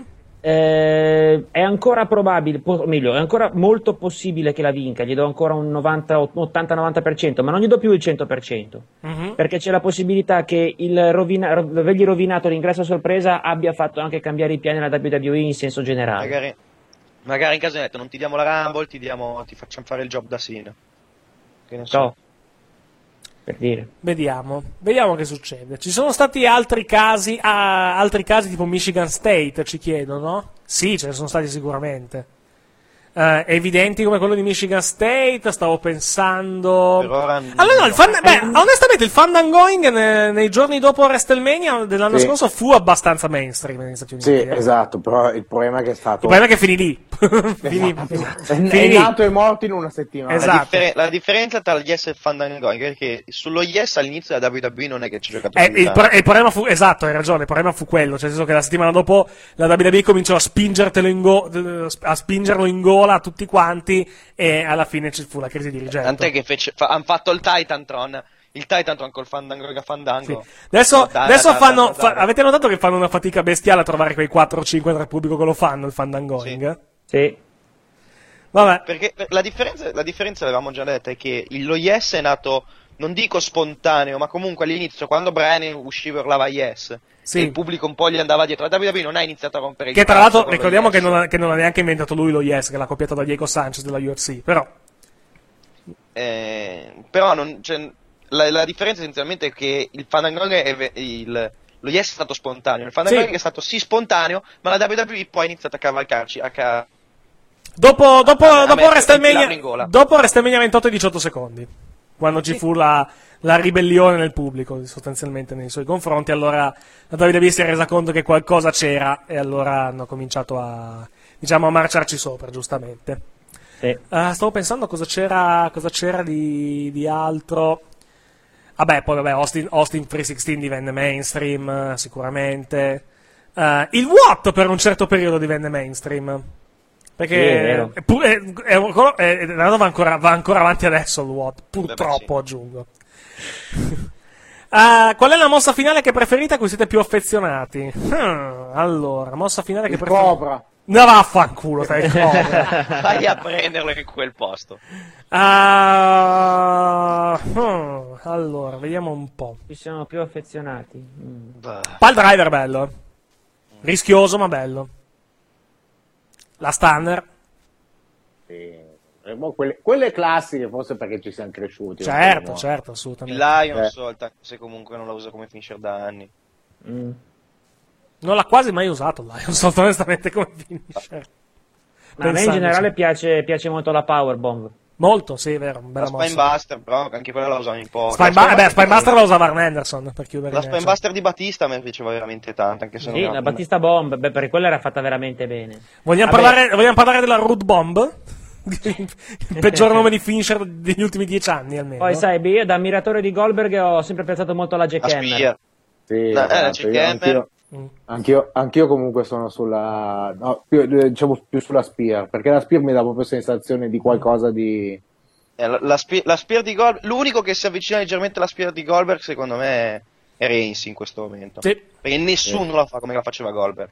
eh, è ancora probabile, po- o meglio, è ancora molto possibile che la vinca, gli do ancora un novanta, ottanta novanta per cento, ma non gli do più il cento per cento, Mhm. perché c'è la possibilità che il rovina- ro- avergli rovinato l'ingresso a sorpresa abbia fatto anche cambiare i piani della W W E in senso generale. Magari, magari in caso netto non ti diamo la Rumble, ti, diamo, ti facciamo fare il job da Cena. Che ne so. No. Per dire. Vediamo, vediamo che succede. Ci sono stati altri casi, ah, altri casi tipo Michigan State, ci chiedono? Sì, ce ne sono stati sicuramente. uh, evidenti come quello di Michigan State. Stavo pensando. Per ora allora, no, il fan... Beh, onestamente, il fandangoing ne... nei giorni dopo WrestleMania dell'anno Sì. scorso fu abbastanza mainstream negli Stati Uniti. Sì, eh. esatto, però il problema è che è stato... Il problema è che finì lì. finì, È, finì è lì. nato e morto in una settimana. Esatto. La, differ- la differenza tra gli Yes e il fandangoing è che sullo Yes all'inizio della W W E non è che ci ha giocato Eh, più il, tanto. pro- il problema fu, esatto, hai ragione, il problema fu quello, cioè nel senso che la settimana dopo la W W E cominciò a spingertelo in go- a spingerlo in gola a tutti quanti e alla fine ci fu la crisi dirigente. Tant'è che fece, fa- hanno fatto il Titantron, il Titantron col fandango fandango. Adesso, Da- adesso da- da- fanno, da- da- fa- avete notato che fanno una fatica bestiale a trovare quei quattro o cinque tra il pubblico che lo fanno, il fandangoing? Sì. Vabbè. Perché la differenza, la differenza l'avevamo già detta, è che il- lo Yes è nato, non dico spontaneo, ma comunque all'inizio, quando Brian usciva e urlava Yes, Sì. e il pubblico un po' gli andava dietro, la W W E non ha iniziato a rompere il Che tra cazzo l'altro con lo ricordiamo Yes. che non, ha, che non ha neanche inventato lui lo Yes, che l'ha copiato da Diego Sanchez della U F C, però. Eh, però non, cioè, la, la differenza essenzialmente è che il fandango è ve- il, lo Yes è stato spontaneo, il fandango Sì. è stato sì spontaneo, ma la W W E poi ha iniziato a cavalcarci, a ca- Dopo, dopo, a- a dopo, mettere- WrestleMania, a infilarlo in gola. dopo WrestleMania ventotto e diciotto secondi, quando ci fu la, la ribellione nel pubblico, sostanzialmente nei suoi confronti, allora la W W E si è resa conto che qualcosa c'era e allora hanno cominciato a, diciamo, a marciarci sopra, giustamente. Sì. Uh, stavo pensando cosa c'era, cosa c'era di, di altro. Vabbè, poi vabbè, Austin, Austin trecentosedici divenne mainstream, eh, sicuramente. Uh, il What per un certo periodo divenne mainstream. Perché Sì, è vero. è pu- è- è un- è- è- va, ancora, va ancora avanti adesso il What, purtroppo sì. aggiungo. Uh, qual è la mossa finale che preferite, a cui siete più affezionati? Hmm, allora, mossa finale che Il preferite. Cobra. No, vaffanculo, stai il Cobra. vai a prenderlo in quel posto. Ah, hmm, allora, vediamo un po'. Ci siamo più affezionati. Mm. Pile Driver bello, eh. Rischioso ma bello. La Stunner. Sì. Eh, mo quelle, quelle classiche, forse perché ci siamo cresciuti. Certo, no? certo, Il assolutamente. Lionsault, anche se comunque non la usa come finisher da anni. Mm. Non l'ha quasi mai usato il Lionsault, onestamente, come finisher. Ma a me in Pensandoci. generale piace, piace molto la Powerbomb. Molto, sì, è vero, bella La mossa. Spinebuster, però anche quella la usano in poco. Spineba- La eh beh, Spinebuster la la usava Arn Anderson per chiudere il match. Spinebuster di Battista a me piaceva veramente tanto, anche se non Sì, era la Battista Bomb, beh, per quella era fatta veramente bene. Vogliamo Vabbè, parlare, vogliamo parlare della Root Bomb? Il peggior nome di finisher degli ultimi dieci anni, almeno. Poi sai, beh, io da ammiratore di Goldberg ho sempre pensato molto alla la Jackhammer. spia. Sì, La- eh, la esatto, io- Jackhammer. anch'io, Mm. anch'io, anch'io comunque sono sulla, no, più, eh, diciamo più sulla Spear, perché la Spear mi dà proprio sensazione di qualcosa di... Eh, la, la, spi- la Spear di Goldberg, l'unico che si avvicina leggermente alla Spear di Goldberg secondo me è, è Reigns in questo momento. Sì. Perché nessuno la fa come la faceva Goldberg.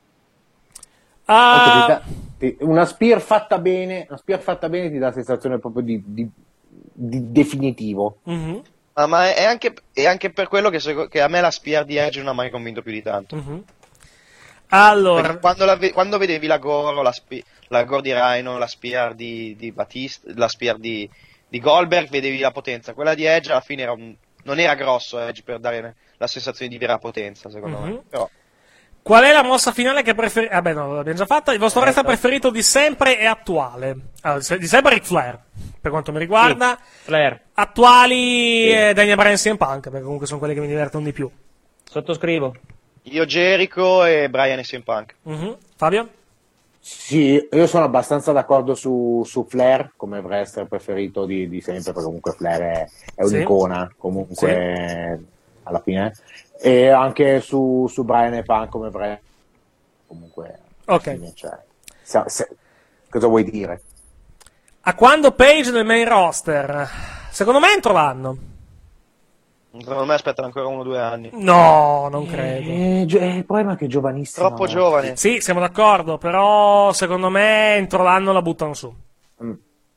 Ah, Ti dà- ti- una Spear fatta bene, una Spear fatta bene ti dà sensazione proprio di, di, di definitivo. mhm, Ah, ma è, è anche, è anche per quello che, seco- che a me la Spear di Edge non ha mai convinto più di tanto. mhm. Allora, Perché quando, la ve- quando vedevi la Goro, la, spi- la Goro di Rhino, la Spear di, di Batista, la Spear di, di Goldberg, vedevi la potenza. Quella di Edge alla fine era un- non era grosso Edge per dare la sensazione di vera potenza, secondo Mhm. me. Però, qual è la mossa finale che preferite? Vabbè, no, l'abbiamo già fatta. Il vostro Eh, wrestler certo. preferito di sempre e attuale? Allora, se- di sempre Ric Flair, per quanto mi riguarda. Flair, Attuali Sì. eh, Daniel Bryan e C M Punk, perché comunque sono quelli che mi divertono di più. sottoscrivo. io Jericho e Brian e C M Punk. Mhm. Fabio? Sì, io sono abbastanza d'accordo su, su Flair come wrestler preferito di, di sempre, perché comunque Flair è, è Sì. un'icona, comunque alla fine. E anche su, su Brian e Punk come wrestler, comunque alla Ok. fine, cioè, se- se- cosa vuoi dire? A quando Page nel main roster? Secondo me entro l'anno. Secondo me aspettano ancora uno o due anni. No, non credo. Eh, gio- eh, il problema è che è giovanissimo. Troppo eh. giovane. Sì, siamo d'accordo, però secondo me entro l'anno la buttano su. Mm.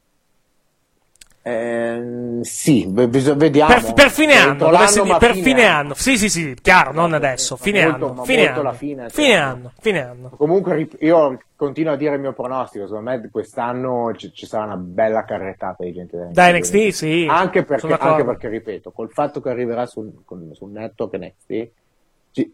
Eh, sì, v- bis- vediamo. Per, per fine anno, Entro dovessi l'anno, dire- ma per fine fine anno. anno. Sì, sì, sì, chiaro, non adesso. Fine molto- anno, ma fine molto anno. alla fine, Fine certo. anno, fine anno. Comunque rip- io continuo a dire il mio pronostico, secondo me quest'anno ci, ci sarà una bella carrettata di gente da N X T. Da N X T, sì. Anche perché, sono d'accordo. anche perché, ripeto, col fatto che arriverà sul, con- sul network N X T, ci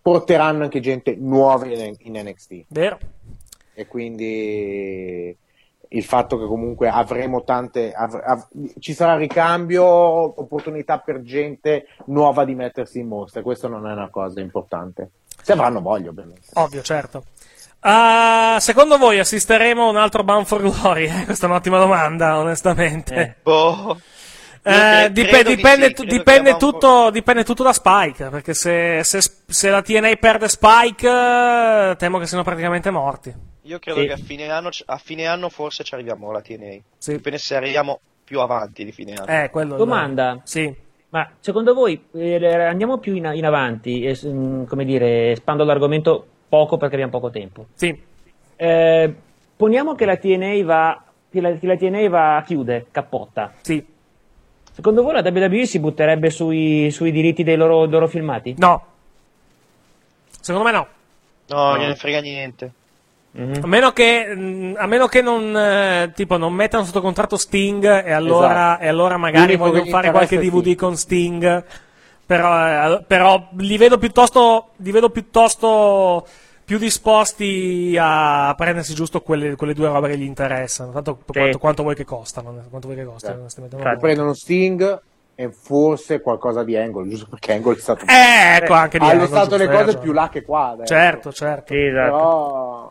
porteranno anche gente nuova in, in N X T. Vero. E quindi il fatto che comunque avremo tante av- av- ci sarà ricambio, opportunità per gente nuova di mettersi in mostra, questo non è una cosa importante, se avranno voglia ovviamente. Ovvio, certo. Uh, secondo voi assisteremo a un altro Bound for Glory? Eh, questa è un'ottima domanda, onestamente. Eh. Boh. Eh, dip- dipende, sì, dipende, tutto, dipende tutto da Spike, perché se, se, se la T N A perde Spike, temo che siano praticamente morti. Io credo Sì. che a fine, anno, a fine anno forse ci arriviamo alla T N A. Sì. Dipende se arriviamo più avanti di fine anno. Eh, quello Domanda. Sì. Ma secondo voi eh, andiamo più in, in avanti, e, mm, come dire, espando l'argomento poco perché abbiamo poco tempo. Sì. Eh, poniamo che la T N A va, che la, che la T N A va a chiude, cappotta. Sì. Secondo voi la W W E si butterebbe sui, sui diritti dei loro, loro filmati? No. Secondo me no. No, No. gliene frega niente. A meno che, mh, a meno che non, eh, tipo, non mettano sotto contratto Sting e allora, Esatto. e allora magari L'unico vogliono che gli fare qualche interessa D V D è Sting. con Sting, però, eh, però li vedo piuttosto, li vedo piuttosto più disposti a prendersi giusto quelle, quelle due robe che gli interessano, tanto quanto, quanto vuoi che costano, quanto vuoi che costano, onestamente, non Cioè, lo- prendono Sting e forse qualcosa di Angle, giusto perché Angle è stato Eh, ecco, anche di hanno Angle, stato le giusto, hai cose ragione. più là che qua adesso. Certo, certo. Però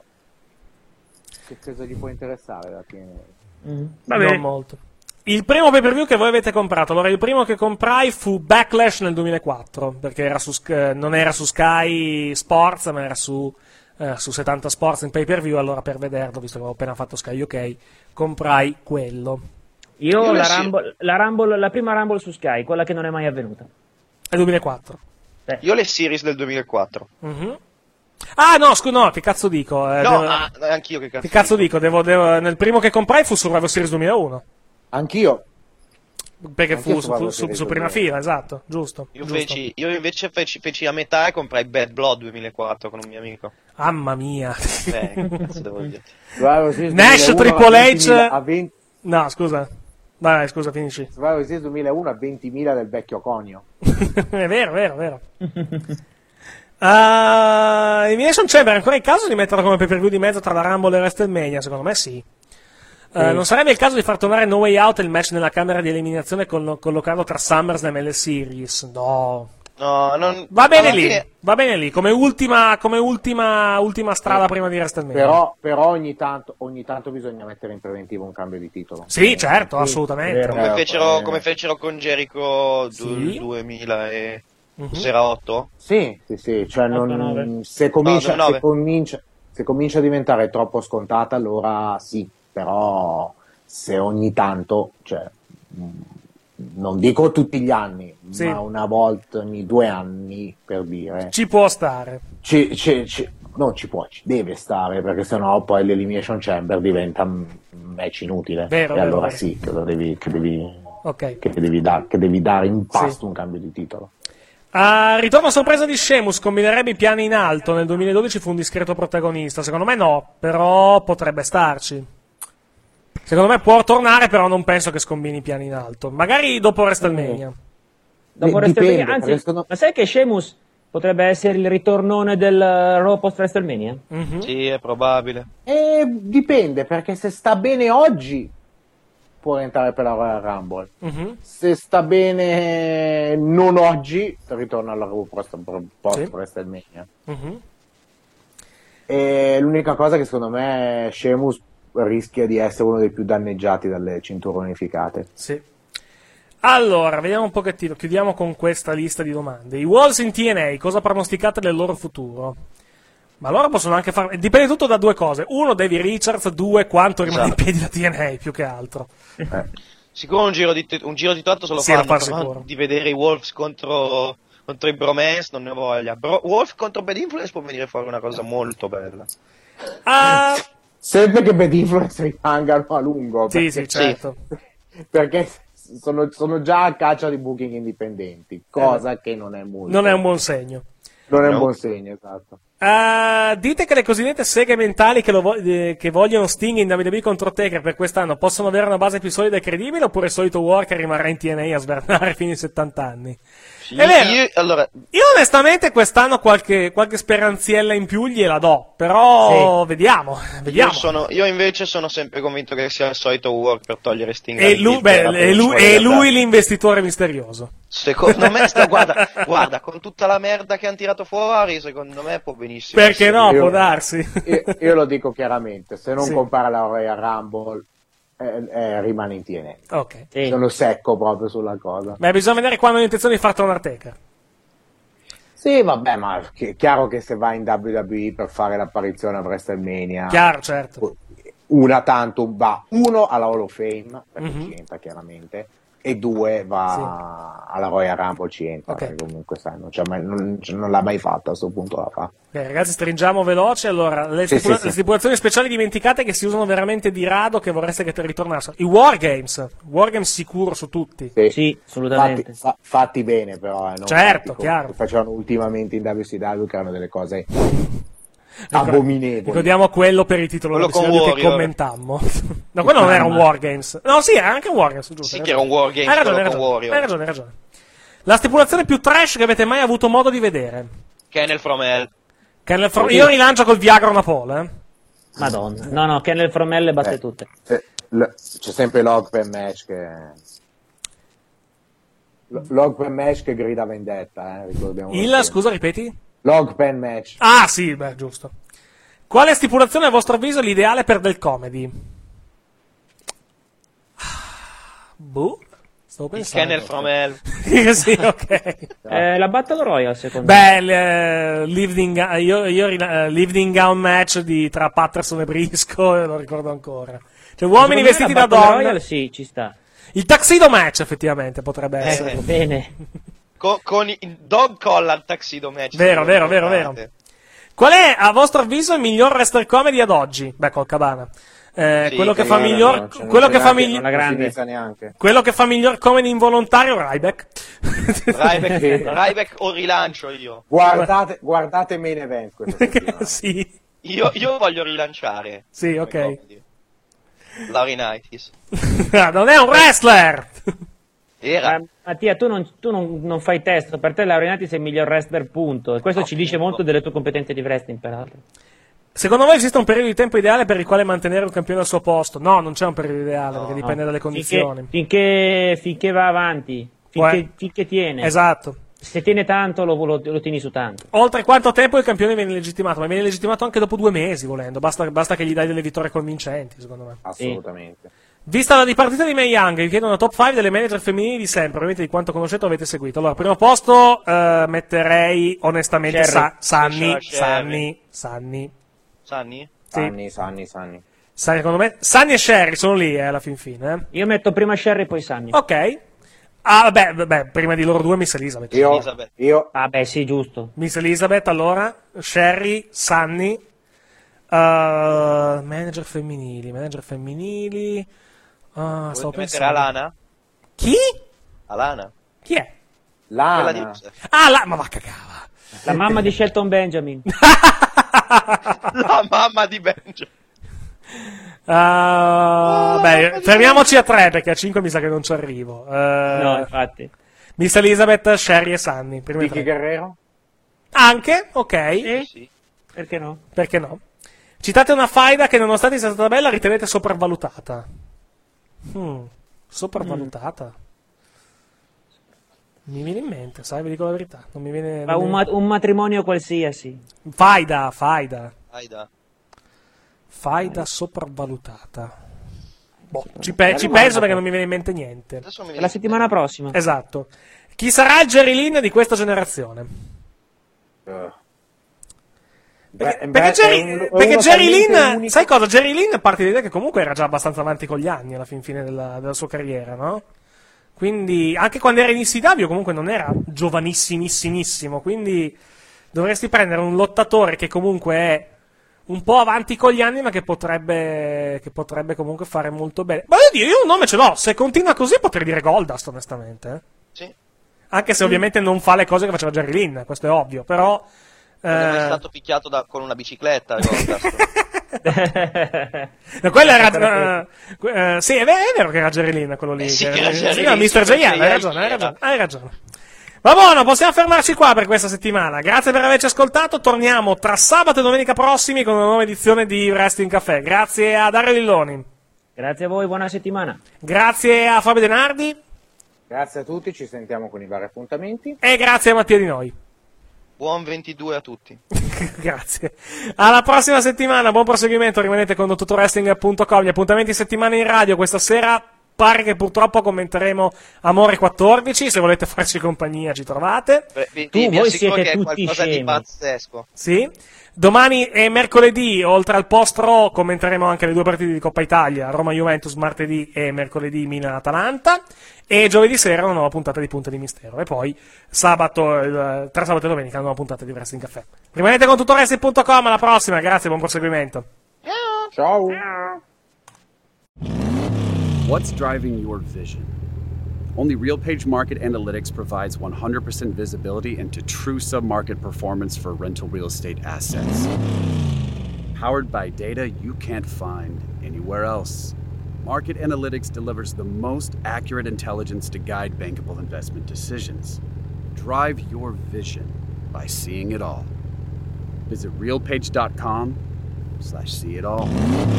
che cosa gli può interessare la T N A? Non molto. Il primo pay-per-view che voi avete comprato, allora il primo che comprai fu Backlash nel duemilaquattro, perché era su, Sk- non era su Sky Sports, ma era su, eh, su settanta Sports in pay-per-view, allora per vederlo, visto che avevo appena fatto Sky U K, comprai quello. Io, Io la, le sì. Rumble, la, Rumble, la prima Rumble su Sky, quella che non è mai avvenuta. Nel duemilaquattro. Io le series del duemilaquattro. Mhm. Ah, no, scusa, no, che cazzo dico? Eh, No, devo- ah, anch'io che cazzo. che cazzo dico? Devo, devo- nel primo che comprai fu Survivor Series duemilauno. Anch'io. Perché Anch'io fu su, Survivor su- Series su prima duemilauno. fila, esatto, giusto. Io, giusto. feci, io invece feci, feci a metà e comprai Bad Blood duemilaquattro con un mio amico. Mamma mia. Eh, che cazzo devo dire? Survivor Series Nash, duemilauno Triple a H. ventimila a venti No, scusa. Vai, vai, scusa, finisci. Survivor Series duemilauno a ventimila del vecchio conio. È vero, vero, vero. Uh, Elimination Chamber, è ancora il caso di metterlo come pay-per-view di mezzo tra la Rumble e WrestleMania? Secondo me sì. Uh, Sì. Non sarebbe il caso di far tornare No Way Out e il match nella camera di eliminazione e col- collocarlo tra SummerSlam e le Series? No. No, non... Va bene alla lì, fine- va bene lì, come ultima, come ultima, ultima strada prima di WrestleMania. Però, però ogni, tanto, ogni tanto bisogna mettere in preventivo un cambio di titolo. Sì, certo, Sì, assolutamente. vero. Come Eh, fecero, eh. come fecero con Jericho du- Sì. duemila e... Mhm. Cos'era otto? Sì, sì, sì, cioè ottantanove. non, se, comincia, No, se, comincia, se comincia a diventare troppo scontata, allora sì, però se ogni tanto, cioè, mh, non dico tutti gli anni, Sì. ma una volta ogni due anni, per dire, Ci può stare. ci, ci, ci- non ci può, ci deve stare, perché sennò poi l'Elimination Chamber diventa un match inutile. Vero, e vero, allora vero. sì, che, lo devi, che, devi, Ok. che, devi dar- che devi dare in pasto Sì. un cambio di titolo. Ah, ritorno a sorpresa di Sheamus, combinerebbe i piani in alto. Nel duemiladodici fu un discreto protagonista. Secondo me no, però potrebbe starci. Secondo me può tornare, però non penso che scombini i piani in alto. Magari dopo WrestleMania. Dopo Dipende, WrestleMania, anzi, perché secondo- ma sai che Sheamus potrebbe essere il ritornone del uh, Raw post WrestleMania? Mhm. Sì, è probabile. E dipende, perché se sta bene oggi può entrare per la Royal Rumble. Mhm. Se sta bene non oggi, ritorna alla Raw post, post Sì. WrestleMania. Mhm. E l'unica cosa che secondo me Sheamus rischia di essere uno dei più danneggiati dalle cinture unificate. Sì. Allora, vediamo un pochettino, chiudiamo con questa lista di domande. I Wolves in T N A, cosa pronosticate del loro futuro? Ma loro possono anche fare... Dipende tutto da due cose. Uno, Davey Richards. Due, quanto rimane Esatto. in piedi la T N A, più che altro. Sicuro un giro di, te- un giro di tratto se lo Sì, lo fanno, fa però sicuro. di vedere i Wolves contro, contro i Bromance non ne ho voglia. Bro- Wolf contro Bad Influence può venire fuori una cosa molto bella. Ah, Sempre che Bad Influence rimangano a lungo. sì, perché- sì, certo. Perché sono, sono già a caccia di booking indipendenti, cosa che non è molto. Non è un buon segno. Non è un No. buon segno, esatto. Uh, dite che le cosiddette seghe mentali che, lo vo- eh, che vogliono Sting in W W E contro Taker per quest'anno possono avere una base più solida e credibile, oppure il solito Walker rimarrà in T N A a svernare fino ai settanta anni? Sì, È vero. io, allora, Io onestamente quest'anno qualche, qualche speranziella in più gliela do, però sì. vediamo, vediamo. Io, sono, io invece sono sempre convinto che sia il solito Work per togliere Sting. E lui, beh, e lui, e lui l'investitore misterioso. Secondo me, sta, guarda, guarda, con tutta la merda che hanno tirato fuori, secondo me può benissimo. Perché no, io, può darsi. Io, io lo dico chiaramente, se non Sì. compara la Royal Rumble, eh, eh, rimane in T N A. Ok. Sono secco proprio sulla cosa. Beh, bisogna vedere quando hanno intenzione di far tornare Taker. Sì, vabbè, ma è chiaro che se vai in W W E per fare l'apparizione a WrestleMania, Chiaro, certo. una tantum va uno alla Hall of Fame, perché Mhm. ci entra chiaramente, e due va alla Royal Rumble, ci entra, Ok. perché comunque sai, non, c'è mai- non- non l'ha mai fatta a sto punto la fa. Beh, ragazzi, stringiamo veloce. Allora, le, Sì, stipula- sì, sì. le stipulazioni speciali dimenticate che si usano veramente di rado, che vorreste che te ritornassero. I Wargames. Wargames sicuro su tutti. Sì, assolutamente. Fatti, fa- fatti bene però, eh, non Certo, fatti chiaro. come facevano ultimamente in W C W, che erano delle cose Ricorda- abominevoli. Ricordiamo quello per il titolo Quello W C W con che Warrior. commentammo. No, quello non era un Wargames. No, sì, era anche un Wargames, giusto. Sì hai che era un ragione. Wargames, Hai ragione, hai quello con ragione. Warrior. Hai ragione, hai ragione. La stipulazione più trash che avete mai avuto modo di vedere. Kennel from Hell. Che nel fro- Io rilancio col Viagra una pole, eh. Madonna. No, no, che nel Fromelle batte Eh, tutte. se- l- c'è sempre Log per Match che L- Log per Match che grida vendetta, eh, ricordiamo. Il, scusa, ripeti? Log pen match. Ah, sì, beh, giusto. Quale stipulazione a vostro avviso è l'ideale per del comedy? Boh. Stavo Il pensando. Kennel from Hell. Sì, ok. Eh, la Battle Royale, secondo Beh, il, eh, l'evening, eh, io, io rina- eh, l'evening gown match di, tra Patterson e Briscoe, eh, lo ricordo ancora. Cioè, uomini Secondo me vestiti la da Battle donna. Royale, sì, ci sta. Il tuxedo match, effettivamente, potrebbe Eh, essere. Bene. Con, con il Dog Collar Tuxedo Match. Vero, vero, vero, vero. Qual è, a vostro avviso, il miglior wrestler comedy ad oggi? Beh, col Cabana. Eh, Sì, quello che sì, fa no, miglior, no, cioè, quello non che c'è fa neanche- miglior, non grande. si inizia neanche. quello che fa miglior comedy involontario, Ryback. Ryback, Ryback o rilancio io. Guardate, guardate main event questa settimana. Sì. Io, io voglio rilanciare. Sì, ok. Laurinaitis. Ah, non è un wrestler! Era. Eh, Mattia, tu, non, tu non, non fai test, per te Laurinati sei il miglior wrestler, punto. E questo No, ci dice punto. molto delle tue competenze di wrestling, peraltro. Secondo voi esiste un periodo di tempo ideale per il quale mantenere un campione al suo posto? No, non c'è un periodo ideale, perché dipende No. dalle condizioni. Finché, finché, finché va avanti, finché, Uè. finché tiene. Esatto. Se tiene tanto, lo, lo, lo tieni su tanto. Oltre quanto tempo il campione viene legittimato? Ma viene legittimato anche dopo due mesi, volendo. Basta, basta che gli dai delle vittorie convincenti, secondo me. Assolutamente. Vista la dipartita di Mae Young, vi chiedo una top cinque delle manager femminili di sempre, ovviamente di quanto conoscete o avete seguito. Allora, primo posto eh, metterei onestamente Sherry. Sa- Sanni, Sherry. Sanni, Sanni. Sanni? Sì. Sanni, Sanni, Sanni. Sanni, secondo me, Sanni e Sherry sono lì, eh, alla fin fine. Eh. Io metto prima Sherry e poi Sanni. Ok. Ah, vabbè, vabbè, prima di loro due Miss Elizabeth. Io, Elizabeth. io Ah, beh, sì, giusto. Miss Elizabeth, allora, Sherry, Sanni, uh, manager femminili, manager femminili. Ah, stavo Volete mettere pensando. Alana? Chi? Alana? Chi è? Quella Lana. di Rusev. Ah, la... ma va cagava. La mamma di Shelton Benjamin. La mamma di Benjamin. Uh, beh, fermiamoci a tre perché a cinque mi sa che non ci arrivo. Uh, No, infatti. Miss Elizabeth, Sherry e Sanni. Prima di Vicky tre. Guerrero? Anche, ok. Sì. Perché no? Perché no? Citate una faida che nonostante sia stata bella ritenete sopravvalutata. Hmm, sopravvalutata. Mi viene in mente, sai, vi dico la verità. Non mi viene. Ma non un, mi- ma- un matrimonio qualsiasi. Faida, faida. Aida. Faida sopravvalutata. Boh, ci, pe- ci penso perché non mi viene in mente niente. Adesso mi La viene- settimana prossima. Esatto. Chi sarà il Jerry Lynn di questa generazione? Uh. Perché, Beh, perché beh, Jerry, è un- è perché uno Jerry talmente Lynn, unico. sai cosa? Jerry Lynn parte dall'idea che comunque era già abbastanza avanti con gli anni alla fin fine della, della sua carriera, no? Quindi, anche quando era in I C W comunque non era giovanissimissimo, quindi dovresti prendere un lottatore che comunque è un po' avanti con gli anni, ma che potrebbe, che potrebbe comunque fare molto bene. Ma voglio dire, io un nome ce l'ho, se continua così potrei dire Goldust, onestamente. eh. Sì. Anche se ovviamente non fa le cose che faceva Jerry Lynn, questo è ovvio, però Non è mai Eh, stato picchiato da- con una bicicletta, ricordo. no, quello era. eh, eh, sì, è vero, è vero che era Gerelin quello lì. Eh sì, che- che era sì, Gerelin, no, mister perché J L, hai ieri ragione, hai era. ragione, hai ragione. Va buono, possiamo fermarci qua per questa settimana. Grazie per averci ascoltato. Torniamo tra sabato e domenica prossimi con una nuova edizione di Wrestling Café. Grazie a Dario Lilloni. Grazie a voi, buona settimana. Grazie a Fabio Denardi. Grazie a tutti, ci sentiamo con i vari appuntamenti. E grazie a Mattia Di Noi. Buon ventidue a tutti. Grazie. Alla prossima settimana, buon proseguimento. Rimanete con tutto wrestling punto com. Gli appuntamenti settimana in radio. Questa sera pare che purtroppo commenteremo Amore quattordici. Se volete farci compagnia, ci trovate. Beh, vi, Tu, vi- vi voi assicuro siete che è tutti qualcosa di scemi. pazzesco. Sì. Domani e mercoledì, oltre al post-Raw, commenteremo anche le due partite di Coppa Italia, Roma-Juventus martedì e mercoledì Milan-Atalanta, e giovedì sera una nuova puntata di Punta di Mistero, e poi sabato, eh, tra sabato e domenica una nuova puntata di Wrestling Café. Rimanete con tutto wrestling punto com, alla prossima, grazie, buon proseguimento. Ciao! What's driving your vision? Only RealPage Market Analytics provides one hundred percent visibility into true sub-market performance for rental real estate assets. Powered by data you can't find anywhere else. Market Analytics delivers the most accurate intelligence to guide bankable investment decisions. Drive your vision by seeing it all. Visit realpage.com slash see it all.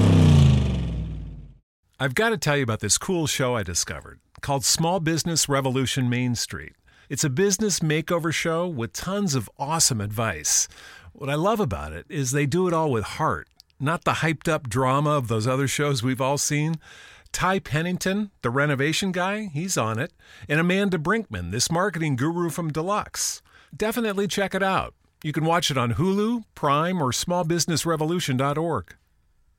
I've got to tell you about this cool show I discovered called Small Business Revolution Main Street. It's a business makeover show with tons of awesome advice. What I love about it is they do it all with heart, not the hyped up drama of those other shows we've all seen. Ty Pennington, the renovation guy, he's on it, and Amanda Brinkman, this marketing guru from Deluxe. Definitely check it out. You can watch it on Hulu, Prime, or small business revolution dot org.